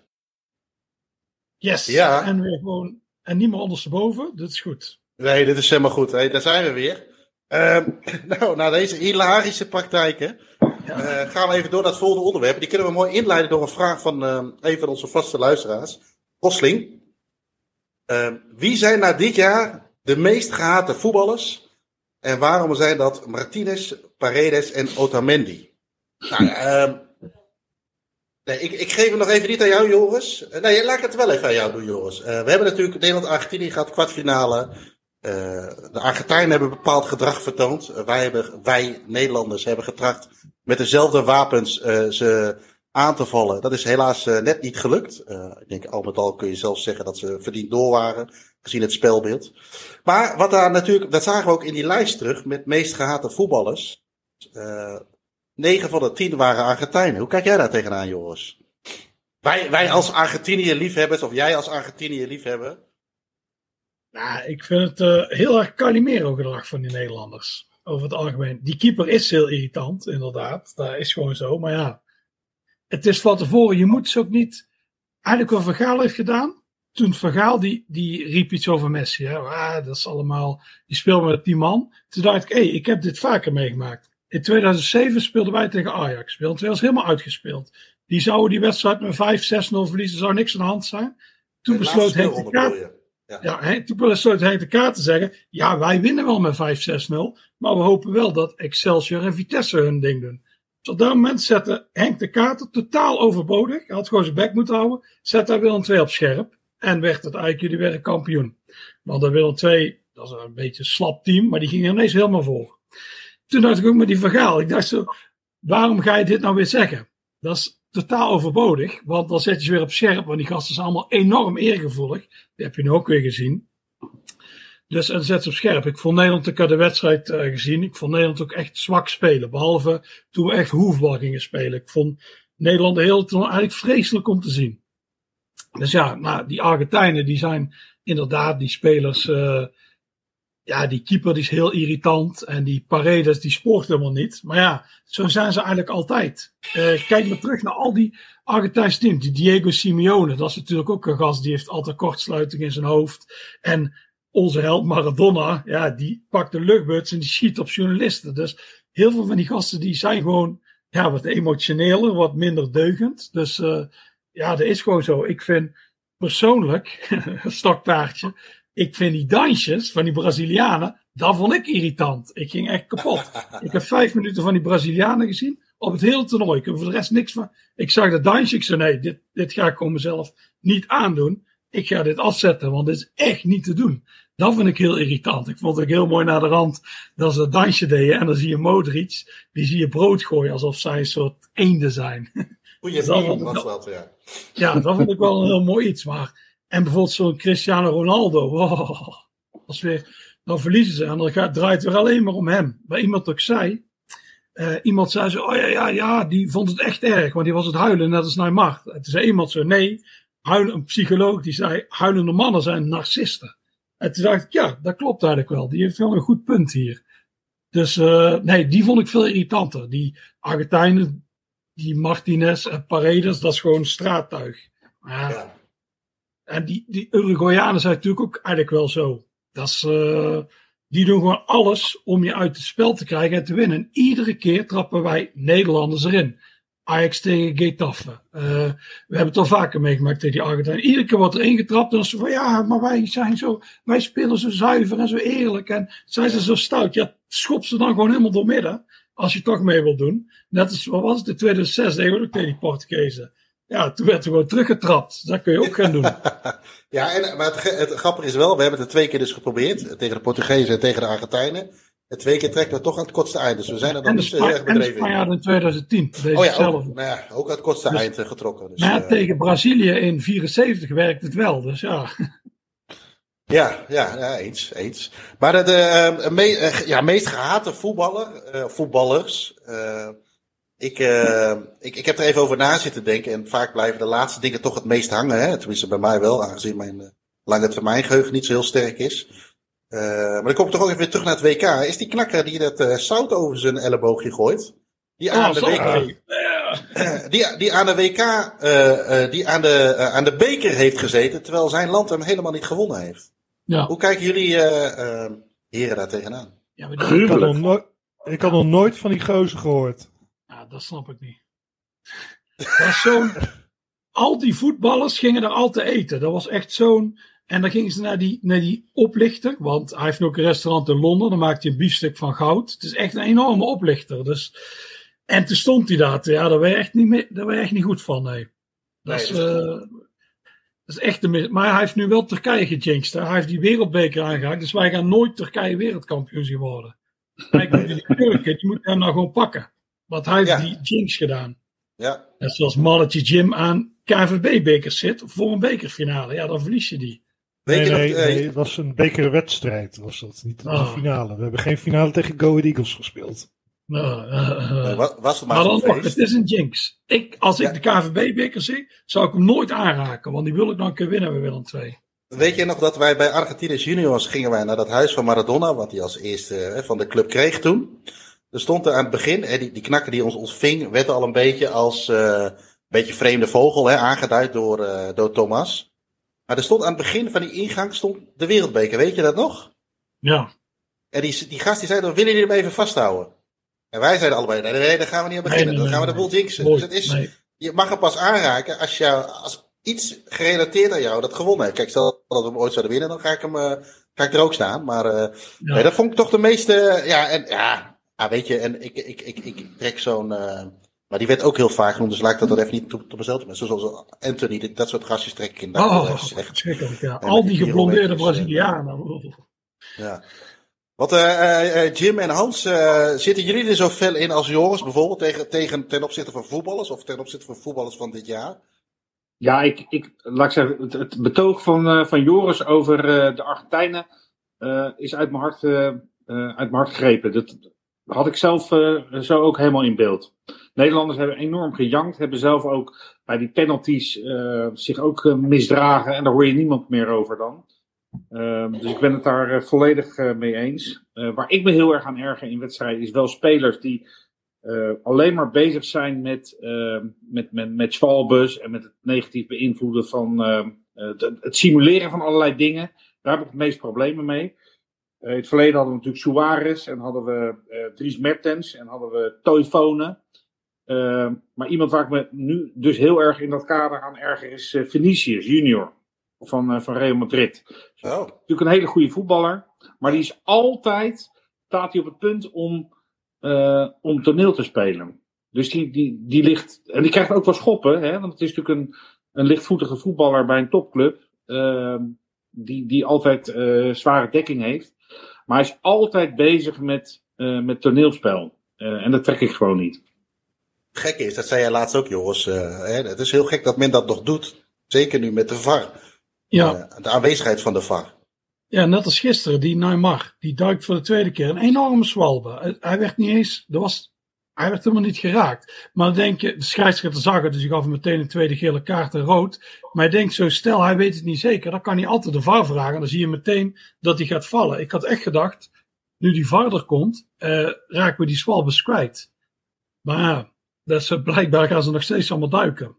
Yes. Ja. En weer gewoon. En niet meer ondersteboven. Dat is goed. Nee, dit is helemaal goed. Hey, daar zijn we weer. Uh, nou, na deze hilarische praktijken uh, gaan we even door naar het volgende onderwerp. Die kunnen we mooi inleiden door een vraag van uh, een van onze vaste luisteraars. Rosling. Uh, wie zijn na dit jaar de meest gehate voetballers? En waarom zijn dat Martinez, Paredes en Otamendi? Nou, uh, nee, ik, ik geef hem nog even niet aan jou, Joris. Uh, nee, laat ik het wel even aan jou doen, Joris. Uh, we hebben natuurlijk Nederland-Argentinië gehad, kwartfinale. Uh, de Argentijnen hebben bepaald gedrag vertoond. Uh, wij, hebben, wij, Nederlanders, hebben getracht met dezelfde wapens uh, ze aan te vallen. Dat is helaas uh, net niet gelukt. Uh, ik denk al met al kun je zelfs zeggen dat ze verdiend door waren, gezien het spelbeeld. Maar wat daar natuurlijk, dat zagen we ook in die lijst terug, met meest gehate voetballers. Uh, negen van de tien waren Argentijnen. Hoe kijk jij daar tegenaan, Joris? Wij, wij als Argentinië-liefhebbers, of jij als Argentinië-liefhebber? Nou, ik vind het uh, heel erg Calimero-gedrag van die Nederlanders. Over het algemeen. Die keeper is heel irritant, inderdaad. Dat is gewoon zo. Maar ja, het is van tevoren. Je moet ze ook niet... Eigenlijk wat Van Gaal heeft gedaan. Toen Van Gaal, die, die riep iets over Messi. Hè. Ah, dat is allemaal... Die speelde met tien man. Toen dacht ik, hé, hey, ik heb dit vaker meegemaakt. In tweeduizend zeven speelden wij tegen Ajax. Speelden twee was helemaal uitgespeeld. Die zouden die wedstrijd met vijf zes nul verliezen. Zou niks aan de hand zijn. Toen besloot Henk de Kaat... Ja, ja he, toen besloot Henk de Kaat te zeggen... Ja, wij winnen wel met vijf zes nul. Maar we hopen wel dat Excelsior en Vitesse hun ding doen. Dus op dat moment zette Henk de Kaat totaal overbodig. Hij had gewoon zijn bek moeten houden. Zette hij Willem twee op scherp. En werd het eigenlijk, jullie werden kampioen. Want Willem twee, dat is een beetje een slap team. Maar die ging ineens helemaal voor. Toen dacht ik ook met die Van Gaal. Ik dacht zo, waarom ga je dit nou weer zeggen? Dat is totaal overbodig. Want dan zet je ze weer op scherp. Want die gasten zijn allemaal enorm eergevoelig. Die heb je nu ook weer gezien. Dus en zet ze op scherp. Ik vond Nederland, ik had de wedstrijd uh, gezien. Ik vond Nederland ook echt zwak spelen. Behalve toen we echt hoefbal gingen spelen. Ik vond Nederland de hele tijd eigenlijk vreselijk om te zien. Dus ja, nou, die Argentijnen die zijn inderdaad die spelers... Uh, Ja, die keeper die is heel irritant. En die Paredes die spoort helemaal niet. Maar ja, zo zijn ze eigenlijk altijd. Uh, kijk maar terug naar al die Argentijnse teams. Die Diego Simeone, dat is natuurlijk ook een gast. Die heeft altijd kortsluiting in zijn hoofd. En onze held Maradona, ja, die pakt de luchtbuts en die schiet op journalisten. Dus heel veel van die gasten die zijn gewoon ja, wat emotioneler, wat minder deugend. Dus uh, ja, dat is gewoon zo. Ik vind persoonlijk, stokpaardje... Ik vind die dansjes van die Brazilianen, dat vond ik irritant. Ik ging echt kapot. Ik heb vijf minuten van die Brazilianen gezien op het hele toernooi. Ik heb voor de rest niks van. Ik zag dat dansje. Ik zei nee, dit, dit ga ik gewoon mezelf niet aandoen. Ik ga dit afzetten, want dit is echt niet te doen. Dat vind ik heel irritant. Ik vond het ook heel mooi naar de rand dat ze dat dansje deden. En dan zie je Modric, die zie je brood gooien alsof zij een soort eenden zijn. Goeie vriend was dat, ja. Ja, dat vond ik wel een heel mooi iets. Maar, en bijvoorbeeld zo'n Cristiano Ronaldo. Wow, als weer, dan verliezen ze en dan gaat, draait het weer alleen maar om hem. Waar iemand ook zei, uh, iemand zei zo, oh ja, ja, ja, die vond het echt erg. Want die was het huilen net als Neymar. En toen zei iemand zo, nee, huilen, een psycholoog die zei, huilende mannen zijn narcisten. En toen dacht ik, ja, dat klopt eigenlijk wel. Die heeft wel een goed punt hier. Dus uh, nee, die vond ik veel irritanter. Die Argentijnen, die Martinez en Paredes, dat is gewoon straattuig. Ja. Ja. En die, die Uruguayanen zijn natuurlijk ook eigenlijk wel zo. Dat is, uh, die doen gewoon alles om je uit het spel te krijgen en te winnen. En iedere keer trappen wij Nederlanders erin. Ajax tegen Getafe. Uh, we hebben het al vaker meegemaakt tegen die Argentijnen. Iedere keer wordt er ingetrapt. En dan ze van ja, maar wij zijn zo, wij spelen zo zuiver en zo eerlijk. En zijn ze zo stout. Ja, schop ze dan gewoon helemaal door midden. Als je toch mee wilt doen. Net als, wat was het, in tweeduizend zes deden we ook tegen die Portugezen. Ja, toen werd er gewoon teruggetrapt. Dat kun je ook gaan doen. Ja, en, maar het, het grappige is wel, we hebben het twee keer dus geprobeerd. Tegen de Portugezen en tegen de Argentijnen. En twee keer trekken we toch aan het kortste eind. Dus we zijn er dan niet heel erg bedreven in. En de Spanjaarden in tweeduizend tien. Deze oh ja, ook, nou ja, ook aan het kortste dus, eind uh, getrokken. Dus, maar ja, uh, tegen Brazilië in vierenzeventig werkt het wel. Dus ja... Ja, ja, ja, eens, eens. Maar de uh, me, uh, ja, meest gehate voetballer, uh, voetballers... Uh, Ik, uh, ik, ik heb er even over na zitten denken. En vaak blijven de laatste dingen toch het meest hangen. Hè? Tenminste bij mij wel, aangezien mijn uh, lange termijn geheugen niet zo heel sterk is. Uh, maar dan kom ik toch ook even weer terug naar het W K. Is die knakker die dat uh, zout over zijn elleboogje gooit? Die aan oh, de W K... Uh, die, die aan de W K... Uh, uh, die aan de, uh, aan de beker heeft gezeten. Terwijl zijn land hem helemaal niet gewonnen heeft. Ja. Hoe kijken jullie uh, uh, heren daar tegenaan? Ja, maar ik, had nog no- ik had nog nooit van die gozer gehoord. Ja, dat snap ik niet. Dat was zo'n... Al die voetballers gingen er altijd eten. Dat was echt zo'n... En dan gingen ze naar die, naar die oplichter. Want hij heeft ook een restaurant in Londen. Dan maakt hij een biefstuk van goud. Het is echt een enorme oplichter. Dus... En toen stond hij daar. Ja, daar ben je echt niet, mee, daar ben je echt niet goed van. Nee. Dat, nee, is, uh, dat is echt een... Maar hij heeft nu wel Turkije gejinxed. Hij heeft die wereldbeker aangehaakt. Dus wij gaan nooit Turkije wereldkampioen zien worden. Kijk, die Turken, die moeten hem nou gewoon pakken. Want hij heeft ja. die jinx gedaan. Ja. Net zoals Mannetje Jim aan K V B-bekers zit voor een bekerfinale. Ja, dan verlies je die. Nee, nee, nee, nee, het was een bekerwedstrijd. Was dat niet oh. een finale. We hebben geen finale tegen Go Ahead Eagles gespeeld. Uh, uh, uh. Nee, was, was het maar, maar dan nog, het is een jinx. Ik, als ik ja. de K V B-beker zie, zou ik hem nooit aanraken. Want die wil ik dan een keer winnen bij Willem twee. Weet je nog dat wij bij Argentinos Juniors gingen wij naar dat huis van Maradona. Wat hij als eerste hè, van de club kreeg toen. Er stond er aan het begin, hè, die, die knakker die ons ontving, werd al een beetje als uh, een beetje vreemde vogel, hè, aangeduid door, uh, door Thomas. Maar er stond aan het begin van die ingang stond de wereldbeker, weet je dat nog? Ja. En die, die gast die zei, dan willen jullie hem even vasthouden? En wij zeiden allebei, nee, nee, daar gaan we niet aan beginnen, nee, nee, dan gaan we de boel jinxen. Dus het is, nee. Je mag hem pas aanraken als, jou, als iets gerelateerd aan jou dat gewonnen heeft. Kijk, stel dat we hem ooit zouden winnen, dan ga ik, hem, uh, ga ik er ook staan. Maar uh, ja. nee, dat vond ik toch de meeste, ja, en ja... Ja, weet je, en ik, ik, ik, ik trek zo'n... Uh, maar die werd ook heel vaak genoemd, dus laat ik dat er even niet op mezelf doen. Zoals Anthony, dat soort gastjes trek ik in. Oh, schrikkelijk, ja. Al die geblondeerde Brazilianen. Ja. Wat, uh, uh, Jim en Hans, uh, zitten jullie er zo fel in als jongens, bijvoorbeeld tegen, tegen, ten opzichte van voetballers, of ten opzichte van voetballers van dit jaar? Ja, ik, ik, laat ik zeggen, het, het betoog van, uh, van Joris over uh, de Argentijnen uh, is uit mijn hart, uh, uh, uit mijn hart gegrepen. Dat had ik zelf uh, zo ook helemaal in beeld. Nederlanders hebben enorm gejankt, hebben zelf ook bij die penalties uh, zich ook uh, misdragen en daar hoor je niemand meer over dan. Uh, dus ik ben het daar uh, volledig uh, mee eens. Uh, waar ik me heel erg aan erger in wedstrijden is wel spelers die uh, alleen maar bezig zijn met, uh, met, met, met zwalbes en met het negatief beïnvloeden van uh, uh, het simuleren van allerlei dingen. Daar heb ik het meest problemen mee. Uh, in het verleden hadden we natuurlijk Suarez en hadden we uh, Dries Mertens en hadden we Toivonen. Uh, maar iemand waar ik me nu dus heel erg in dat kader aan erger is uh, Vinicius Junior van, uh, van Real Madrid. Oh. Natuurlijk een hele goede voetballer, maar die is altijd, staat hij op het punt om, uh, om toneel te spelen. Dus die, die, die ligt, en die krijgt ook wel schoppen, hè, want het is natuurlijk een, een lichtvoetige voetballer bij een topclub. Uh, die, die altijd uh, zware dekking heeft. Maar hij is altijd bezig met, uh, met toneelspel. Uh, en dat trek ik gewoon niet. Gek is, dat zei jij laatst ook, Joris. Uh, hè, het is heel gek dat men dat nog doet. Zeker nu met de V A R. Ja. Uh, de aanwezigheid van de V A R. Ja, net als gisteren, die Neymar. Die duikt voor de tweede keer. Een enorme zwalbe. Hij werd niet eens... Er was, hij werd helemaal niet geraakt. Maar dan denk je... De scheidsrechter zag het, dus die gaf hem meteen een tweede gele kaart en rood. Maar je denkt zo, stel hij weet het niet zeker. Dan kan hij altijd de V A R vragen. En dan zie je meteen dat hij gaat vallen. Ik had echt gedacht... Nu die V A R er komt... Uh, raken we die zwalbes kwijt. Maar ja... Dat is, blijkbaar gaan ze nog steeds allemaal duiken.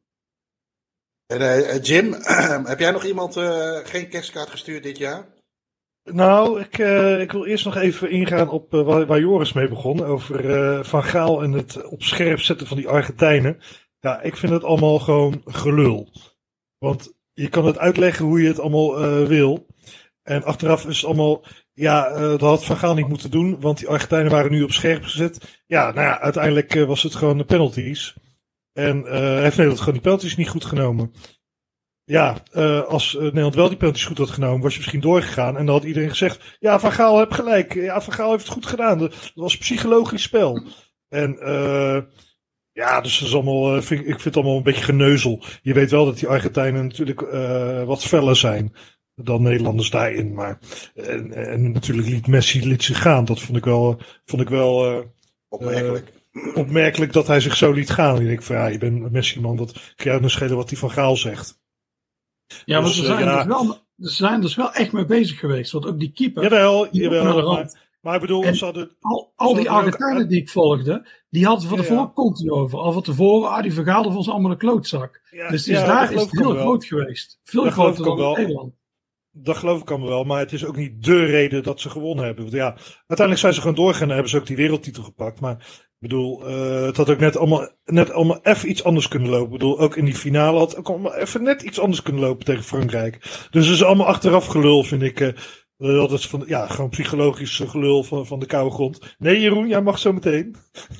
En, uh, Jim, heb jij nog iemand uh, geen kerstkaart gestuurd dit jaar? Nou, ik, uh, ik wil eerst nog even ingaan op uh, waar, waar Joris mee begon. Over uh, Van Gaal en het op scherp zetten van die Argentijnen. Ja, ik vind het allemaal gewoon gelul. Want je kan het uitleggen hoe je het allemaal uh, wil. En achteraf is het allemaal... Ja, uh, dat had Van Gaal niet moeten doen, want die Argentijnen waren nu op scherp gezet. Ja, nou ja, uiteindelijk uh, was het gewoon de penalties. En uh, heeft Nederland gewoon die penalties niet goed genomen. Ja, uh, als uh, Nederland wel die penalties goed had genomen, was je misschien doorgegaan. En dan had iedereen gezegd, ja, Van Gaal heeft gelijk. Ja, Van Gaal heeft het goed gedaan. Dat, dat was psychologisch spel. En uh, ja, dus dat is allemaal, uh, vind, ik vind het allemaal een beetje geneuzel. Je weet wel dat die Argentijnen natuurlijk uh, wat feller zijn dan Nederlanders daarin. Maar, en, en natuurlijk liet Messi liet zich gaan. Dat vond ik wel, vond ik wel uh, opmerkelijk. Uh, opmerkelijk dat hij zich zo liet gaan. En ik denk van ja, je bent een Messi-man, wat kan jou nou schelen wat die Van Gaal zegt. Ja, maar dus, ze, zijn uh, ja. dus wel, ze zijn dus wel echt mee bezig geweest. Want ook die keeper... Jawel, jawel. Maar, maar ik bedoel, en ze hadden... Al, al die Argentijnen die ik volgde, die hadden van tevoren ja, ja. continu over. Al van tevoren, ah, die vergaderen van ons allemaal een klootzak. Ja, dus, dus ja, daar is het heel groot geweest. Veel dat groter dan in Nederland. Dat geloof ik allemaal wel, maar het is ook niet dé reden dat ze gewonnen hebben. Want ja, uiteindelijk zijn ze gewoon doorgegaan en hebben ze ook die wereldtitel gepakt. Maar ik bedoel, uh, het had ook net allemaal, net allemaal even iets anders kunnen lopen. Ik bedoel, ook in die finale had het ook allemaal even net iets anders kunnen lopen tegen Frankrijk. Dus het is allemaal achteraf gelul, vind ik. Uh, dat is van, ja, gewoon psychologisch gelul van, van de koude grond. Nee, Jeroen, jij mag zo meteen.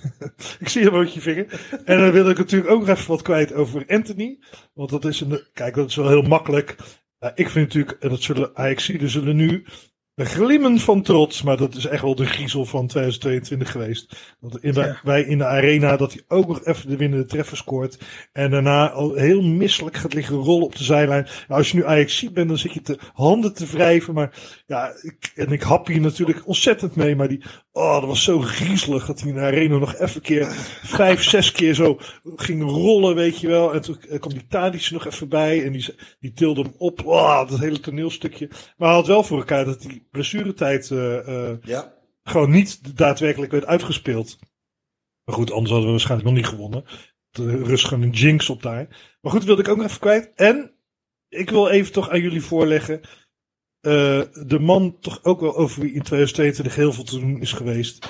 Ik zie hem met je vinger. En dan wil ik natuurlijk ook nog even wat kwijt over Anthony. Want dat is een, kijk, dat is wel heel makkelijk. Uh, ik vind natuurlijk, en dat zullen Ajaxiden zullen nu glimmen van trots, maar dat is echt wel de griezel van tweeduizend tweeëntwintig geweest. Dat in, ja. Wij in de arena, dat hij ook nog even de winnende treffer scoort. En daarna al heel misselijk gaat liggen rollen op de zijlijn. Nou, als je nu Ajaxied bent, dan zit je te handen te wrijven. Maar ja, ik, en ik hap hier natuurlijk ontzettend mee. Maar die, oh, dat was zo griezelig dat hij in de arena nog even keer, vijf, zes keer zo ging rollen, weet je wel. En toen kwam die Tadic nog even bij en die, die tilde hem op. Oh, dat hele toneelstukje. Maar hij had wel voor elkaar dat hij blessuretijd uh, uh, ja. gewoon niet daadwerkelijk werd uitgespeeld. Maar goed, anders hadden we waarschijnlijk nog niet gewonnen. De rust gewoon een jinx op daar. Maar goed, wilde ik ook nog even kwijt. En ik wil even toch aan jullie voorleggen. Uh, de man toch ook wel over wie in tweeduizend tweeëntwintig heel veel te doen is geweest.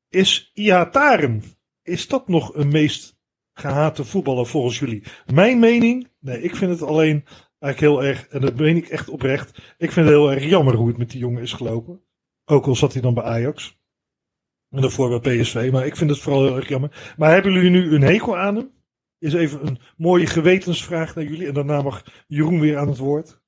Is Ihataren. Is dat nog een meest gehate voetballer volgens jullie? Mijn mening? Nee, ik vind het alleen... Eigenlijk heel erg, en dat meen ik echt oprecht. Ik vind het heel erg jammer hoe het met die jongen is gelopen. Ook al zat hij dan bij Ajax. En daarvoor bij P S V. Maar ik vind het vooral heel erg jammer. Maar hebben jullie nu een hekel aan hem? Is even een mooie gewetensvraag naar jullie. En daarna mag Jeroen weer aan het woord.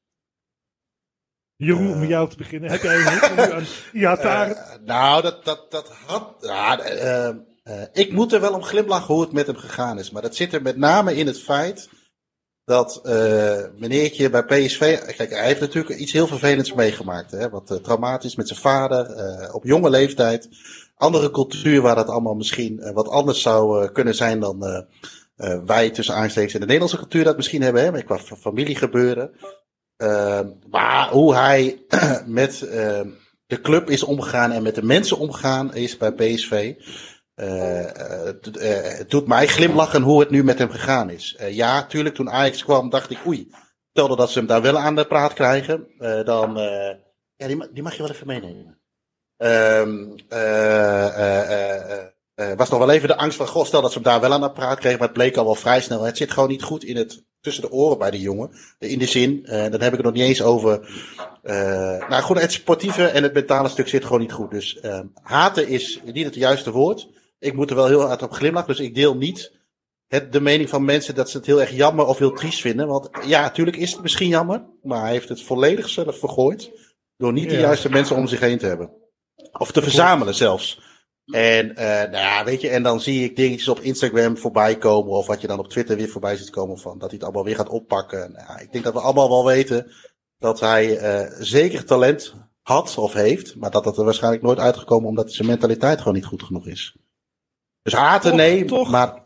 Jeroen, uh, om met jou te beginnen. Heb jij een hekel aan Ihataren? Uh, nou, dat, dat, dat had... Ja, uh, uh, ik moet er wel om glimlachen hoe het met hem gegaan is. Maar dat zit er met name in het feit... dat uh, meneertje bij P S V... Kijk, hij heeft natuurlijk iets heel vervelends meegemaakt. Hè, wat uh, traumatisch met zijn vader. Uh, op jonge leeftijd. Andere cultuur waar dat allemaal misschien uh, wat anders zou uh, kunnen zijn dan uh, uh, wij tussen aanstekens in de Nederlandse cultuur dat misschien hebben. Hè, maar qua familiegebeuren. Uh, maar hoe hij met uh, de club is omgegaan en met de mensen omgegaan is bij P S V... Uh, het uh, uh, doet mij glimlachen hoe het nu met hem gegaan is. Uh, ja, tuurlijk, toen Ajax kwam dacht ik, oei, stelde dat ze hem daar wel aan de praat krijgen, uh, dan, uh, ja, die, die mag je wel even meenemen. Um, uh, uh, uh, uh, was nog wel even de angst van, goh, stel dat ze hem daar wel aan de praat kregen, maar het bleek al wel vrij snel. Het zit gewoon niet goed in het, tussen de oren bij de jongen. In de zin, uh, dan heb ik het nog niet eens over, uh, nou goed, het sportieve en het mentale stuk zit gewoon niet goed. Dus uh, haten is niet het juiste woord. Ik moet er wel heel hard op glimlachen, dus ik deel niet het, de mening van mensen dat ze het heel erg jammer of heel triest vinden. Want ja, natuurlijk is het misschien jammer. Maar hij heeft het volledig zelf vergooid. Door niet de ja. juiste mensen om zich heen te hebben. Of te verzamelen zelfs. En, uh, nou ja, weet je, en dan zie ik dingetjes op Instagram voorbij komen. Of wat je dan op Twitter weer voorbij ziet komen van. Dat hij het allemaal weer gaat oppakken. Nou ja, ik denk dat we allemaal wel weten dat hij uh, zeker talent had of heeft. Maar dat dat er waarschijnlijk nooit uitgekomen omdat zijn mentaliteit gewoon niet goed genoeg is. Dus haten toch, nee, toch, maar...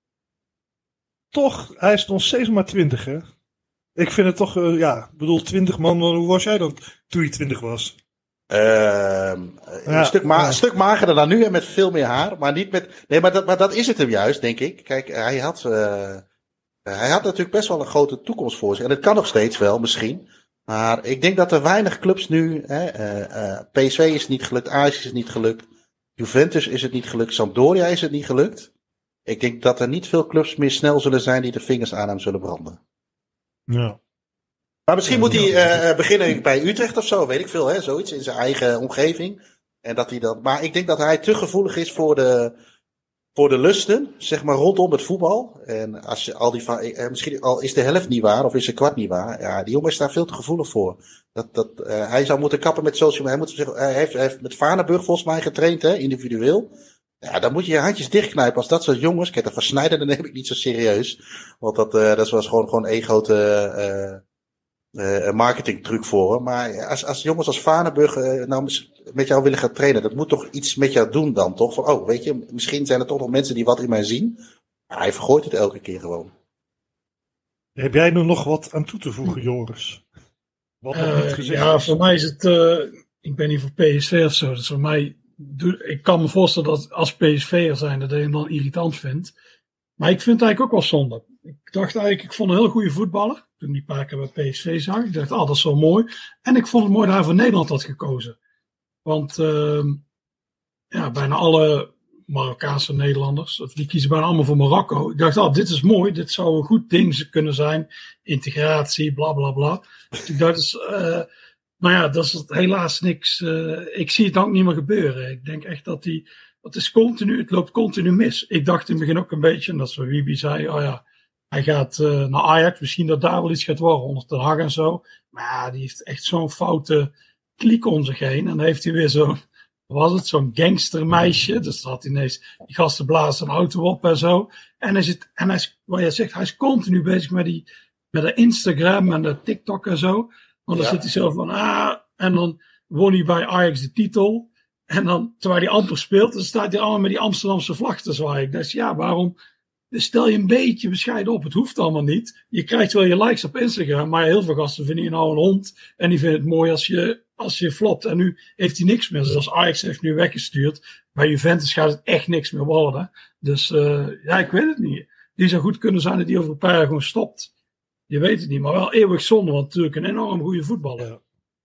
Toch, hij is nog steeds maar twintig, hè? Ik vind het toch, uh, ja, ik bedoel, twintig man, hoe was jij dan toen je twintig was? Uh, ja, een, stuk ma- ja. een stuk magerder dan nu en met veel meer haar. Maar niet met. Nee, maar dat, maar dat is het hem juist, denk ik. Kijk, hij had, uh, hij had natuurlijk best wel een grote toekomst voor zich. En het kan nog steeds wel, misschien. Maar ik denk dat er weinig clubs nu. Hè, uh, uh, P S V is het niet gelukt, Ajax is het niet gelukt. Juventus is het niet gelukt, Sampdoria is het niet gelukt. Ik denk dat er niet veel clubs meer snel zullen zijn die de vingers aan hem zullen branden. Ja. Maar misschien moet hij uh, beginnen bij Utrecht of zo, weet ik veel, hè, zoiets in zijn eigen omgeving. En dat hij dat, maar ik denk dat hij te gevoelig is voor de, voor de lusten, zeg maar, rondom het voetbal. En als je al die, uh, misschien al is de helft niet waar of is een kwart niet waar. Ja, die jongen is daar veel te gevoelig voor. Dat, dat, uh, hij zou moeten kappen met social media. Hij, moet zeggen, hij, heeft, hij heeft met Vaneburg volgens mij getraind, hè, individueel. Ja, dan moet je je handjes dichtknijpen als dat soort jongens. Kijk, dat van Sneijder, dat neem ik niet zo serieus. Want dat, uh, dat was gewoon, gewoon één grote, uh, Uh, een marketingtruc voor hem. Maar als, als jongens als Vaneburg uh, nou met jou willen gaan trainen, dat moet toch iets met jou doen dan, toch? Van, oh, weet je, misschien zijn er toch nog mensen die wat in mij zien. Maar hij vergooit het elke keer gewoon. Heb jij er nog wat aan toe te voegen, Joris? Wat nog uh, niet gezegd ja, is? Voor mij is het, uh, ik ben niet voor P S V of zo, dus voor mij, ik kan me voorstellen dat als P S V'er zijn, dat je hem dan irritant vindt. Maar ik vind het eigenlijk ook wel zonde. Ik dacht eigenlijk, ik vond een heel goede voetballer. Toen ik die paar keer bij P S V zag. Ik dacht, ah, dat is zo mooi. En ik vond het mooi dat hij voor Nederland had gekozen. Want uh, ja, bijna alle Marokkaanse Nederlanders, die kiezen bijna allemaal voor Marokko. Ik dacht, ah, dit is mooi. Dit zou een goed ding kunnen zijn. Integratie, bla bla bla. Dus ik dacht, uh, maar ja, dat is helaas niks. Uh, ik zie het ook niet meer gebeuren. Ik denk echt dat die... Het is continu, het loopt continu mis. Ik dacht in het begin ook een beetje, en dat is wat Wiebe zei, oh ja, hij gaat uh, naar Ajax, misschien dat daar wel iets gaat worden, onder Ten Hag en zo. Maar ja, die heeft echt zo'n foute kliek om zich heen. En dan heeft hij weer zo'n, wat was het, zo'n gangstermeisje. Dus dan had hij ineens, die gasten blazen een auto op en zo. En hij zit, en hij is, wat jij zegt, hij is continu bezig met die, met de Instagram en de TikTok en zo. Want dan ja. zit hij zo van, ah, en dan won hij bij Ajax de titel. En dan, terwijl hij amper speelt, dan staat hij allemaal met die Amsterdamse vlag te zwaaien. Ik dacht, ja, waarom stel je een beetje bescheiden op? Het hoeft allemaal niet. Je krijgt wel je likes op Instagram, maar heel veel gasten vinden je nou een hond. En die vinden het mooi als je, als je flopt. En nu heeft hij niks meer. Dus als Ajax heeft nu weggestuurd, bij Juventus gaat het echt niks meer worden. Dus uh, ja, ik weet het niet. Die zou goed kunnen zijn dat die over een paar jaar gewoon stopt. Je weet het niet, maar wel eeuwig zonde, want natuurlijk een enorm goede voetballer. Ja.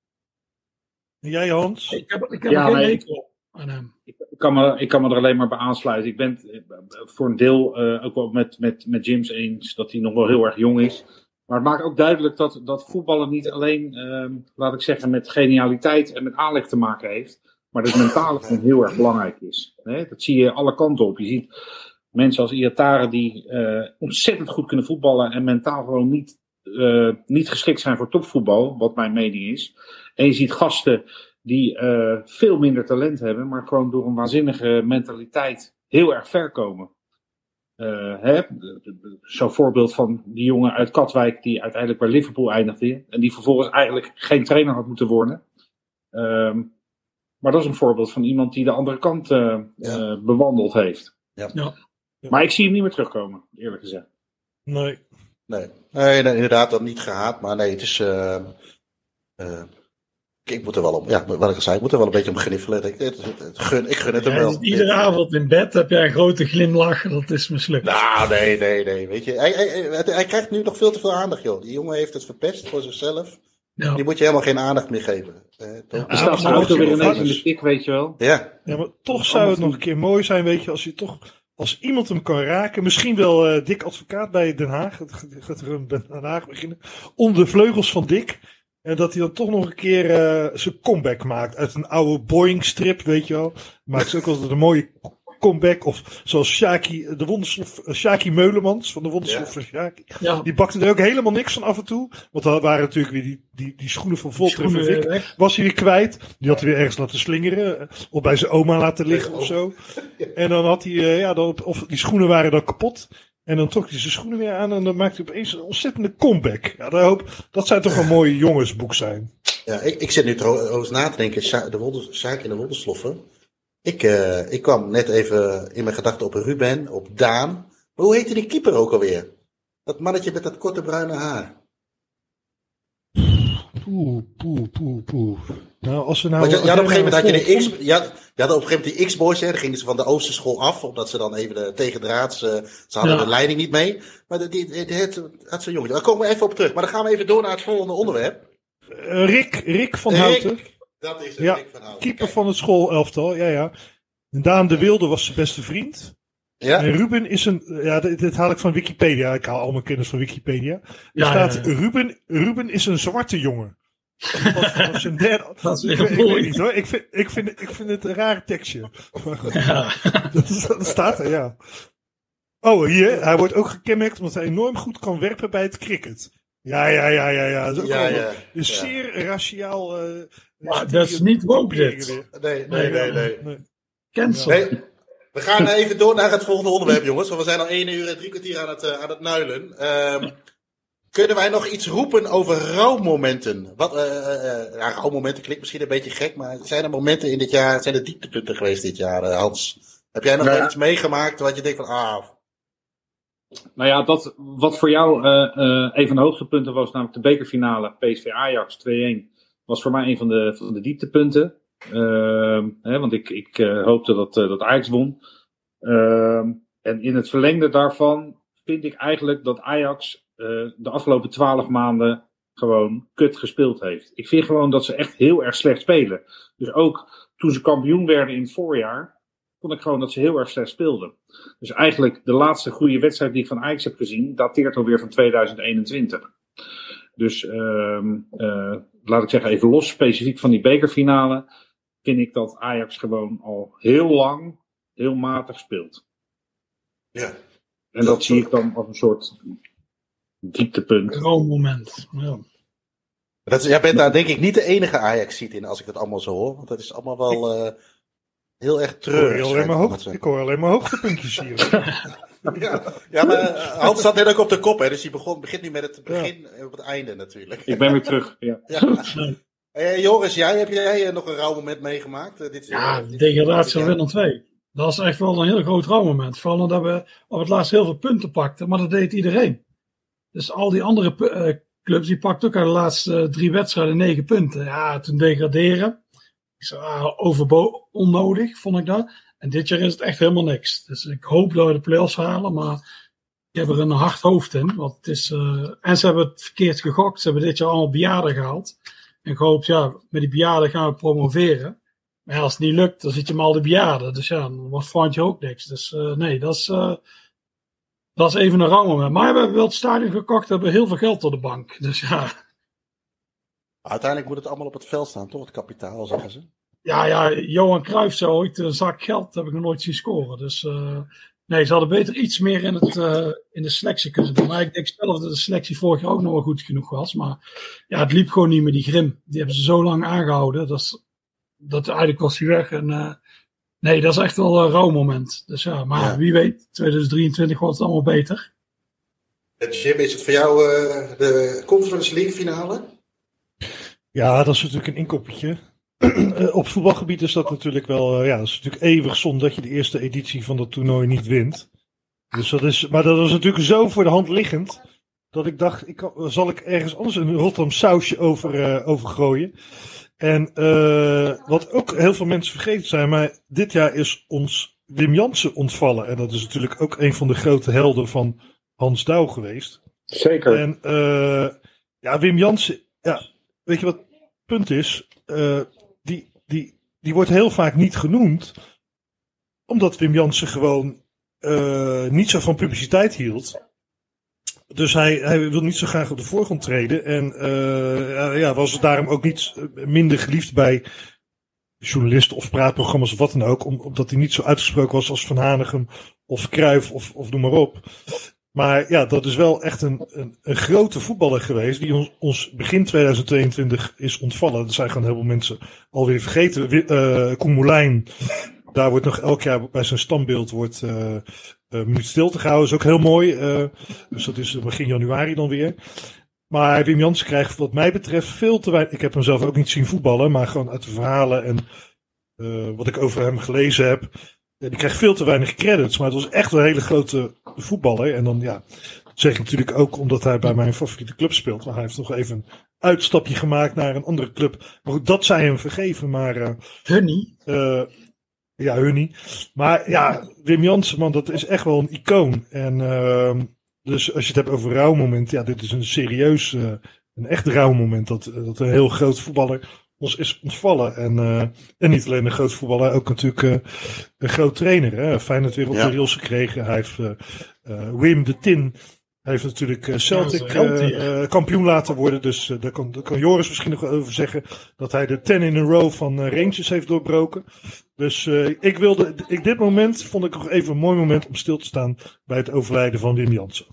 Jij, Hans? Ik heb, ik heb ja, er geen nee, hekel aan hem. Ik, ik, kan me, ik kan me er alleen maar bij aansluiten. Ik ben voor een deel uh, ook wel met, met, met James eens dat hij nog wel heel erg jong is. Maar het maakt ook duidelijk dat, dat voetballen niet alleen, uh, laat ik zeggen, met genialiteit en met aanleg te maken heeft. Maar dat het mentaal gewoon heel erg belangrijk is. Hè? Dat zie je alle kanten op. Je ziet mensen als Iatare die uh, ontzettend goed kunnen voetballen en mentaal gewoon niet, uh, niet geschikt zijn voor topvoetbal, wat mijn mening is. En je ziet gasten die uh, veel minder talent hebben, maar gewoon door een waanzinnige mentaliteit heel erg ver komen. Uh, hè? Zo'n voorbeeld van die jongen uit Katwijk die uiteindelijk bij Liverpool eindigde en die vervolgens eigenlijk geen trainer had moeten worden. Um, maar dat is een voorbeeld van iemand die de andere kant uh, ja. uh, bewandeld heeft. Ja. Ja. Maar ik zie hem niet meer terugkomen, eerlijk gezegd. Nee. Nee, nee, nee inderdaad, dat niet gehaat, maar nee, het is... Uh, uh, ik moet er wel om, ja, wat ik al zei, ik moet er wel een beetje om gniffelen. Ik, het, het, het gun, ik gun het hem ja, wel. Iedere avond in bed heb jij een grote glimlach, dat is mislukt. Nou, nee, nee, nee, weet je. Hij, hij, hij, hij krijgt nu nog veel te veel aandacht, joh. Die jongen heeft het verpest voor zichzelf. Ja. Die moet je helemaal geen aandacht meer geven. Eh, ja, er staat zijn auto weer ineens in de fik, weet je wel. Ja. Ja, maar toch zou het nog een keer mooi zijn, weet je, als je toch... Als iemand hem kan raken, misschien wel uh, Dick Advocaat bij Den Haag, het gaat er een Den Haag beginnen, onder de vleugels van Dick. En dat hij dan toch nog een keer uh, zijn comeback maakt uit een oude Boeing strip, weet je wel. Maakt ze ook altijd een mooie comeback. Of zoals Shaki, de wonderslof, Shaki Meulemans van de wonderslof van Shaki. Ja. Die bakte er ook helemaal niks van af en toe. Want dan waren natuurlijk weer die, die, die schoenen van Volter en Vic. Was hij weer kwijt. Die had hij weer ergens laten slingeren. Of bij zijn oma laten liggen of zo. En dan had hij, uh, ja, dan, of die schoenen waren dan kapot. En dan trok hij zijn schoenen weer aan en dan maakte hij opeens een ontzettende comeback. Ja, dat, hoop, dat zou toch een mooi jongensboek zijn. Ja, ik, ik zit nu trouwens na te denken, Sja, de wonder, Sjaak in de Wondersloffen. Ik, uh, ik kwam net even in mijn gedachten op Ruben, op Daan. Maar hoe heette die keeper ook alweer? Dat mannetje met dat korte bruine haar. Poeh, poeh, poeh, poeh. Nou, als we nou... Want je, je had op een gegeven moment had je de X... Je had, je had op een gegeven moment die X-boys, hè. Dan gingen ze van de Oosterschool af, omdat ze dan even de tegendraads... Uh, ze hadden ja. de leiding niet mee. Maar die, die, die, het had zo'n jongen. Daar komen we even op terug. Maar dan gaan we even door naar het volgende onderwerp. Uh, Rick, Rick van Houten. Rick, dat is het, ja, Rick van Houten. Keeper Kijk. van het schoolelftal, ja, ja. Daan de Wilde was zijn beste vriend. Ja. En Ruben is een... Ja, dit, dit haal ik van Wikipedia. Ik haal al mijn kennis van Wikipedia. Er ja, staat, ja, ja. Ruben, Ruben is een zwarte jongen. Dat is een derde... Dat is ik, ik weet niet hoor. Ik vind, ik, vind, ik vind het een rare tekstje. Ja. dat, dat staat er, ja. Oh, hier. Hij wordt ook gekenmerkt omdat hij enorm goed kan werpen bij het cricket. Ja, ja, ja, ja, ja. Dat is ook ja, ja, dus ja. zeer raciaal... Uh, maar dat is niet woke dit. Nee, nee, nee, nee. nee. Cancel. Nee. We gaan even door naar het volgende onderwerp, jongens. Want we zijn al één uur en drie kwartier aan het, uh, aan het nuilen. Um, kunnen wij nog iets roepen over rouwmomenten? Wat, uh, uh, ja, rouwmomenten klinkt misschien een beetje gek, maar zijn er momenten in dit jaar, zijn er dieptepunten geweest dit jaar, uh, Hans? Heb jij nog nou, wel iets meegemaakt wat je denkt van, ah... Nou ja, dat, wat voor jou uh, uh, een van de hoogtepunten was, namelijk de bekerfinale P S V Ajax twee-een, was voor mij een van de, van de dieptepunten. Uh, hè, want ik, ik uh, hoopte dat, uh, dat Ajax won. Uh, en in het verlengde daarvan vind ik eigenlijk dat Ajax uh, de afgelopen twaalf maanden gewoon kut gespeeld heeft. Ik vind gewoon dat ze echt heel erg slecht spelen. Dus ook toen ze kampioen werden in het voorjaar, vond ik gewoon dat ze heel erg slecht speelden. Dus eigenlijk de laatste goede wedstrijd die ik van Ajax heb gezien, dateert alweer van tweeduizend eenentwintig. Dus uh, uh, laat ik zeggen, even los specifiek van die bekerfinale, vind ik dat Ajax gewoon al heel lang heel matig speelt. Ja. En dat zie ik dan als een soort dieptepunt. Een moment. Ja. Dat is, jij bent daar denk ik niet de enige Ajax-ziet in als ik dat allemaal zo hoor. Want dat is allemaal wel uh, heel erg treurig. Ik hoor alleen maar, hoogte, ik hoor alleen maar hoogtepuntjes hier. ja, ja, maar uh, Hans staat net ook op de kop, hè, dus hij begon, begint nu met het begin ja. en op het einde natuurlijk. Ik ben weer terug, ja. ja. Hey, Joris, jij, heb jij nog een rouwmoment meegemaakt? Uh, dit, ja, uh, dit, degradatie van Willem twee. Dat is echt wel een heel groot rouwmoment. Vooral omdat we op het laatst heel veel punten pakten, maar dat deed iedereen. Dus al die andere uh, clubs, die pakten ook aan de laatste uh, drie wedstrijden negen punten. Ja, toen degraderen. Ik zei, ah, overbo- onnodig, vond ik dat. En dit jaar is het echt helemaal niks. Dus ik hoop dat we de play-offs halen, maar ik heb er een hard hoofd in. Want het is, uh, en ze hebben het verkeerd gegokt. Ze hebben dit jaar allemaal bejaarden gehaald. En ik hoop, ja, met die bejaarden gaan we promoveren. Maar ja, als het niet lukt, dan zit je maar al de bejaarden. Dus ja, dan wordt Frantje ook niks. Dus uh, nee, dat is, uh, dat is even een rouwmoment. Maar we hebben wel het stadion gekocht, hebben heel veel geld op de bank. Dus ja. Uiteindelijk moet het allemaal op het veld staan, toch? Het kapitaal, zeggen ze. Ja, ja, Johan Cruijff zou ooit een zak geld, heb ik nog nooit zien scoren. Dus uh, nee, ze hadden beter iets meer in, het, uh, in de selectie kunnen doen. Maar ik denk zelf dat de selectie vorig jaar ook nog wel goed genoeg was. Maar ja, het liep gewoon niet meer, die Grim. Die hebben ze zo lang aangehouden. Dat, is, dat eigenlijk was hij weg. En uh, nee, dat is echt wel een rouwmoment. Dus ja, maar ja. Wie weet, tweeduizend drieëntwintig wordt het allemaal beter. Jim, is het voor jou uh, de Conference League finale? Ja, dat is natuurlijk een inkoppertje. Uh, op voetbalgebied is dat natuurlijk wel, uh, ja, dat is natuurlijk eeuwig zonde dat je de eerste editie van dat toernooi niet wint. Dus dat is, maar dat was natuurlijk zo voor de hand liggend, dat ik dacht, ik kan, zal ik ergens anders een Rotterdam sausje over, uh, over gooien. En uh, wat ook heel veel mensen vergeten zijn, maar dit jaar is ons Wim Jansen ontvallen. En dat is natuurlijk ook een van de grote helden van Hans Douw geweest. Zeker. En uh, ja, Wim Jansen, ja, weet je wat het punt is? Uh, die, die, die wordt heel vaak niet genoemd, omdat Wim Jansen gewoon uh, niet zo van publiciteit hield. Dus hij, hij wil niet zo graag op de voorgrond treden. En uh, ja, was daarom ook niet minder geliefd bij journalisten of praatprogramma's of wat dan ook, omdat hij niet zo uitgesproken was als Van Hanegem of Cruijff of, of noem maar op. Maar ja, dat is wel echt een, een, een grote voetballer geweest die ons, ons begin tweeduizend tweeëntwintig is ontvallen. Dat zijn gewoon heel veel mensen alweer vergeten. Uh, Koen Moulijn, daar wordt nog elk jaar bij zijn standbeeld wordt uh, een minuut stilte gehouden. Dat is ook heel mooi. Uh, dus dat is begin januari dan weer. Maar Wim Jansen krijgt wat mij betreft veel te weinig. Ik heb hem zelf ook niet zien voetballen, maar gewoon uit de verhalen en uh, wat ik over hem gelezen heb. Die krijgt veel te weinig credits, maar het was echt een hele grote voetballer. En dan ja, dat zeg ik natuurlijk ook omdat hij bij mijn favoriete club speelt. Maar hij heeft nog even een uitstapje gemaakt naar een andere club. Maar goed, dat zij hem vergeven. Maar uh, Hunnie. Uh, ja, Hunnie. Maar ja, Wim Jansen, man, dat is echt wel een icoon. En uh, dus als je het hebt over rouwmoment, ja, dit is een serieus, uh, een echt rouwmoment. Dat, dat een heel groot voetballer ons is ontvallen. En, uh, en niet alleen een groot voetballer, ook natuurlijk uh, een groot trainer. Hè? Feyenoord weer op ja. de rails gekregen. Hij heeft uh, uh, Wim de Tin, hij heeft natuurlijk uh, Celtic uh, uh, kampioen laten worden. Dus uh, daar, kan, daar kan Joris misschien nog over zeggen dat hij de ten in a row van uh, Rangers heeft doorbroken. Dus uh, ik wilde, ik, dit moment vond ik nog even een mooi moment om stil te staan bij het overlijden van Wim Jansen.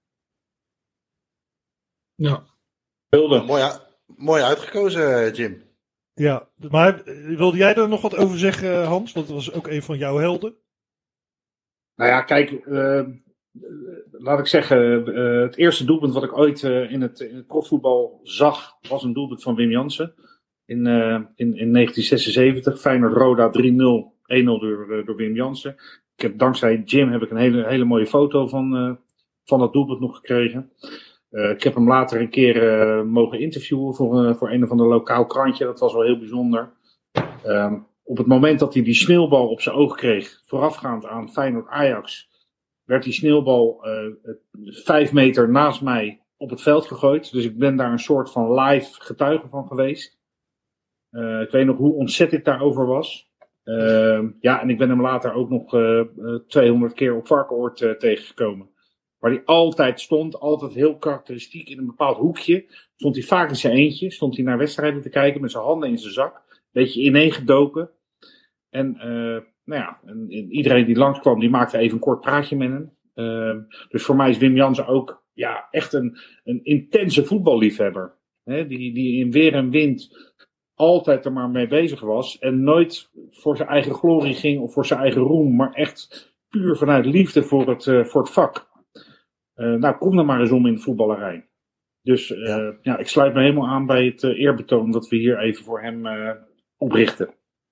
Ja. Mooi, mooi uitgekozen, Jim. Ja, maar wilde jij daar nog wat over zeggen, Hans? Want dat was ook een van jouw helden. Nou ja, kijk, uh, laat ik zeggen, uh, het eerste doelpunt wat ik ooit uh, in, het, in het profvoetbal zag, was een doelpunt van Wim Jansen. In, uh, in, in negentien zesenzeventig, Feyenoord-Roda drie nul, één nul door, door Wim Jansen. Ik heb, dankzij Jim heb ik een hele, hele mooie foto van, uh, van dat doelpunt nog gekregen. Uh, ik heb hem later een keer uh, mogen interviewen voor, uh, voor een of ander lokaal krantje. Dat was wel heel bijzonder. Um, op het moment dat hij die sneeuwbal op zijn oog kreeg, voorafgaand aan Feyenoord-Ajax, werd die sneeuwbal uh, vijf meter naast mij op het veld gegooid. Dus ik ben daar een soort van live getuige van geweest. Uh, ik weet nog hoe ontzet ik daarover was. Uh, ja, en ik ben hem later ook nog uh, tweehonderd keer op Varkenoord uh, tegengekomen. Waar hij altijd stond, altijd heel karakteristiek in een bepaald hoekje. Stond hij vaak in zijn eentje, stond hij naar wedstrijden te kijken met zijn handen in zijn zak. Een beetje ineengedoken. En, uh, nou ja, en, en iedereen die langskwam, die maakte even een kort praatje met hem. Uh, dus voor mij is Wim Jansen ook ja, echt een, een intense voetballiefhebber. Hè, die, die in weer en wind altijd er maar mee bezig was. En nooit voor zijn eigen glorie ging of voor zijn eigen roem. Maar echt puur vanuit liefde voor het, uh, voor het vak. Uh, nou, kom er maar eens om in de voetballerij. Dus uh, ja. ja, ik sluit me helemaal aan bij het uh, eerbetoon dat we hier even voor hem uh, oprichten.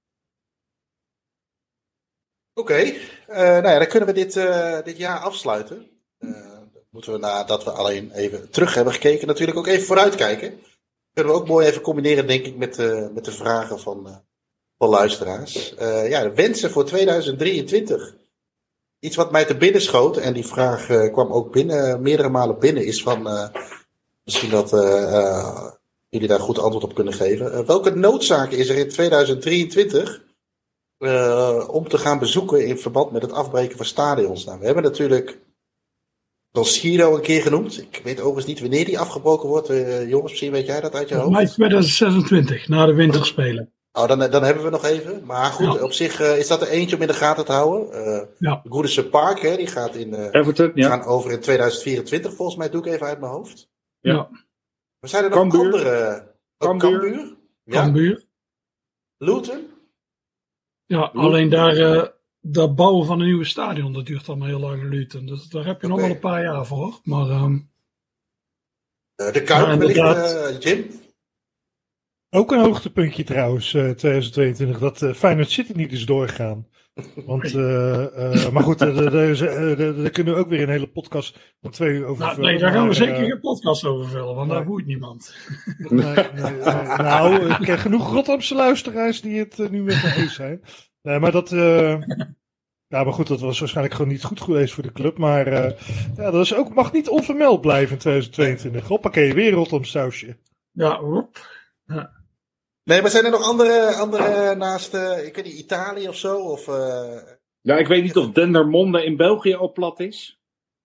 Oké, okay. uh, nou ja, dan kunnen we dit, uh, dit jaar afsluiten. Uh, moeten we nadat we alleen even terug hebben gekeken natuurlijk ook even vooruitkijken. Kunnen we ook mooi even combineren denk ik met, uh, met de vragen van, uh, van luisteraars. Uh, ja, de wensen voor tweeduizend drieëntwintig. Iets wat mij te binnen schoot, en die vraag uh, kwam ook binnen, meerdere malen binnen, is van, uh, misschien dat uh, uh, jullie daar goed antwoord op kunnen geven. Uh, welke noodzaak is er in tweeduizend drieëntwintig uh, om te gaan bezoeken in verband met het afbreken van stadions? Nou, we hebben natuurlijk Don Schiro een keer genoemd. Ik weet overigens niet wanneer die afgebroken wordt. Uh, jongens, misschien weet jij dat uit je hoofd? Mei tweeduizend zesentwintig, na de winterspelen. Oh, dan, dan hebben we nog even. Maar goed, ja. Op zich uh, is dat er eentje om in de gaten te houden. Uh, ja. Goodison Park, hè, die gaat in, uh, Everton, ja. gaan over in tweeduizend vierentwintig, volgens mij. Doe ik even uit mijn hoofd. Ja. We zijn er nog Cambuur. andere. Cambuur. Cambuur. Ja. Cambuur. Luton. Ja, Luton. Alleen daar, uh, dat bouwen van een nieuwe stadion, dat duurt allemaal heel lang in Luton. Dus daar heb je okay. nog wel een paar jaar voor. Maar, um, uh, de Kuip, wellicht, uh, Jim? Ook een hoogtepuntje trouwens, uh, tweeduizend tweeëntwintig, dat uh, Feyenoord City niet is doorgegaan. Want, uh, uh, maar goed, uh, daar kunnen we ook weer een hele podcast van twee uur over nou, vullen. Nee, daar gaan we maar, zeker uh, geen podcast over vullen, want nee. Daar boeit niemand. Nee, nee, nee, nou, ik ken genoeg Rotterdamse luisteraars die het uh, nu met me eens zijn. Nee, maar dat... Uh, ja, maar goed, dat was waarschijnlijk gewoon niet goed geweest voor de club. Maar uh, ja, dat is ook, mag niet onvermeld blijven in tweeduizend tweeëntwintig. Hoppakee, weer Rotterdam sausje. Ja, hop. Ja. Nee, maar zijn er nog andere, andere naast, uh, ik weet niet, Italië of zo? Of, uh... Ja, ik weet niet of Dendermonde in België al plat is.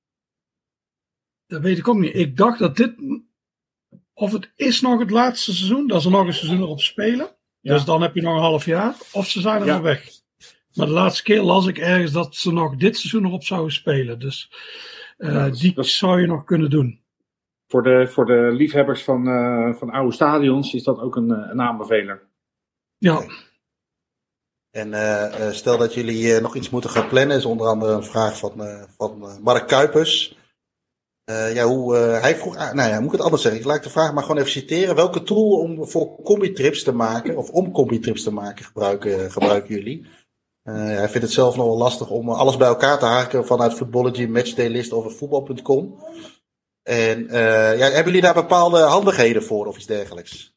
Dat weet ik ook niet. Ik dacht dat dit, of het is nog het laatste seizoen, dat ze nog een seizoen erop spelen. Dus dan heb je nog een half jaar. Of ze zijn er Ja. nog weg. Maar de laatste keer las ik ergens dat ze nog dit seizoen erop zouden spelen. Dus uh, Ja, dat is- die dat is- zou je nog kunnen doen. Voor de, voor de liefhebbers van, uh, van oude stadions is dat ook een, uh, een aanbeveler. Ja. En uh, uh, stel dat jullie uh, nog iets moeten gaan plannen, is onder andere een vraag van, uh, van uh, Mark Kuipers. Uh, ja, hoe, uh, hij vroeg, ah, nou ja, moet ik het anders zeggen? Ik laat de vraag maar gewoon even citeren. Welke tool om voor combi-trips te maken, of om combi-trips te maken, gebruiken, gebruiken jullie? Uh, hij vindt het zelf nog wel lastig om alles bij elkaar te haken vanuit Footballogy, Matchdaylist of voetbal punt com. En uh, ja, hebben jullie daar bepaalde handigheden voor of iets dergelijks?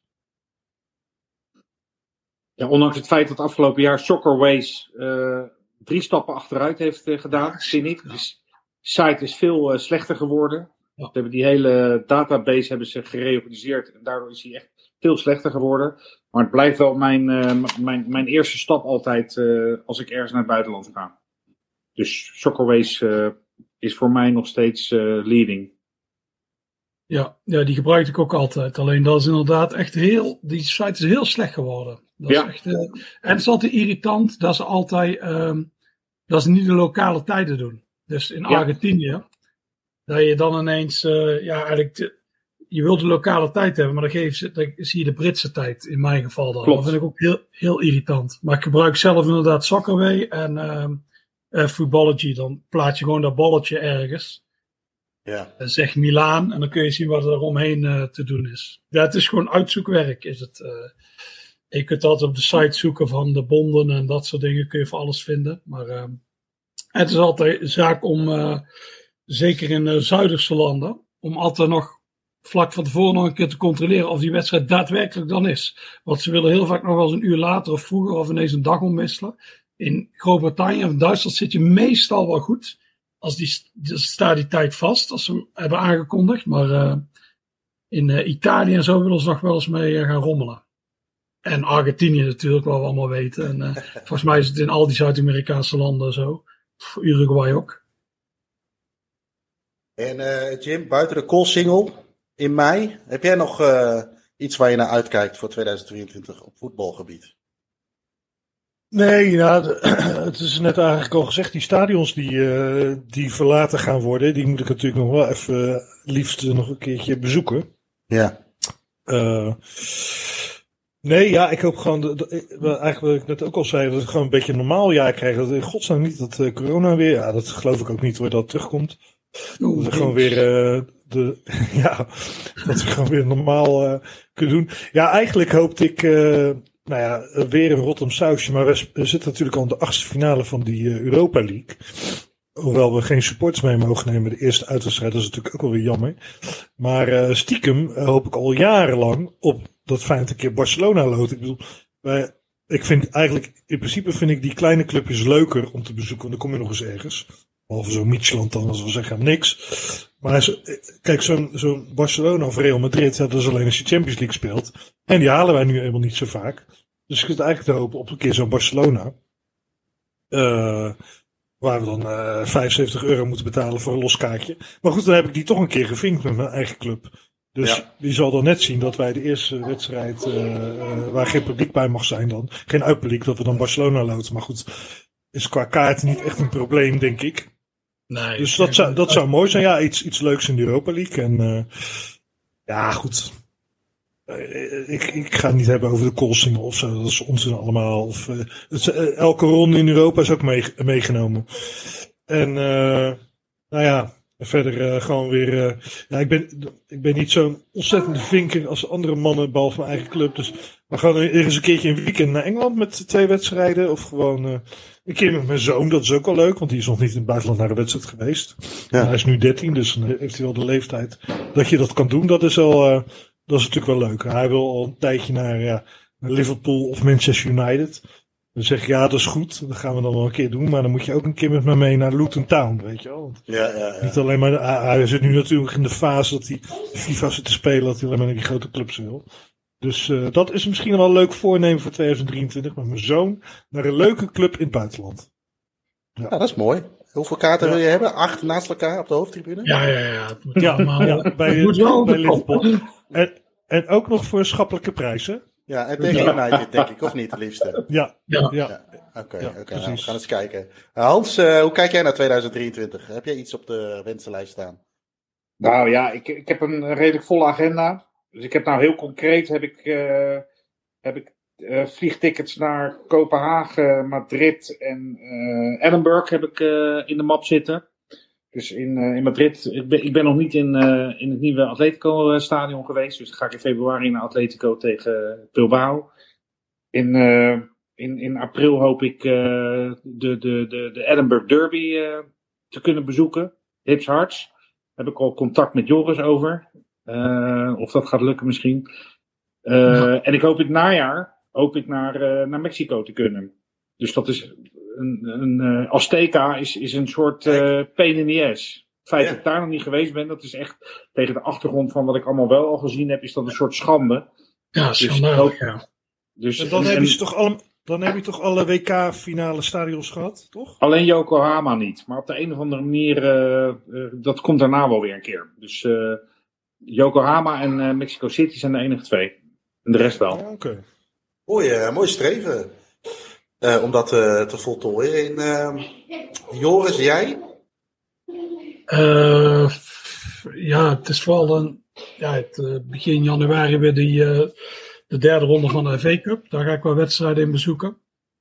Ja, ondanks het feit dat afgelopen jaar Soccerways uh, drie stappen achteruit heeft uh, gedaan, vind ik. De site is veel uh, slechter geworden. Ja. Ze hebben die hele database hebben ze gereorganiseerd en daardoor is hij echt veel slechter geworden. Maar het blijft wel mijn, uh, mijn, mijn eerste stap altijd uh, als ik ergens naar het buitenland ga. Dus Soccerways uh, is voor mij nog steeds uh, leading. Ja, ja, die gebruik ik ook altijd. Alleen dat is inderdaad echt heel... Die site is heel slecht geworden. Dat Ja. is echt, uh, en het is altijd irritant dat ze altijd... Um, dat ze niet de lokale tijden doen. Dus in Ja. Argentinië... Dat je dan ineens... Uh, ja, eigenlijk... Te, je wilt de lokale tijd hebben, maar dan, geven ze, dan zie je de Britse tijd. In mijn geval dan. Klopt. Dat vind ik ook heel, heel irritant. Maar ik gebruik zelf inderdaad Soccerway en um, uh, Footballogy. Dan plaats je gewoon dat balletje ergens. Ja. Dan zeg Milaan en dan kun je zien wat er omheen uh, te doen is. Ja, het is gewoon uitzoekwerk. Is het, uh, je kunt altijd op de site zoeken van de bonden en dat soort dingen. Kun je voor alles vinden. Maar uh, het is altijd een zaak om, uh, zeker in uh, Zuiderse landen, om altijd nog vlak van tevoren nog een keer te controleren of die wedstrijd daadwerkelijk dan is. Want ze willen heel vaak nog wel eens een uur later of vroeger of ineens een dag omwisselen. In Groot-Brittannië of Duitsland zit je meestal wel goed. Als die, staat die tijd vast, als ze hem hebben aangekondigd. Maar uh, in uh, Italië en zo willen ze nog wel eens mee uh, gaan rommelen. En Argentinië natuurlijk, wat we allemaal weten. En uh, volgens mij is het in al die Zuid-Amerikaanse landen zo. Pff, Uruguay ook. En uh, Jim, buiten de call-single in mei, heb jij nog uh, iets waar je naar uitkijkt voor tweeduizend drieëntwintig op voetbalgebied? Nee, nou, het is net eigenlijk al gezegd, die stadions die, uh, die verlaten gaan worden, die moet ik natuurlijk nog wel even uh, liefst nog een keertje bezoeken. Ja. Uh, nee, ja, ik hoop gewoon, dat, dat, eigenlijk wat ik net ook al zei, dat ik gewoon een beetje een normaal jaar krijg. Dat in godsnaam niet dat uh, corona weer, ja, dat geloof ik ook niet hoor, dat het terugkomt. Oeh, dat we gewoon weer, uh, de, ja, dat we gewoon weer normaal uh, kunnen doen. Ja, eigenlijk hoopte ik... Uh, Nou ja, weer een Rotterdam sausje, maar we, we zitten natuurlijk al in de achtste finale van die uh, Europa League. Hoewel we geen supporters mee mogen nemen, de eerste uitwedstrijd, dat is natuurlijk ook wel weer jammer. Maar uh, stiekem uh, hoop ik al jarenlang op dat Feyenoord een keer Barcelona loodt. Ik bedoel, wij, ik vind eigenlijk, in principe vind ik die kleine clubjes leuker om te bezoeken, want dan kom je nog eens ergens. Behalve zo'n Midtjylland dan, als we zeggen, niks. Maar zo, kijk, zo'n zo'n Barcelona of Real Madrid, dat is alleen als je Champions League speelt. En die halen wij nu helemaal niet zo vaak. Dus ik zit eigenlijk te hopen op een keer zo'n Barcelona. Uh, waar we dan uh, vijfenzeventig euro moeten betalen voor een los kaartje. Maar goed, dan heb ik die toch een keer gevinkt met mijn eigen club. Dus ja. Die zal dan net zien dat wij de eerste wedstrijd, uh, uh, waar geen publiek bij mag zijn dan, geen uitpubliek, dat we dan Barcelona loten. Maar goed, is qua kaart niet echt een probleem, denk ik. Nee, dus dat zou, dat zou mooi zijn. Ja, iets, iets leuks in de Europa League. En uh, ja, goed. Ik, ik ga het niet hebben over de koolsingel of zo. Dat is onzin allemaal. Of, uh, het, uh, elke ronde in Europa is ook mee, meegenomen. En uh, nou ja, verder uh, gewoon weer... Uh, ja, ik, ben, ik ben niet zo'n ontzettende vinker als andere mannen, behalve mijn eigen club. Dus, maar gewoon eens een keertje een weekend naar Engeland met twee wedstrijden. Of gewoon uh, een keer met mijn zoon. Dat is ook wel leuk, want die is nog niet in het buitenland naar een wedstrijd geweest. Ja. Hij is nu dertien, dus dan heeft hij wel de leeftijd dat je dat kan doen. Dat is wel... Uh, Dat is natuurlijk wel leuk. Hij wil al een tijdje naar, ja, naar Liverpool of Manchester United. Dan zeg ik, ja, dat is goed. Dat gaan we dan wel een keer doen. Maar dan moet je ook een keer met me mee naar Luton Town, weet je wel. Want ja, ja, ja. Niet alleen maar, hij zit nu natuurlijk in de fase dat hij FIFA zit te spelen, dat hij alleen maar naar die grote clubs wil. Dus uh, dat is misschien wel een leuk voornemen voor tweeduizend drieëntwintig. Met mijn zoon naar een leuke club in het buitenland. Ja, ja dat is mooi. Hoeveel kaarten ja. wil je hebben? Acht naast elkaar op de hoofdtribune? Ja, ja, ja. Het moet ja, allemaal, ja bij, het moet wel bij Liverpool. En, en ook nog voor een schappelijke prijs, hè? Ja, en tegen United denk ik, of niet, het liefste? Ja. Ja. ja. Oké, ja, okay, ja, okay, nou, we gaan eens kijken. Hans, uh, hoe kijk jij naar tweeduizend drieëntwintig? Heb jij iets op de wensenlijst staan? Nou ja, ik, ik heb een redelijk volle agenda. Dus ik heb nou heel concreet heb ik, uh, heb ik uh, vliegtickets naar Kopenhagen, Madrid en uh, Edinburgh heb ik uh, in de map zitten. Dus in, uh, in Madrid, ik ben, ik ben nog niet in, uh, in het nieuwe Atletico stadion geweest. Dus dan ga ik in februari naar Atletico tegen Bilbao. In, uh, in, in april hoop ik uh, de, de, de, de Edinburgh Derby uh, te kunnen bezoeken. Hips Hearts. Daar heb ik al contact met Joris over. Uh, of dat gaat lukken misschien. Uh, ja. En ik hoop in het najaar hoop ik naar, uh, naar Mexico te kunnen. Dus dat is een, een uh, Azteca is, is een soort uh, pain in the ass. Het feit ja. dat ik daar nog niet geweest ben, dat is echt tegen de achtergrond van wat ik allemaal wel al gezien heb, is dat een soort schande. Ja, schandalig, dus, ja. Dus, en dan, en, heb je toch alle, dan heb je toch alle W K-finale stadions gehad, toch? Alleen Yokohama niet. Maar op de een of andere manier, uh, uh, dat komt daarna wel weer een keer. Dus uh, Yokohama en uh, Mexico City zijn de enige twee. En de rest wel. Ja, Oké. Okay. Mooi, uh, mooi streven. Uh, om dat uh, te voltooien. En, uh, Joris, jij? Uh, f- ja, het is vooral een, ja, het, uh, begin januari weer die, uh, de derde ronde van de F A Cup. Daar ga ik wel wedstrijden in bezoeken.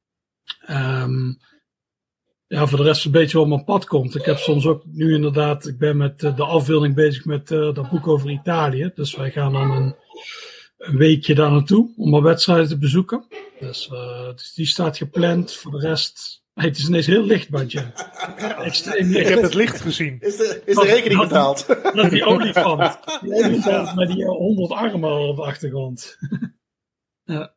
Um, ja, voor de rest een beetje wat op mijn pad komt. Ik heb soms ook nu inderdaad, ik ben met uh, de afbeelding bezig met uh, dat boek over Italië. Dus wij gaan dan een, een weekje daar naartoe om wat wedstrijden te bezoeken. Dus, uh, dus die staat gepland. Voor de rest, hey, het is ineens heel licht, bandje. Extreem licht. Ik heb het licht gezien. Is de, is de rekening betaald? Dat, dat die olifant. Die olifant met die honderd armen op de achtergrond. ja.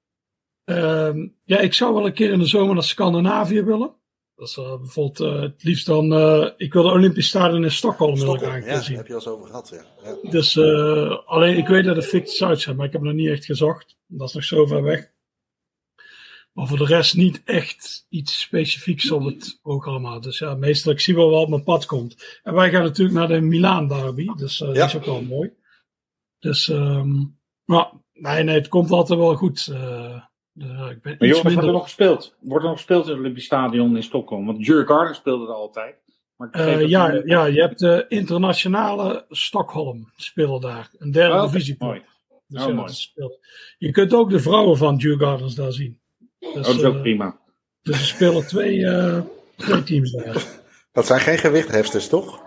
Um, ja, ik zou wel een keer in de zomer naar Scandinavië willen. Dat is uh, bijvoorbeeld uh, het liefst dan... Uh, ik wil de Olympisch Stadion in Stockholm wil ik eigenlijk ja, zien. Heb je al eens over gehad, ja. ja. Dus uh, alleen, ik weet dat het fictisch uitzet, maar ik heb nog niet echt gezocht. Dat is nog zo ver weg. Maar voor de rest niet echt iets specifieks op het programma. Dus ja, meestal, ik zie wel wat op mijn pad komt. En wij gaan natuurlijk naar de Milaan derby, dus uh, ja. Dat is ook wel mooi. Dus, um, maar nee, nee, het komt altijd wel goed. Uh, Uh, ik ben maar jongens, minder... wordt er nog gespeeld? Wordt er nog gespeeld in het Olympisch Stadion in Stockholm? Want Djurgården speelde er altijd. Maar uh, ja, niet... ja, je hebt de internationale Stockholm spelen daar. Een derde oh, divisie. Mooi. Dus oh, ja, mooi. Je kunt ook de vrouwen van Djurgårdens daar zien. Dus, oh, dat is ook uh, prima. Dus er spelen twee, uh, twee teams daar. Dat zijn geen gewichthefsters, toch?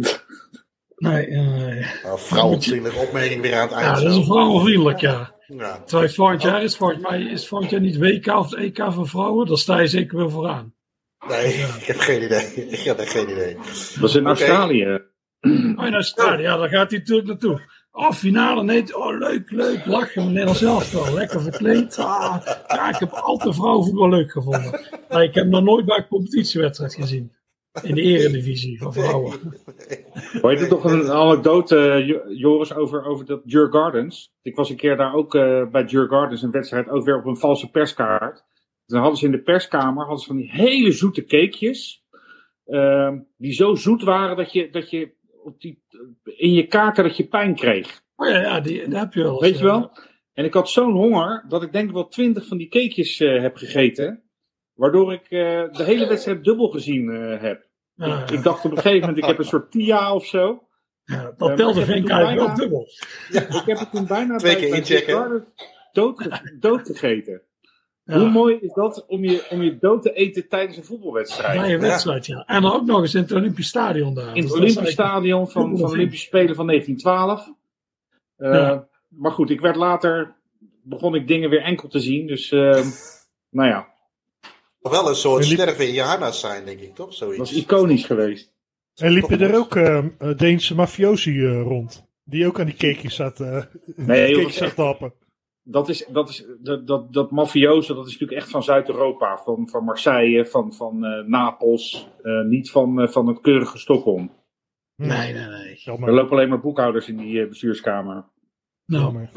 Nee. Uh, oh, vrouwenvriendelijke opmerking weer aan het eind. Ja, dat is een vrouwenvriendelijk, ja. Ja. Terwijl volgend jaar is volgens mij is volgend jaar niet W K of E K voor vrouwen. Daar sta je zeker weer vooraan. Nee, ja. ik heb geen idee. Ik heb echt geen idee. Dat is in okay. Australië. Oh, in Australië, ja, daar gaat hij natuurlijk naartoe. Oh, finale, nee, oh, leuk, leuk, lachen, meneer zelf wel, lekker verkleed. Ah, ja, ik heb altijd vrouwenvoetbal leuk gevonden. Maar ik heb nog nooit bij een competitiewedstrijd gezien. In de eredivisie van vrouwen. Weet je toch een anekdote, Joris, over, over dat Djurgårdens? Ik was een keer daar ook uh, bij Djurgårdens, een wedstrijd, ook weer op een valse perskaart. Dan hadden ze in de perskamer hadden ze van die hele zoete cakejes. Uh, die zo zoet waren dat je, dat je op die, in je kaken dat je pijn kreeg. Oh ja, ja die, dat heb je wel. Weet je wel? En ik had zo'n honger dat ik denk wel twintig van die cakejes uh, heb gegeten. Waardoor ik uh, de hele wedstrijd dubbel gezien uh, heb. Ja, ja. Ik, ik dacht op een gegeven moment, ik heb een soort Tia of zo. Ja, dat telde vind ik eigenlijk wel dubbel. Ja, ik heb het toen bijna Twee keer inchecken. Dood, dood gegeten. Ja. Hoe mooi is dat om je, om je dood te eten tijdens een voetbalwedstrijd? Bij een wedstrijd, ja. ja. En dan ook nog eens in het Olympisch Stadion daar. In het dus Olympisch Stadion van, van de Olympische Spelen van negentien twaalf. Uh, ja. Maar goed, ik werd later, begon ik dingen weer enkel te zien. Dus, uh, nou ja. Wel een soort liep... sterven in je harnas zijn, denk ik, toch? Zoiets. Dat is iconisch geweest. En liepen er ook uh, Deense mafiosi uh, rond? Die ook aan die cakejes zat, uh, nee, cakejes zat tappen. Dat is, dat is, dat, dat, dat mafioso, dat is natuurlijk echt van Zuid-Europa. Van, van Marseille, van, van uh, Napels. Uh, niet van, uh, van het keurige Stockholm. Nee, nee, nee. Er lopen alleen maar boekhouders in die uh, bestuurskamer. Nou,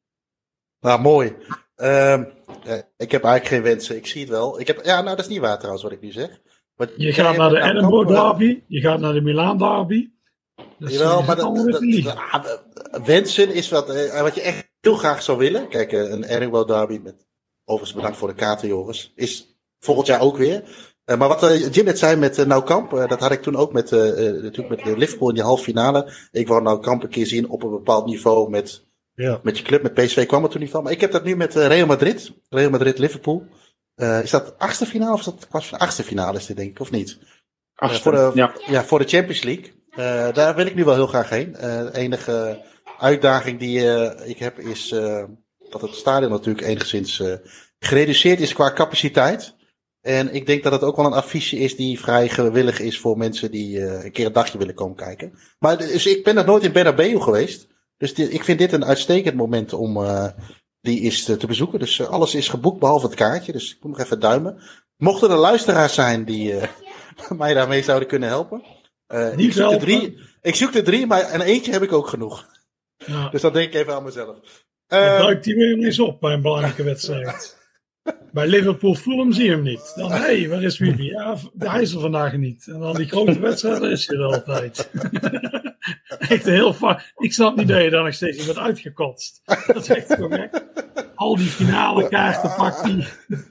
nou mooi. Uh, ik heb eigenlijk geen wensen, ik zie het wel. Ik heb, ja, nou dat is niet waar trouwens wat ik nu zeg. Wat, je gaat naar de nou, Edinburgh derby, je gaat naar de Milaan derby. Dus, Jawel, maar dat, dat, dat, wensen is wat, uh, wat je echt heel graag zou willen. Kijk, een Erringwell derby met, overigens bedankt voor de kaarten, Joris, is volgend jaar ook weer. Uh, maar wat uh, Jim net zei met uh, Nou Kamp, uh, dat had ik toen ook met, uh, uh, natuurlijk met Liverpool in die halve finale. Ik wou Nou Kamp een keer zien op een bepaald niveau met, ja. met je club. Met P S V kwam het toen niet van. Maar ik heb dat nu met uh, Real Madrid. Real Madrid-Liverpool. Uh, is dat achtste finale of is dat kwart achtste finale is dit, denk ik, of niet? Achtste, uh, voor, de, ja. ja, voor de Champions League. Uh, daar wil ik nu wel heel graag heen. Uh, de enige uitdaging die uh, ik heb is uh, dat het stadion natuurlijk enigszins uh, gereduceerd is qua capaciteit. En ik denk dat het ook wel een affiche is die vrij gewillig is voor mensen die uh, een keer een dagje willen komen kijken. Maar dus ik ben nog nooit in Bernabeu geweest. Dus die, ik vind dit een uitstekend moment om uh, die eens te, te bezoeken. Dus uh, alles is geboekt behalve het kaartje. Dus ik moet nog even duimen. Mochten er luisteraars zijn die uh, mij daarmee zouden kunnen helpen. Uh, ik, zoek er drie, ik zoek er drie, maar en eentje heb ik ook genoeg. Ja. Dus dat denk ik even aan mezelf. Uh, duikt die weer eens op bij een belangrijke wedstrijd. Bij Liverpool Fulham zie je hem niet. Dan, hé, hey, waar is Wiebe? Ja, hij is er vandaag niet. En dan die grote wedstrijden is hij er altijd. Echt heel vaak. Ik snap niet dat je daar nog steeds in wordt uitgekotst. Dat is echt correct. Al die finale kaarten pakt hij.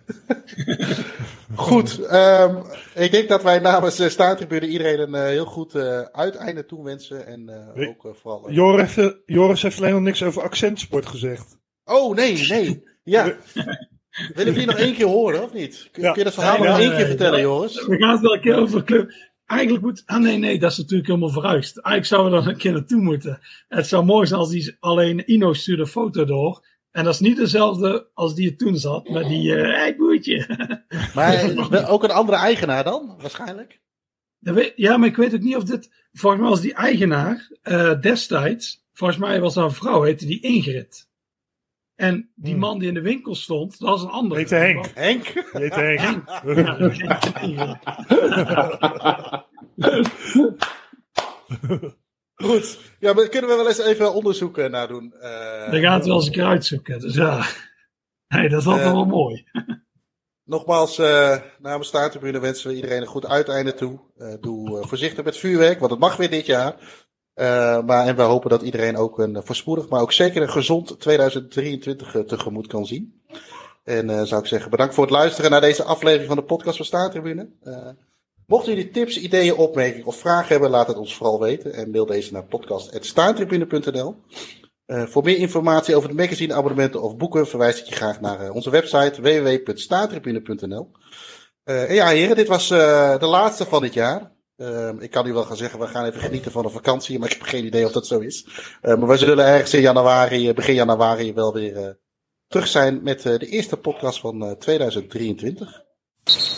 Goed, um, ik denk dat wij namens uh, Staantribune iedereen een uh, heel goed uh, uiteinde toewensen. En uh, ook uh, vooral... Uh... Joris, uh, Joris heeft alleen nog niks over accentsport gezegd. Oh, nee, nee. Ja. Willen we die nog één keer horen, of niet? Kun, ja. kun je dat verhaal nee, nog nee, één keer nee, vertellen, nee. Joris? We gaan het wel een keer over club. Eigenlijk moet... Ah, nee, nee, dat is natuurlijk helemaal verhuisd. Eigenlijk zouden we er een keer naartoe moeten. Het zou mooi zijn als die alleen Ino stuurde een foto door. En dat is niet dezelfde als die er toen zat, met die... Hé, uh, hey, boertje. Maar ook een andere eigenaar dan, waarschijnlijk? Ja, maar ik weet ook niet of dit... Volgens mij was die eigenaar uh, destijds... Volgens mij was dat een vrouw, heette die Ingrid. En die hmm. man die in de winkel stond, dat was een andere. Heette Henk. Henk? Heette Henk. Henk. Ja, Goed. Ja, maar kunnen we wel eens even onderzoek naar doen? Uh, Daar gaat het wel eens een keer uitzoeken. Dus ja, hey, dat is altijd uh, wel mooi. Nogmaals, uh, namens Staantribune wensen we iedereen een goed uiteinde toe. Uh, doe uh, voorzichtig met vuurwerk, want het mag weer dit jaar. Uh, maar en we hopen dat iedereen ook een voorspoedig, maar ook zeker een gezond tweeduizend drieëntwintig uh, tegemoet kan zien. En uh, zou ik zeggen, bedankt voor het luisteren naar deze aflevering van de podcast van Staantribune. Uh, mochten jullie tips, ideeën, opmerkingen of vragen hebben, laat het ons vooral weten. En mail deze naar podcast apenstaartje staantribune punt n l. Uh, voor meer informatie over de magazine, abonnementen of boeken verwijs ik je graag naar uh, onze website w w w punt staantribune punt n l. Uh, en ja, heren, dit was uh, de laatste van dit jaar. Uh, ik kan nu wel gaan zeggen, we gaan even genieten van een vakantie, maar ik heb geen idee of dat zo is. Uh, maar we zullen ergens in januari, begin januari wel weer uh, terug zijn met uh, de eerste podcast van uh, tweeduizend drieëntwintig.